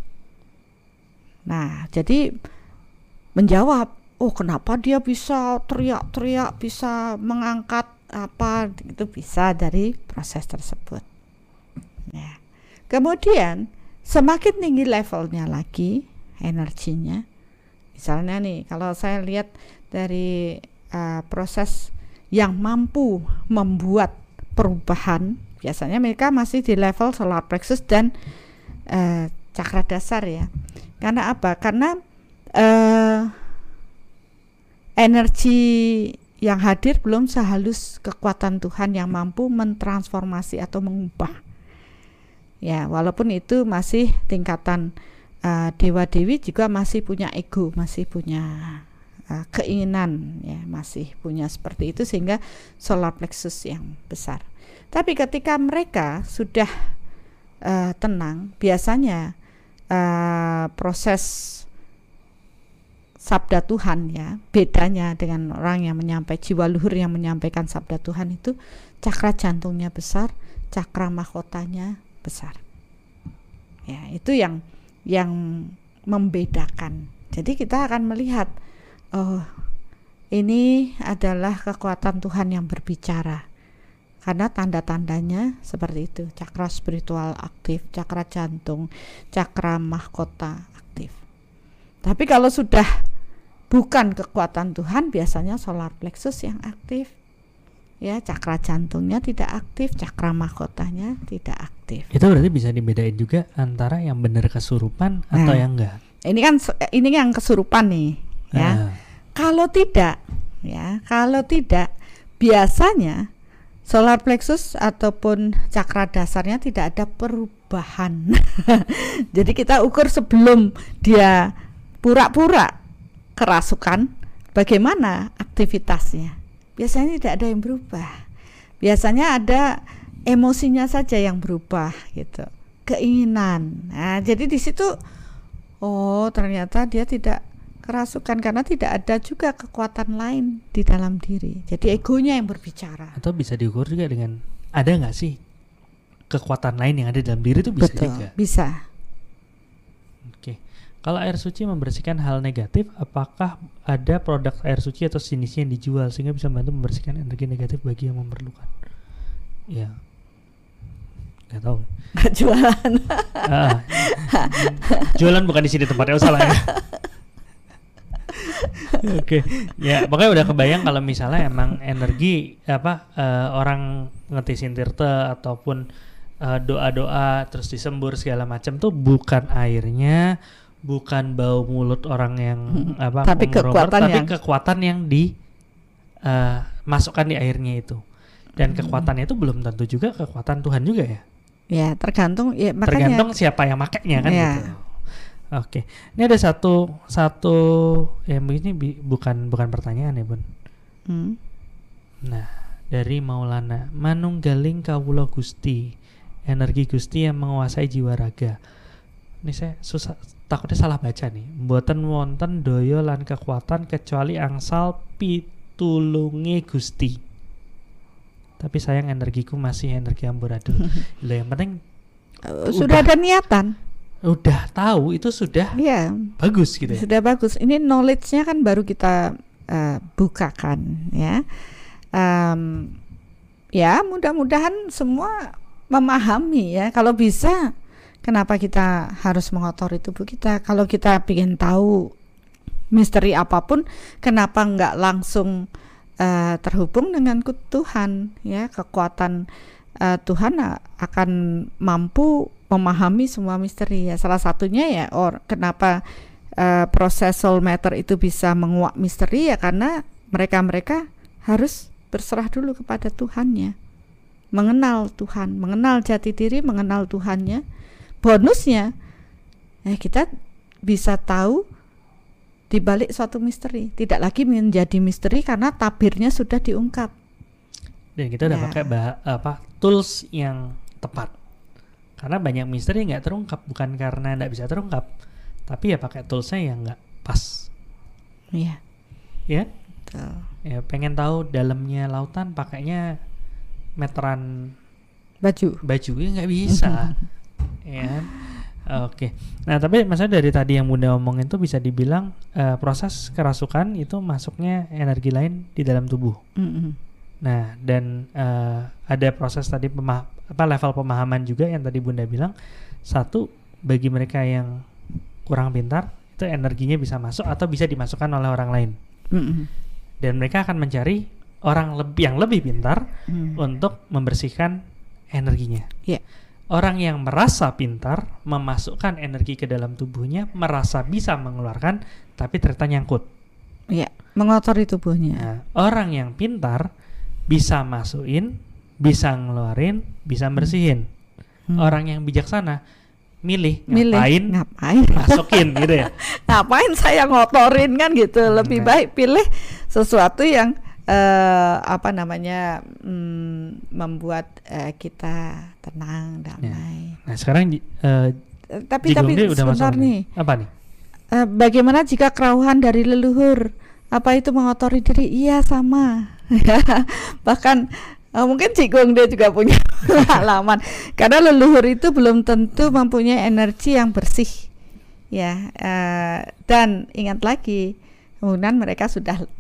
Nah, jadi menjawab, oh kenapa dia bisa teriak-teriak, bisa mengangkat apa, itu bisa dari proses tersebut. Nah, kemudian semakin tinggi levelnya lagi energinya, misalnya nih kalau saya lihat dari proses yang mampu membuat perubahan, biasanya mereka masih di level solar plexus dan cakra dasar ya. Karena apa? Karena energi yang hadir belum sehalus kekuatan Tuhan yang mampu mentransformasi atau mengubah. Ya, walaupun itu masih tingkatan dewa-dewi juga masih punya ego, masih punya keinginan, ya, masih punya seperti itu sehingga solar plexus yang besar. Tapi ketika mereka sudah tenang, biasanya proses sabda Tuhan ya, bedanya dengan orang yang jiwa luhur yang menyampaikan sabda Tuhan itu cakra jantungnya besar, cakra mahkotanya besar. Ya, itu yang membedakan. Jadi kita akan melihat, oh, ini adalah kekuatan Tuhan yang berbicara. Karena tanda-tandanya seperti itu, cakra spiritual aktif, cakra jantung, cakra mahkota aktif. Tapi kalau sudah bukan kekuatan Tuhan, biasanya solar plexus yang aktif. Ya, cakra jantungnya tidak aktif, cakra mahkotanya tidak aktif. Itu berarti bisa dibedain juga antara yang benar kesurupan atau yang enggak. Ini yang kesurupan nih, ya. Kalau tidak, biasanya solar plexus ataupun cakra dasarnya tidak ada perubahan. Jadi kita ukur sebelum dia pura-pura kerasukan, bagaimana aktivitasnya. Biasanya tidak ada yang berubah. Biasanya ada emosinya saja yang berubah gitu, keinginan. Nah, jadi di situ ternyata dia tidak kerasukan karena tidak ada juga kekuatan lain di dalam diri. Jadi egonya yang berbicara. Atau bisa diukur juga dengan ada nggak sih kekuatan lain yang ada dalam diri itu bisa. Betul, juga. Bisa. Oke. Kalau air suci membersihkan hal negatif, apakah ada produk air suci atau jenisnya yang dijual sehingga bisa membantu membersihkan energi negatif bagi yang memerlukan? Ya, nggak tahu. Nggak jualan. Jualan bukan di sini tempatnya, salah ya. Oke, ya pokoknya udah kebayang kalau misalnya emang energi orang ngetisin tirta ataupun doa-doa terus disembur segala macam tuh bukan airnya, bukan bau mulut orang yang tapi kekuatan yang masukkan di airnya itu. Dan kekuatannya itu belum tentu juga kekuatan Tuhan juga ya. Ya, tergantung makanya tergantung siapa yang makainya kan gitu. Oke. Ini ada satu ini bukan pertanyaan ya, Bun. Nah, dari Maulana, manunggaling kawula Gusti, energi Gusti yang menguasai jiwa raga. Ini saya takutnya salah baca nih. Mboten wonten daya lan kekuatan kecuali angsal pitulunge Gusti. Tapi sayang energiku masih energi amburadul. Lah yang penting sudah ada niatan. Udah tahu itu sudah bagus gitu ya. Sudah bagus. Ini knowledge-nya kan baru kita bukakan ya. Ya mudah-mudahan semua memahami ya. Kalau bisa, kenapa kita harus mengotori tubuh kita? Kalau kita ingin tahu misteri apapun, kenapa enggak langsung terhubung dengan Tuhan ya? Kekuatan Tuhan akan mampu memahami semua misteri ya. Salah satunya ya kenapa proses soul matter itu bisa menguak misteri ya, karena mereka harus berserah dulu kepada Tuhannya, mengenal Tuhan, mengenal jati diri, mengenal Tuhannya. Bonusnya kita bisa tahu di balik suatu misteri, tidak lagi menjadi misteri karena tabirnya sudah diungkap. Dan kita udah pakai tools yang tepat. Karena banyak misteri nggak terungkap, bukan karena nggak bisa terungkap, tapi ya pakai toolsnya yang nggak pas. Iya. Ya. Ya pengen tahu dalamnya lautan, pakainya meteran baju ya nggak bisa. Ya. Oke. Nah tapi maksudnya dari tadi yang Bunda omongin itu bisa dibilang proses kerasukan itu masuknya energi lain di dalam tubuh. Nah dan ada proses tadi level pemahaman juga yang tadi Bunda bilang. Satu, bagi mereka yang kurang pintar itu energinya bisa masuk atau bisa dimasukkan oleh orang lain. Dan mereka akan mencari orang yang lebih pintar untuk membersihkan energinya. Orang yang merasa pintar memasukkan energi ke dalam tubuhnya, merasa bisa mengeluarkan, tapi ternyata nyangkut. Mengotori tubuhnya. Nah, orang yang pintar bisa masukin, bisa ngeluarin, bisa bersihin. Orang yang bijaksana milih ngapain masukin gitu ya. Ngapain saya ngotorin kan gitu. Lebih baik pilih sesuatu yang membuat kita tenang, damai. Nah sekarang tapi sebentar nih. Apa nih? Bagaimana jika kerauhan dari leluhur? Apa itu mengotori diri? Iya, sama. Bahkan mungkin Cikung dia juga punya pengalaman. Karena leluhur itu belum tentu mempunyai energi yang bersih. Ya, dan ingat lagi, kemudian mereka sudah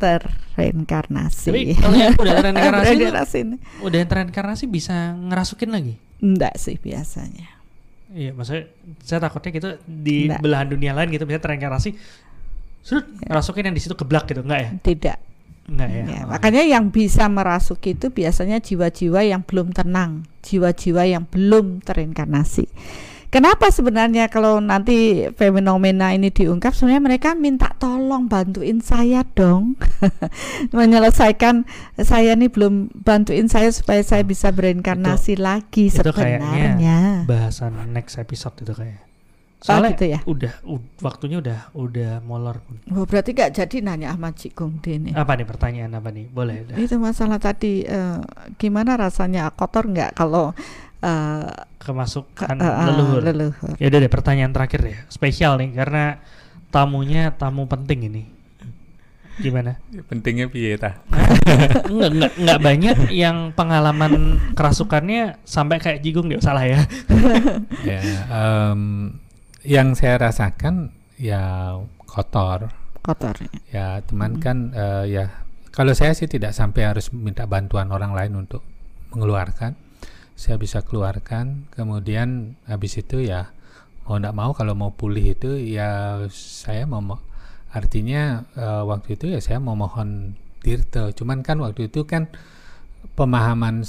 reinkarnasi. Tapi kalau yang udah reinkarnasi Reinkarnasi ini. udah reinkarnasi bisa ngerasukin lagi? Enggak sih biasanya. Iya, maksudnya saya takutnya gitu di Enggak. belahan dunia lain gitu bisa reinkarnasi, ngerasukin yang di situ geblak gitu, enggak ya? Tidak. Enggak ya. Ya, Oh. makanya yang bisa merasuki itu biasanya jiwa-jiwa yang belum tenang, jiwa-jiwa yang belum tereinkarnasi. Kenapa sebenarnya kalau nanti fenomena ini diungkap, sebenarnya mereka minta tolong bantuin saya dong menyelesaikan, saya nih belum bantuin saya supaya saya bisa bereinkarnasi lagi itu sebenarnya. Bahasan next episode itu kayak. Soalnya gitu ya? udah waktunya udah molor. Oh, berarti gak jadi nanya Ahmad Cikgung ini. Apa nih pertanyaan apa nih? Boleh. Dah. Itu masalah tadi gimana rasanya kotor nggak kalau Kemasukan leluhur. Ya udah deh, pertanyaan terakhir ya, spesial nih karena tamunya tamu penting ini. Gimana? Pentingnya piye ta? Enggak banyak yang pengalaman kerasukannya sampai kayak Jigung deh, salah ya. Ya, yang saya rasakan ya kotor. Ya teman kan ya kalau saya sih tidak sampai harus minta bantuan orang lain untuk mengeluarkan. Saya bisa keluarkan, kemudian habis itu ya mau tidak mau kalau mau pulih itu ya saya mau, artinya waktu itu ya saya mau mohon tirta. Cuman kan waktu itu kan pemahaman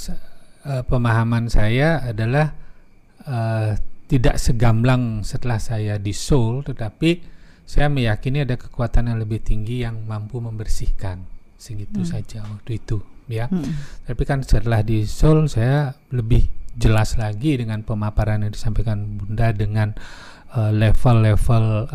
saya adalah tidak segamblang setelah saya di Seoul, tetapi saya meyakini ada kekuatan yang lebih tinggi yang mampu membersihkan. Segitu saja waktu itu ya. Tapi kan setelah di Seoul saya lebih jelas lagi dengan pemaparan yang disampaikan Bunda dengan level-level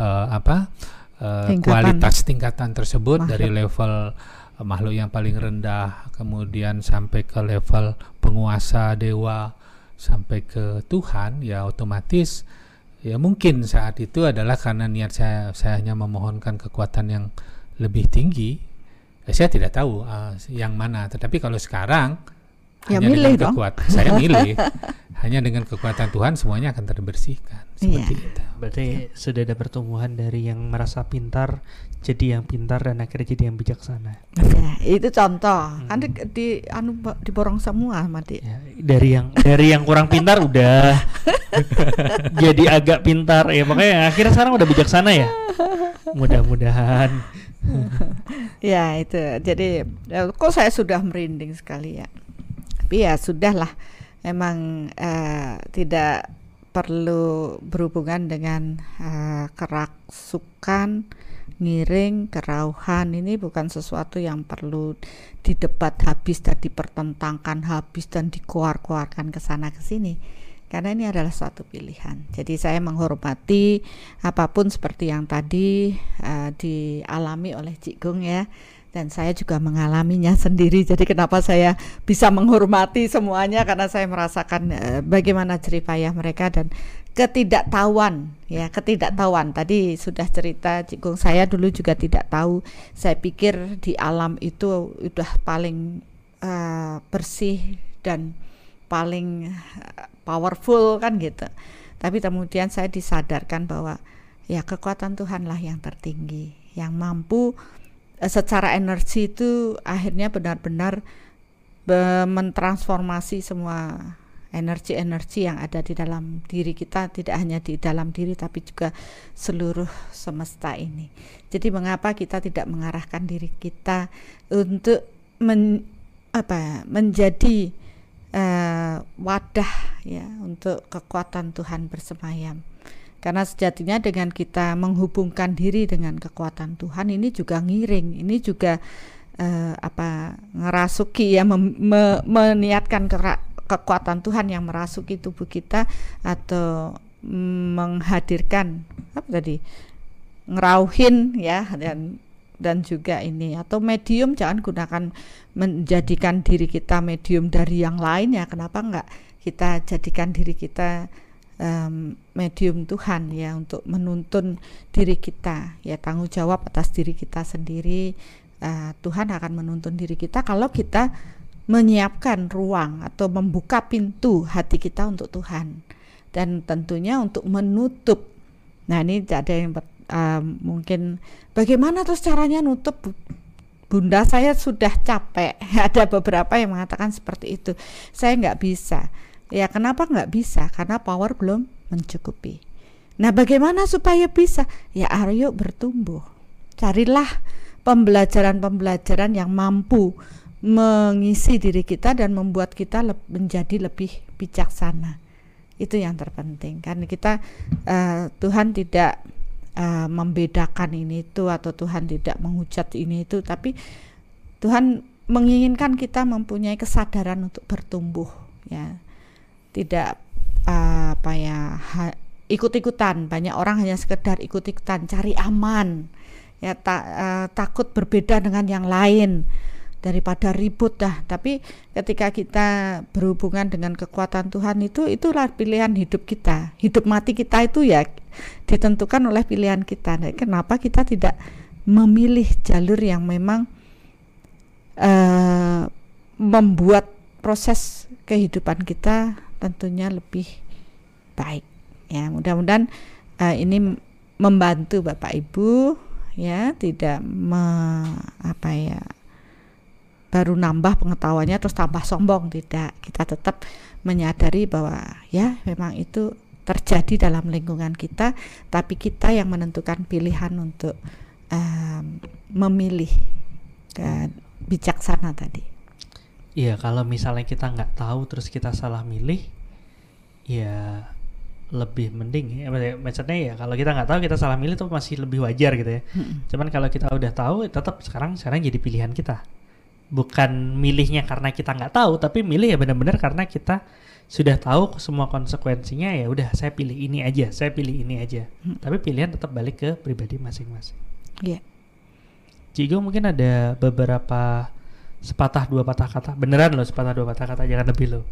kualitas tingkatan tersebut, dari level makhluk yang paling rendah kemudian sampai ke level penguasa dewa sampai ke Tuhan, ya otomatis ya mungkin saat itu adalah karena niat saya hanya memohonkan kekuatan yang lebih tinggi. Saya tidak tahu yang mana, tetapi kalau sekarang ya hanya milih dengan dong. saya milih hanya dengan kekuatan Tuhan semuanya akan terbersihkan seperti itu. Berarti sudah ada pertumbuhan dari yang merasa pintar jadi yang pintar dan akhirnya jadi yang bijaksana. Ya, itu contoh. Kan diborong semua Mati. Ya, dari yang kurang pintar udah jadi agak pintar ya, makanya akhirnya sekarang udah bijaksana ya. Mudah-mudahan. Ya itu, jadi kok saya sudah merinding sekali ya. Tapi ya sudahlah, emang tidak perlu berhubungan dengan kerasukan, ngiring, kerauhan. Ini bukan sesuatu yang perlu didebat habis dan dipertentangkan habis dan dikeluarkan ke sana ke sini. Karena ini adalah suatu pilihan. Jadi saya menghormati apapun seperti yang tadi dialami oleh Cikgung ya. Dan saya juga mengalaminya sendiri. Jadi kenapa saya bisa menghormati semuanya, karena saya merasakan bagaimana jerih payah mereka dan ketidaktahuan ya, ketidaktahuan. Tadi sudah cerita Cikgung, saya dulu juga tidak tahu. Saya pikir di alam itu udah paling bersih dan paling powerful kan gitu. Tapi kemudian saya disadarkan bahwa ya kekuatan Tuhanlah yang tertinggi, yang mampu secara energi itu akhirnya benar-benar mentransformasi semua energi-energi yang ada di dalam diri kita, tidak hanya di dalam diri tapi juga seluruh semesta ini. Jadi mengapa kita tidak mengarahkan diri kita untuk menjadi wadah ya untuk kekuatan Tuhan bersemayam. Karena sejatinya dengan kita menghubungkan diri dengan kekuatan Tuhan, ini juga ngiring, ini juga ngerasuki ya, meniatkan kekuatan Tuhan yang merasuki tubuh kita atau menghadirkan ngerauhin ya, dan juga ini atau medium. Jangan gunakan menjadikan diri kita medium dari yang lain ya. Kenapa enggak kita jadikan diri kita medium Tuhan ya, untuk menuntun diri kita ya, tanggung jawab atas diri kita sendiri. Tuhan akan menuntun diri kita kalau kita menyiapkan ruang atau membuka pintu hati kita untuk Tuhan, dan tentunya untuk menutup. Nah ini ada yang mungkin bagaimana terus caranya nutup Bunda saya sudah capek. Ada beberapa yang mengatakan seperti itu. Saya nggak bisa. Ya kenapa nggak bisa? Karena power belum mencukupi. Nah bagaimana supaya bisa? Ya ayo bertumbuh. Carilah pembelajaran-pembelajaran yang mampu mengisi diri kita dan membuat kita menjadi lebih bijaksana. Itu yang terpenting. Karena kita Tuhan tidak membedakan ini itu, atau Tuhan tidak menghujat ini itu, tapi Tuhan menginginkan kita mempunyai kesadaran untuk bertumbuh, ya, tidak ikut-ikutan. Banyak orang hanya sekedar ikut-ikutan, cari aman, ya, takut berbeda dengan yang lain daripada ribut dah. Tapi ketika kita berhubungan dengan kekuatan Tuhan itulah pilihan hidup kita. Hidup mati kita itu ya ditentukan oleh pilihan kita. Nah, kenapa kita tidak memilih jalur yang memang membuat proses kehidupan kita tentunya lebih baik. Ya, mudah-mudahan ini membantu Bapak Ibu, ya, tidak baru nambah pengetahuannya terus tambah sombong, tidak. Kita tetap menyadari bahwa ya memang itu terjadi dalam lingkungan kita, tapi kita yang menentukan pilihan untuk memilih bijaksana tadi. Iya, kalau misalnya kita nggak tahu terus kita salah milih, ya lebih mending ya. Maksudnya ya kalau kita nggak tahu kita salah milih itu masih lebih wajar gitu ya. Cuman kalau kita udah tahu, tetap sekarang jadi pilihan kita. Bukan milihnya karena kita nggak tahu, tapi milih ya benar-benar karena kita sudah tahu semua konsekuensinya. Ya udah, saya pilih ini aja, saya pilih ini aja. Tapi pilihan tetap balik ke pribadi masing-masing. Iya. Cigo mungkin ada beberapa sepatah dua patah kata, beneran loh, sepatah dua patah kata, jangan lebih loh.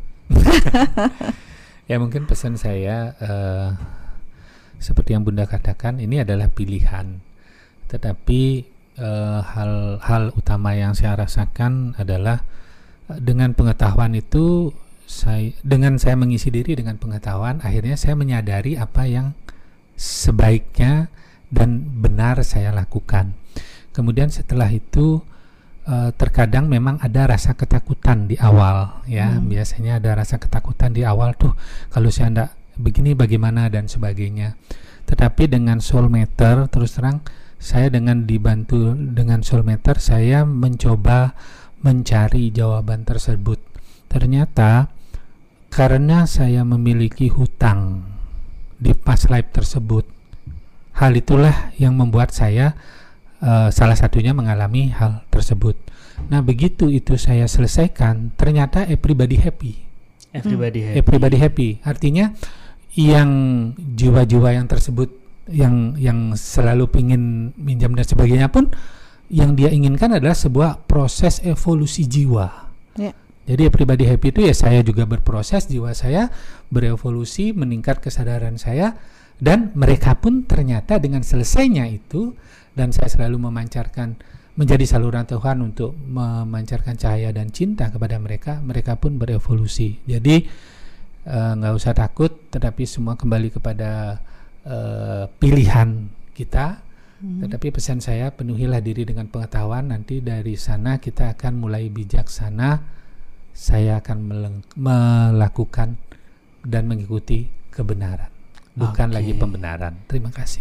Ya mungkin pesan saya seperti yang Bunda katakan, ini adalah pilihan. Tetapi hal utama yang saya rasakan adalah dengan pengetahuan itu, dengan saya mengisi diri dengan pengetahuan, akhirnya saya menyadari apa yang sebaiknya dan benar saya lakukan. Kemudian setelah itu terkadang memang ada rasa ketakutan di awal, ya. Biasanya ada rasa ketakutan di awal tuh, kalau saya enggak begini bagaimana dan sebagainya. Tetapi dengan Soulmeter, terus terang saya dengan dibantu dengan Soulmeter, saya mencoba mencari jawaban tersebut. Ternyata karena saya memiliki hutang di past life tersebut, hal itulah yang membuat saya salah satunya mengalami hal tersebut. Nah begitu itu saya selesaikan, ternyata everybody happy. Everybody happy. Artinya yang jiwa-jiwa yang tersebut yang selalu pingin minjam dan sebagainya pun, yang dia inginkan adalah sebuah proses evolusi jiwa. Yeah. Jadi everybody happy itu ya saya juga berproses, jiwa saya berevolusi, meningkat kesadaran saya, dan mereka pun ternyata dengan selesainya itu, dan saya selalu memancarkan, menjadi saluran Tuhan untuk memancarkan cahaya dan cinta kepada mereka, mereka pun berevolusi. Jadi nggak usah takut, tetapi semua kembali kepada pilihan kita. Tetapi pesan saya, penuhilah diri dengan pengetahuan, nanti dari sana kita akan mulai bijaksana. Saya akan melakukan dan mengikuti kebenaran, bukan lagi pembenaran. Terima kasih.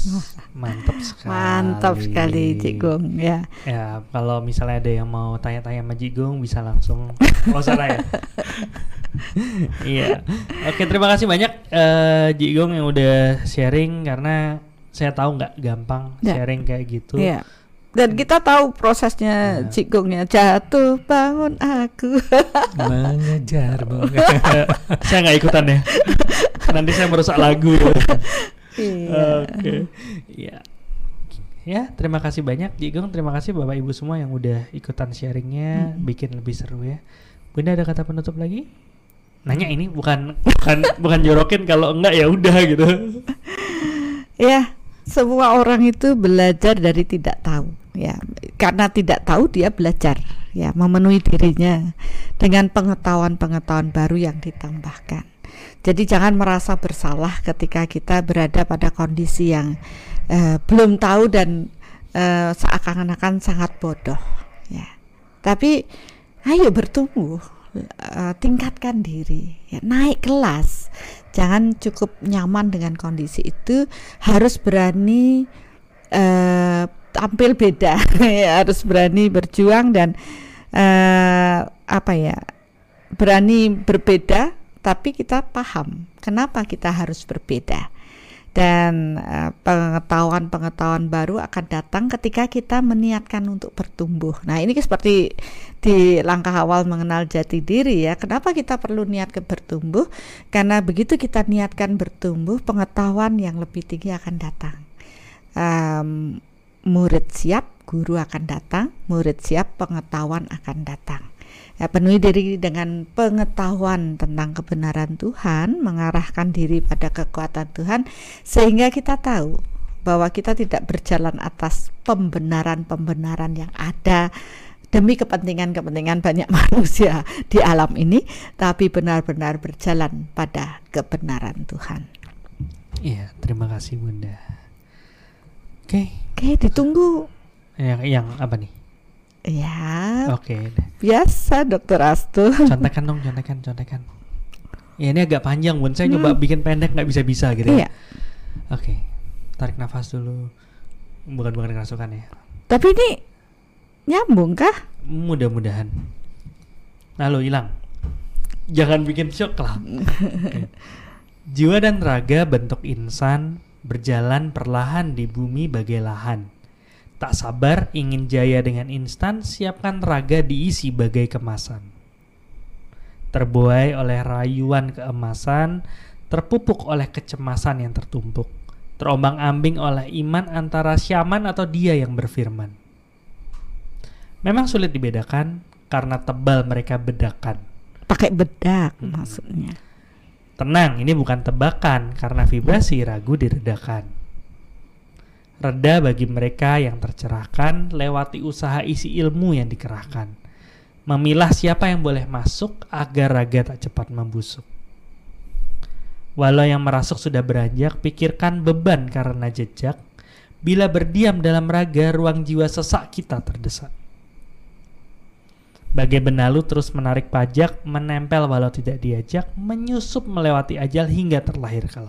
Mantap sekali Cik Gong, ya. Ya, kalau misalnya ada yang mau tanya-tanya sama Cik Gong bisa langsung sana ya. Iya. Oke, terima kasih banyak Cik Gong yang udah sharing, karena saya tahu nggak gampang sharing kayak gitu. Iya. Dan kita tahu prosesnya Cik Gongnya, jatuh bangun aku mengejar bunga. Saya nggak ikutan ya. Nanti saya merusak lagu. Iya. Oke. Iya. Ya, terima kasih banyak Cik Gong, terima kasih Bapak Ibu semua yang udah ikutan sharingnya, bikin lebih seru ya. Bunda ada kata penutup lagi? Nanya ini bukan jorokin, kalau enggak ya udah gitu. Ya, semua orang itu belajar dari tidak tahu, ya. Karena tidak tahu dia belajar, ya, memenuhi dirinya dengan pengetahuan-pengetahuan baru yang ditambahkan. Jadi jangan merasa bersalah ketika kita berada pada kondisi yang belum tahu dan seakan-akan sangat bodoh. ya. Tapi ayo bertumbuh, tingkatkan diri, ya, naik kelas. Jangan cukup nyaman dengan kondisi itu, harus berani tampil beda, ya, harus berani berjuang dan berani berbeda. Tapi kita paham kenapa kita harus berbeda, dan pengetahuan baru akan datang ketika kita meniatkan untuk bertumbuh. Nah, ini seperti di langkah awal mengenal jati diri, ya. Kenapa kita perlu niat bertumbuh? Karena begitu kita niatkan bertumbuh, pengetahuan yang lebih tinggi akan datang. Murid siap, guru akan datang. Murid siap, pengetahuan akan datang. Ya, penuhi diri dengan pengetahuan tentang kebenaran Tuhan, mengarahkan diri pada kekuatan Tuhan, sehingga kita tahu bahwa kita tidak berjalan atas pembenaran-pembenaran yang ada demi kepentingan-kepentingan banyak manusia di alam ini, tapi benar-benar berjalan pada kebenaran Tuhan. Iya, terima kasih Bunda. Oke, ditunggu. Yang apa nih? Ya. Oke. Biasa Dokter Astu. Contekan dong, contekan. Ya, ini agak panjang, Bun. Saya coba bikin pendek, nggak bisa gitu ya. Iya. Oke. Tarik nafas dulu. Bukan kerasukan ya. Tapi ini nyambung kah? Mudah-mudahan. Lalu hilang. Jangan bikin shock lah. Okay. Jiwa dan raga bentuk insan berjalan perlahan di bumi bagai lahan. Tak sabar ingin jaya dengan instan, siapkan raga diisi bagai kemasan. Terbuai oleh rayuan keemasan, terpupuk oleh kecemasan yang tertumpuk, terombang-ambing oleh iman antara syaman atau dia yang berfirman. Memang sulit dibedakan karena tebal mereka bedakan. Pakai bedak maksudnya. Tenang, ini bukan tebakan karena vibrasi ragu diredakan. Reda bagi mereka yang tercerahkan lewati usaha isi ilmu yang dikerahkan. Memilah siapa yang boleh masuk agar raga tak cepat membusuk. Walau yang merasuk sudah beranjak, pikirkan beban karena jejak. Bila berdiam dalam raga, ruang jiwa sesak kita terdesak. Bagai benalu terus menarik pajak, menempel walau tidak diajak, menyusup melewati ajal hingga terlahir kelak.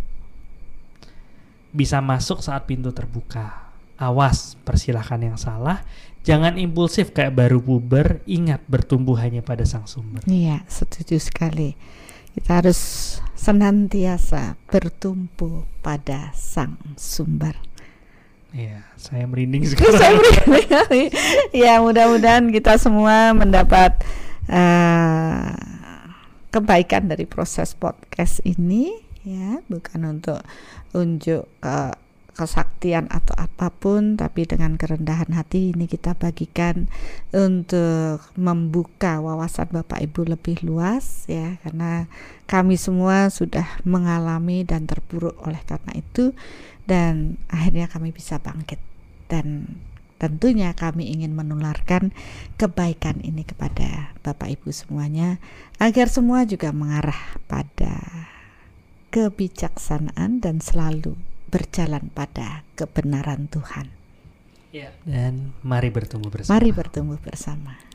Bisa masuk saat pintu terbuka. Awas, persilahkan yang salah. Jangan impulsif kayak baru puber. Ingat bertumbuh hanya pada sang sumber. Iya, setuju sekali. Kita harus senantiasa bertumpu pada sang sumber. Iya, saya merinding sekarang. Ya, mudah-mudahan kita semua mendapat kebaikan dari proses podcast ini. Ya, bukan untuk unjuk kesaktian atau apapun, tapi dengan kerendahan hati ini kita bagikan untuk membuka wawasan Bapak Ibu lebih luas, ya, karena kami semua sudah mengalami dan terpuruk oleh karena itu, dan akhirnya kami bisa bangkit, dan tentunya kami ingin menularkan kebaikan ini kepada Bapak Ibu semuanya agar semua juga mengarah pada kebijaksanaan dan selalu berjalan pada kebenaran Tuhan. Dan mari bertumbuh bersama. Mari bertumbuh bersama.